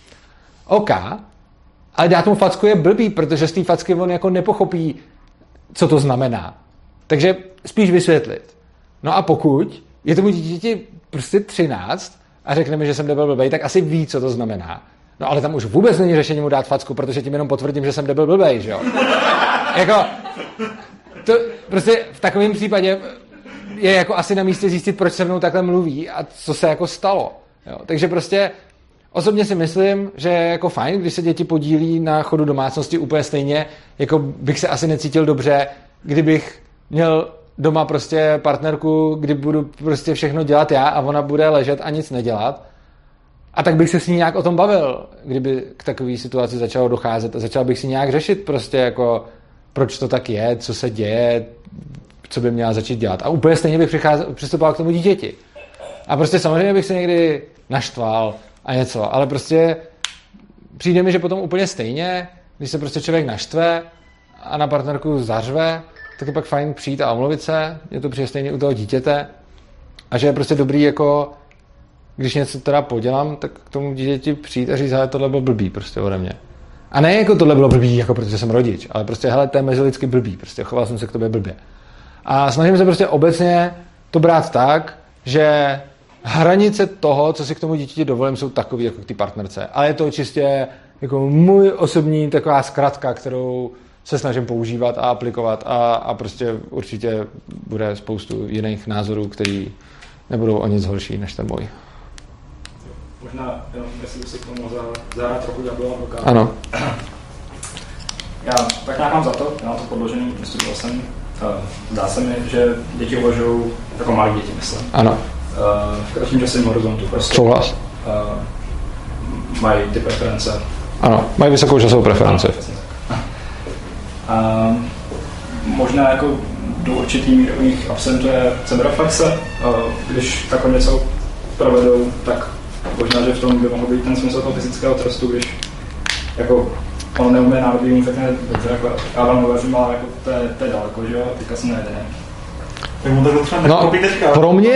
[SPEAKER 1] OK, ale dát mu facku je blbý, protože z té facky on jako nepochopí, co to znamená. Takže spíš vysvětlit. No a pokud je tomu dítěti prostě 13 a řekne mi, že jsem debil blbej, tak asi ví, co to znamená. No ale tam už vůbec není řešení mu dát facku, protože tím jenom potvrdím, že jsem debil blbej, že jo? Jako, to prostě v takovém případě je jako asi na místě zjistit, proč se mnou takhle mluví a co se jako stalo. Jo? Takže prostě osobně si myslím, že je jako fajn, když se děti podílí na chodu domácnosti úplně stejně, jako bych se asi necítil dobře, kdybych měl doma prostě partnerku, kdy budu prostě všechno dělat já a ona bude ležet a nic nedělat. A tak bych se s ní nějak o tom bavil, kdyby k takové situaci začalo docházet a začal bych si nějak řešit prostě jako proč to tak je, co se děje, co by měla začít dělat. A úplně stejně bych přistupoval k tomu dítěti. A prostě samozřejmě bych se někdy naštval a něco, ale prostě přijde mi, že potom úplně stejně, když se prostě člověk naštve a na partnerku zařve, tak je pak fajn přijít a omluvit se, je to přijde stejně u toho dítěte a že je prostě dobrý jako když něco teda podělám, tak k tomu dítěti přijít a říct, hele, tohle bylo blbý prostě ode mě. A ne jako tohle bylo blbý, jako protože jsem rodič, ale prostě, hele, to je mezilidsky blbý, prostě choval jsem se k tobě blbě. A snažím se prostě obecně to brát tak, že hranice toho, co si k tomu dítěti dovolím, jsou takový jako k té partnerce. Ale je to čistě jako můj osobní taková zkratka, kterou se snažím používat a aplikovat a prostě určitě bude spoustu jiných názorů, který nebudou o nic horší než ten můj.
[SPEAKER 11] Možná, jestli bych si k tomu zahrát trochu ďábla advokáta.
[SPEAKER 1] Ano.
[SPEAKER 11] Já tak nějak mám za to, já mám to podložený, studoval jsem. Zdá se mi, že děti uvažují jako malí děti, myslím.
[SPEAKER 1] Ano.
[SPEAKER 11] V kratším časovém horizontu. Prostě,
[SPEAKER 1] souhlas.
[SPEAKER 11] Mají ty preference.
[SPEAKER 1] Ano, mají vysokou časovou preferenci.
[SPEAKER 11] Možná jako do určitý míry u nich absentuje sebereflexe. Když takhle něco provedou, tak možná, že v tom by mohl být ten smysl toho fyzického trestu, když jako ono neumí nádobí, umí tak dobře, jako já vám uvažím, ale jako to je daleko, že jo, teďka se nejde.
[SPEAKER 1] No, pro mě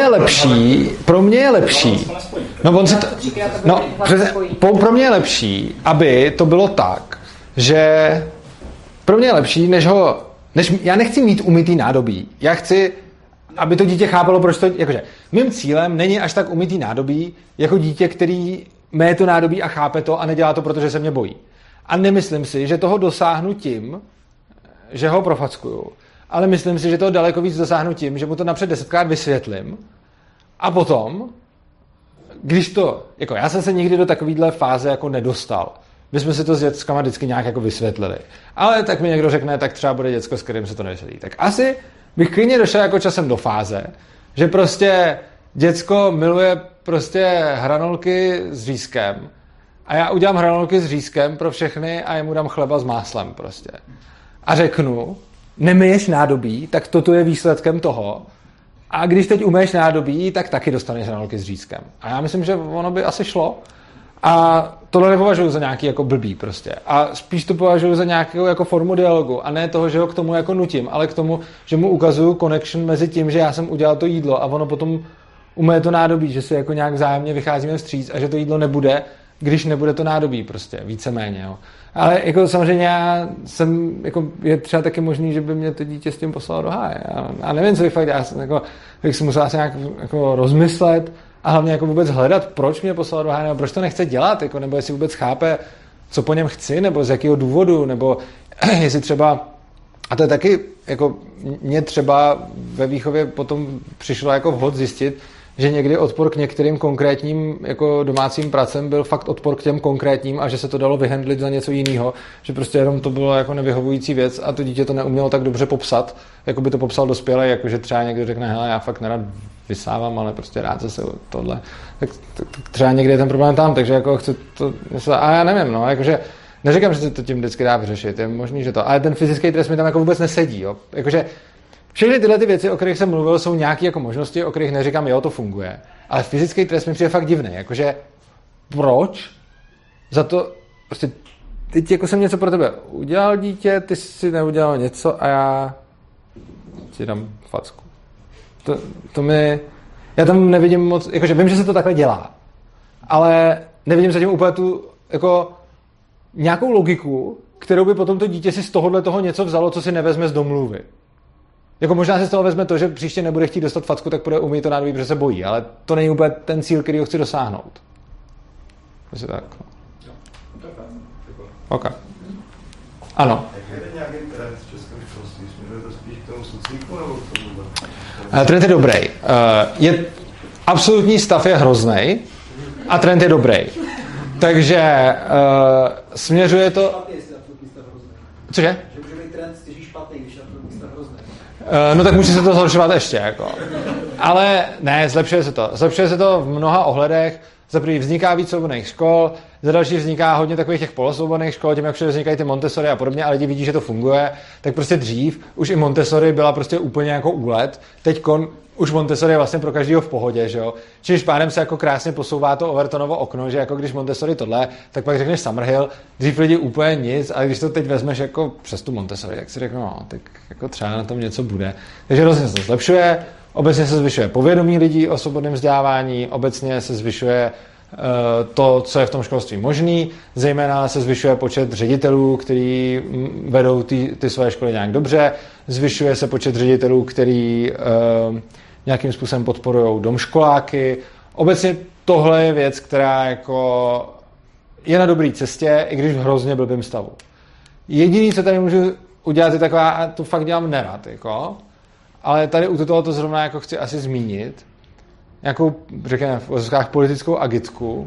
[SPEAKER 1] je lepší, no on si to, no, pro mě je lepší, aby to bylo tak, že pro mě je lepší, než já nechci mít umytý nádobí, já chci, aby to dítě chápalo, proč to, jakože mým cílem není až tak umytý nádobí, jako dítě, který mé to nádobí a chápe to a nedělá to, protože se mě bojí. A nemyslím si, že toho dosáhnu tím, že ho profackuju, ale myslím si, že toho daleko víc dosáhnu tím, že mu to napřed 10krát vysvětlím a potom, když to, jako já jsem se nikdy do takovýhle fáze jako nedostal. My jsme si to s dětskama vždycky nějak jako vysvětlili. Ale tak mi někdo řekne, tak třeba bude děcko, s kterým se to nevysvětlí. Tak asi bych klidně došel jako časem do fáze, že prostě děcko miluje prostě hranolky s řízkem a já udělám hranolky s řízkem pro všechny a jemu dám chleba s máslem prostě. A řeknu, nemyješ nádobí, tak toto je výsledkem toho. A když teď umyješ nádobí, tak taky dostaneš hranolky s řízkem. A já myslím, že ono by asi šlo. A tohle nepovažuji za nějaký jako blbý prostě. A spíš to považuji za nějakou jako formu dialogu. A ne toho, že ho k tomu jako nutím, ale k tomu, že mu ukazuju connection mezi tím, že já jsem udělal to jídlo a ono potom umyje to nádobí, že si jako nějak vzájemně vycházíme vstříc a že to jídlo nebude, když nebude to nádobí prostě, víceméně, jo. Ale jako samozřejmě já jsem, jako je třeba taky možný, že by mě to dítě s tím poslalo do háje. A nevím, co bych fakt, já jsem, jako, bych si musel asi nějak jako rozmyslet a hlavně jako vůbec hledat, proč mě poslalo do háje, nebo proč to nechce dělat, jako, nebo jestli vůbec chápe, co po něm chci, nebo z jakého důvodu, nebo jestli třeba, a to je taky, jako mě třeba ve výchově potom přišlo jako vhod zjistit, že někdy odpor k některým konkrétním jako domácím pracem byl fakt odpor k těm konkrétním a že se to dalo vyhandlit za něco jiného, že prostě jenom to bylo jako nevyhovující věc a to dítě to neumělo tak dobře popsat, jako by to popsal dospělej, jako že třeba někdo řekne, hele, já fakt nerad vysávám, ale prostě rád zase tohle. Tak třeba někdy je ten problém tam, takže jako chci to, a já nevím, no, jakože neříkám, že se to tím vždycky dá vyřešit, je možný, že to, ale ten fyzický trest mi tam jako vůbec nesedí, jo, jakože všechny tyhle ty věci, o kterých jsem mluvil, jsou nějaké jako možnosti, o kterých neříkám, jo, to funguje, ale fyzický trest mi přijde fakt divný, jakože proč za to, prostě teď jako jsem něco pro tebe udělal dítě, ty si neudělal něco a já ti dám facku. To mi, já tam nevidím moc, jakože vím, že se to takhle dělá, ale nevidím zatím úplně tu, jako nějakou logiku, kterou by potom to dítě si z tohohle toho něco vzalo, co si nevezme z domluvy. Jako možná se z toho vezme to, že příště nebude chtít dostat facku, tak bude umít to nádobí, protože se bojí, ale to není úplně ten cíl, který ho chci dosáhnout. Asi tak. OK. Ano.
[SPEAKER 12] Jak je nějaký trend v českém školství? Směřuje to spíš k tomu sucíku nebo k tomu?
[SPEAKER 1] Trend je dobrý. Absolutní stav je hroznej a trend je dobrý. Takže směřuje to... Cože?
[SPEAKER 7] Že může být trend stěží špatný, když je absolutní stav hrozný.
[SPEAKER 1] No tak může se to zhoršovat ještě, jako. Ale ne, zlepšuje se to. Zlepšuje se to v mnoha ohledech. Za první vzniká víc svobodných škol, za další vzniká hodně takových těch polosvobodných škol, tím jak všude vznikají ty Montessori a podobně, a lidi vidí, že to funguje, tak prostě dřív už i Montessori byla prostě úplně jako úlet. Teďkon už Montessori je vlastně pro každého v pohodě, že jo. Čímž pádem se jako krásně posouvá to Overtonovo okno, že jako když Montessori tohle, tak pak řekneš Summerhill, dřív lidi úplně nic, ale když to teď vezmeš jako přes tu Montessori, tak si řeknu, no, tak jako třeba na tom něco bude. Takže hrozně se to zlepšuje. Obecně se zvyšuje povědomí lidí o svobodném vzdělávání, obecně se zvyšuje to, co je v tom školství možný, zejména se zvyšuje počet ředitelů, kteří vedou ty své školy nějak dobře, zvyšuje se počet ředitelů, kteří nějakým způsobem podporují domškoláky. Obecně tohle je věc, která jako je na dobré cestě, i když v hrozně blbým stavu. Jediný, co tady můžu udělat, je taková, a to fakt dělám nerad, jako, ale tady u tohoto zrovna jako chci asi zmínit, nějakou, řekněme, v ozvukách politickou agitku.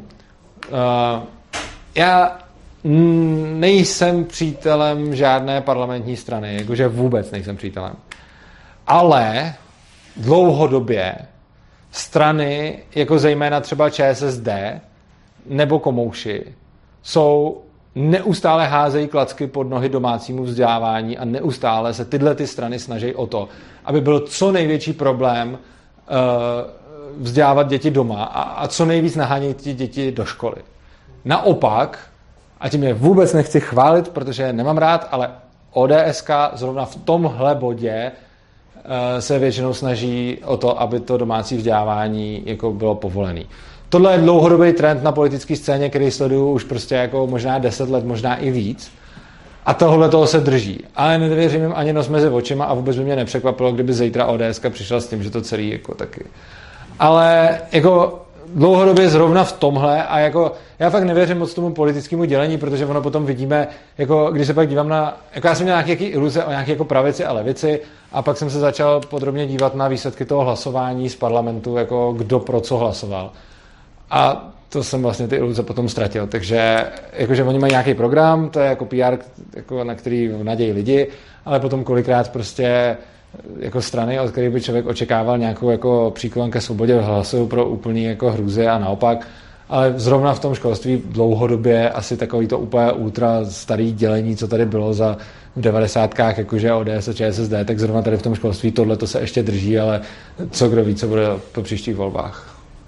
[SPEAKER 1] Já nejsem přítelem žádné parlamentní strany, jakože vůbec nejsem přítelem. Ale dlouhodobě strany, jako zejména třeba ČSSD nebo Komouši, neustále házejí klacky pod nohy domácímu vzdělávání a neustále se tyhle ty strany snaží o to, aby byl co největší problém vzdělávat děti doma a co nejvíc nahánět ty děti do školy. Naopak, a tím je vůbec nechci chválit, protože je nemám rád, ale ODSK zrovna v tomhle bodě se většinou snaží o to, aby to domácí vzdělávání jako bylo povolené. Tohle je dlouhodobý trend na politické scéně, který sleduju už prostě jako možná 10 let, možná i víc. A tohle toho se drží. Ale nevěřím jim ani nos mezi očima a vůbec by mě nepřekvapilo, kdyby zítra ODSK přišla s tím, že to celý jako taky. Ale jako dlouhodobě zrovna v tomhle a jako já fakt nevěřím moc tomu politickému dělení, protože ono potom vidíme, jako když se pak dívám na, jako já jsem měl nějaké iluze o nějaké jako pravici a levici a pak jsem se začal podrobně dívat na výsledky toho hlasování z parlamentu, jako kdo pro co hlasoval. A to jsem vlastně ty iluze potom ztratil. Takže jakože oni mají nějaký program, to je jako PR, jako na který nadějí lidi, ale potom kolikrát prostě jako strany, od kterých by člověk očekával nějakou jako příklon ke svobodě, hlasují pro úplný jako hrůzy a naopak. Ale zrovna v tom školství dlouhodobě asi takový to úplně ultra starý dělení, co tady bylo v 90kách, jakože ODS a ČSSD, tak zrovna tady v tom školství tohle to se ještě drží, ale co kdo ví, co bude po příštích volbách.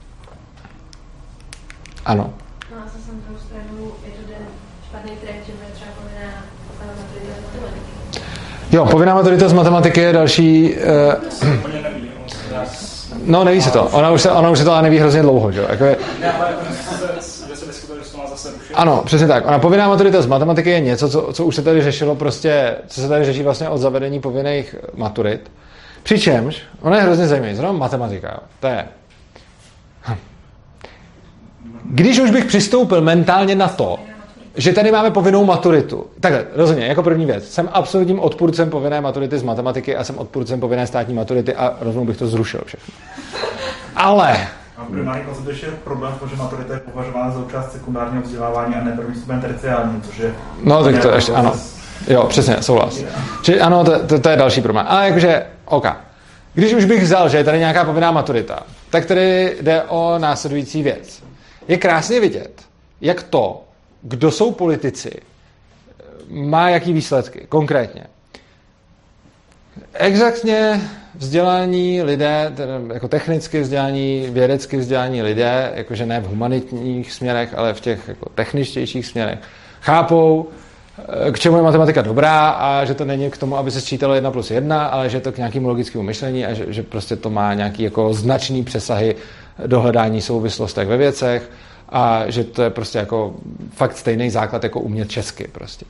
[SPEAKER 1] Ano.
[SPEAKER 13] No a zase na druhou stranu je to špatný trend, že bude třeba povinná maturita z matematiky.
[SPEAKER 1] Jo, povinná maturita z matematiky je další... No, neví se to. Ona už se to ale neví hrozně dlouho, že jo? Jako je... Ano, přesně tak. Ona povinná maturita z matematiky je něco, co už se tady řešilo prostě, co se tady řeší vlastně od zavedení povinných maturit. Přičemž, ona je hrozně zajímavá. Zrovna matematika, jo. To je... Když už bych přistoupil mentálně na to, že tady máme povinnou maturitu. Takhle, rozhodně, jako první věc. Jsem absolutním odpůrcem povinné maturity z matematiky a jsem odpůrcem povinné státní maturity a rovnou bych to zrušil všechno. Ale...
[SPEAKER 5] A primární koncepce je problém, protože maturita je považována za účast sekundárního vzdělávání a ne první stupeň terciární, což je...
[SPEAKER 1] No, tak to ještě, ano. Jo, přesně, souhlas. Čili ano, to je další problém. Ale jakože, OK. Když už bych vzal, že je tady nějaká povinná maturita, tak tady jde o následující věc. Je krásně vidět, jak to, kdo jsou politici, má jaký výsledky, konkrétně. Exaktně vzdělání lidé, jako technicky vzdělání, vědecky vzdělání lidé, jakože ne v humanitních směrech, ale v těch jako techničtějších směrech, chápou, k čemu je matematika dobrá a že to není k tomu, aby se sčítalo 1+1, ale že je to k nějakému logickému myšlení a že prostě to má nějaký jako značný přesahy do hledání souvislostech ve věcech a že to je prostě jako fakt stejný základ jako umět česky prostě.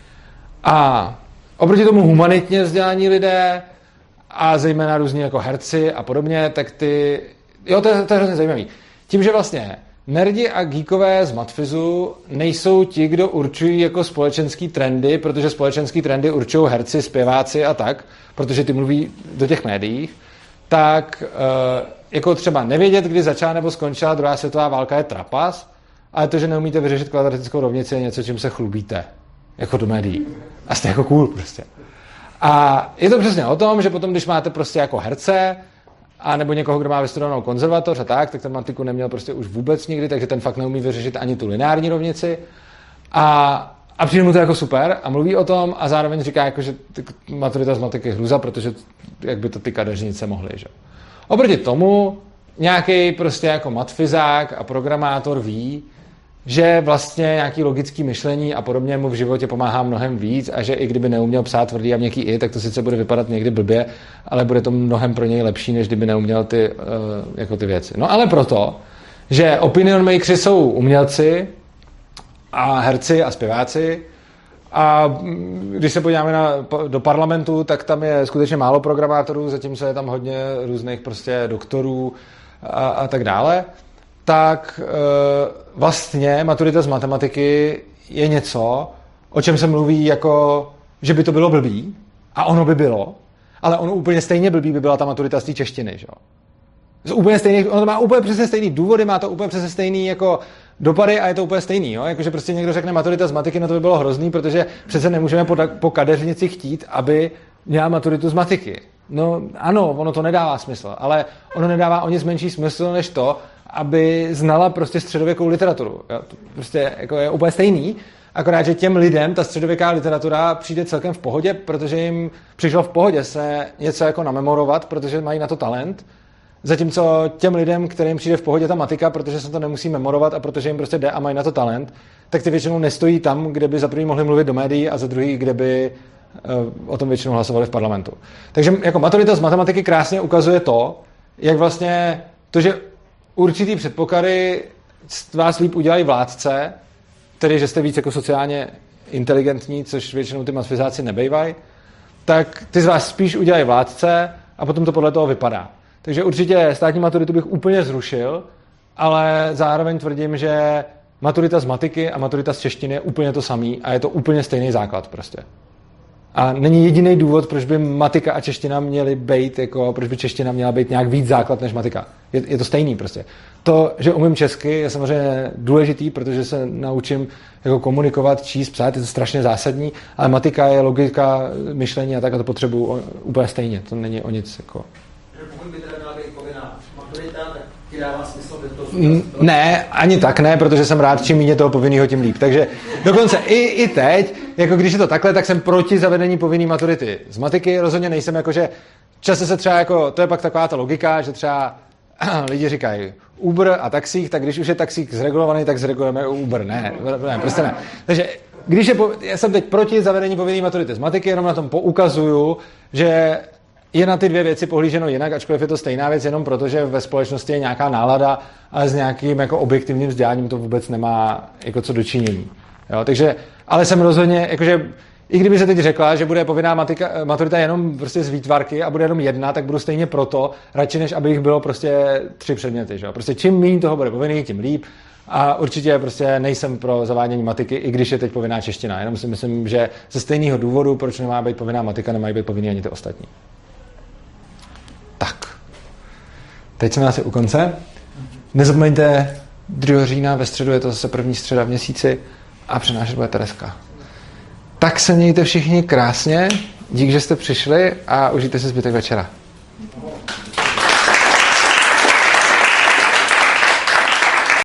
[SPEAKER 1] A oproti tomu humanitně vzdělání lidé a zejména různí jako herci a podobně, tak ty... Jo, to je hrozně zajímavý. Tím, že vlastně nerdi a geekové z matfizu nejsou ti, kdo určují jako společenský trendy, protože společenský trendy určují herci, zpěváci a tak, protože ty mluví do těch médiích, tak jako třeba nevědět, kdy začala nebo skončila druhá světová válka je trapas, ale to, že neumíte vyřešit kvadratickou rovnici, je něco, čím se chlubíte. Jako do médií. A jste jako cool prostě. A je to přesně o tom, že potom, když máte prostě jako herce, a nebo někoho, kdo má vystudovanou konzervatoř a tak ten matiku neměl prostě už vůbec nikdy, takže ten fakt neumí vyřešit ani tu lineární rovnici. A přijde mu to jako super a mluví o tom a zároveň říká, jako, že maturita z matiky je hruza, protože jak by to ty kadeřnice mohly. Že? Oproti tomu nějaký prostě jako matfizák a programátor ví, že vlastně nějaký logický myšlení a podobně mu v životě pomáhá mnohem víc a že i kdyby neuměl psát tvrdý a měkký i, tak to sice bude vypadat někdy blbě, ale bude to mnohem pro něj lepší, než kdyby neuměl ty věci. No ale proto, že opinion makersi jsou umělci a herci a zpěváci a když se podíváme do parlamentu, tak tam je skutečně málo programátorů, zatímco je tam hodně různých prostě doktorů a tak dále, tak vlastně maturita z matematiky je něco, o čem se mluví jako, že by to bylo blbý, a ono by bylo, ale ono úplně stejně blbý by byla ta maturita z té češtiny, že jo. Úplně stejný, ono to má úplně přesně stejný důvody, má to úplně přesně stejný jako dopady a je to úplně stejný, jo. Jakože prostě někdo řekne maturita z matiky, no to by bylo hrozný, protože přece nemůžeme po kadeřnici chtít, aby měla maturitu z matiky. No ano, ono to nedává smysl, ale ono nedává o nic menší smysl, než to, aby znala prostě středověkou literaturu. Jo? To prostě jako je úplně stejný, akorát, že těm lidem ta středověká literatura přijde celkem v pohodě, protože jim přišlo v pohodě se něco jako namemorovat, protože mají na to talent, zatímco těm lidem, kterým přijde v pohodě ta matika, protože se to nemusí memorovat a protože jim prostě jde a mají na to talent, tak ty většinou nestojí tam, kde by za první mohli mluvit do médií a za druhý, kde by o tom většinou hlasovali v parlamentu. Takže jako maturita z matematiky krásně ukazuje to, jak vlastně to, že určitý předpoklady vás líp udělají vládce, tedy že jste víc jako sociálně inteligentní, což většinou ty matfizáci nebejvají, tak ty z vás spíš udělají vládce a potom to podle toho vypadá. Takže určitě státní maturitu bych úplně zrušil, ale zároveň tvrdím, že maturita z matiky a maturita z češtiny je úplně to samý a je to úplně stejný základ prostě. A není jediný důvod, proč by matika a čeština měly být, jako, proč by čeština měla být nějak víc základ než matika. Je to stejný prostě. To, že umím česky, je samozřejmě důležitý, protože se naučím jako komunikovat, číst, psát, je to strašně zásadní, ale matika je logika myšlení a tak a to potřebuju úplně stejně. To není o nic jako...
[SPEAKER 7] Pokud by teda měla být povinná maturita, tak ti dává smysl, by to...
[SPEAKER 1] Ne, ani tak ne, protože jsem rád, čím méně toho povinného, tím líp. Takže dokonce i teď, jako když je to takhle, tak jsem proti zavedení povinné maturity. Z matiky rozhodně nejsem jako, že často se třeba jako, to je pak taková ta logika, že třeba lidi říkají Uber a taxík, tak když už je taxík zregulovaný, tak zregulujeme Uber. Ne, prostě ne. Takže když já jsem teď proti zavedení povinné maturity z matiky, jenom na tom poukazuju, že je na ty dvě věci pohlíženo jinak, ačkoliv je to stejná věc, jenom proto, že ve společnosti je nějaká nálada, ale s nějakým jako objektivním vzděláním to vůbec nemá jako co dočinění. Jo, takže, ale jsem rozhodně, jakože, i kdyby se teď řekla, že bude povinná maturita jenom prostě z výtvarky a bude jenom jedna, tak budu stejně proto, radši než aby jich bylo prostě 3 předměty. Že? Prostě čím méně toho bude povinný, tím líp. A určitě prostě nejsem pro zavádění matiky, i když je teď povinná čeština. Jenom si myslím, že ze stejného důvodu, proč nemá být povinná matika, nemají být povinný ani ty ostatní. Tak. Teď jsme asi u konce. Nezapomeňte 2. října ve středu, je to zase první středa v měsíci a přenášet bude Tereska. Tak se mějte všichni krásně, dík, že jste přišli a užijte si zbytek večera.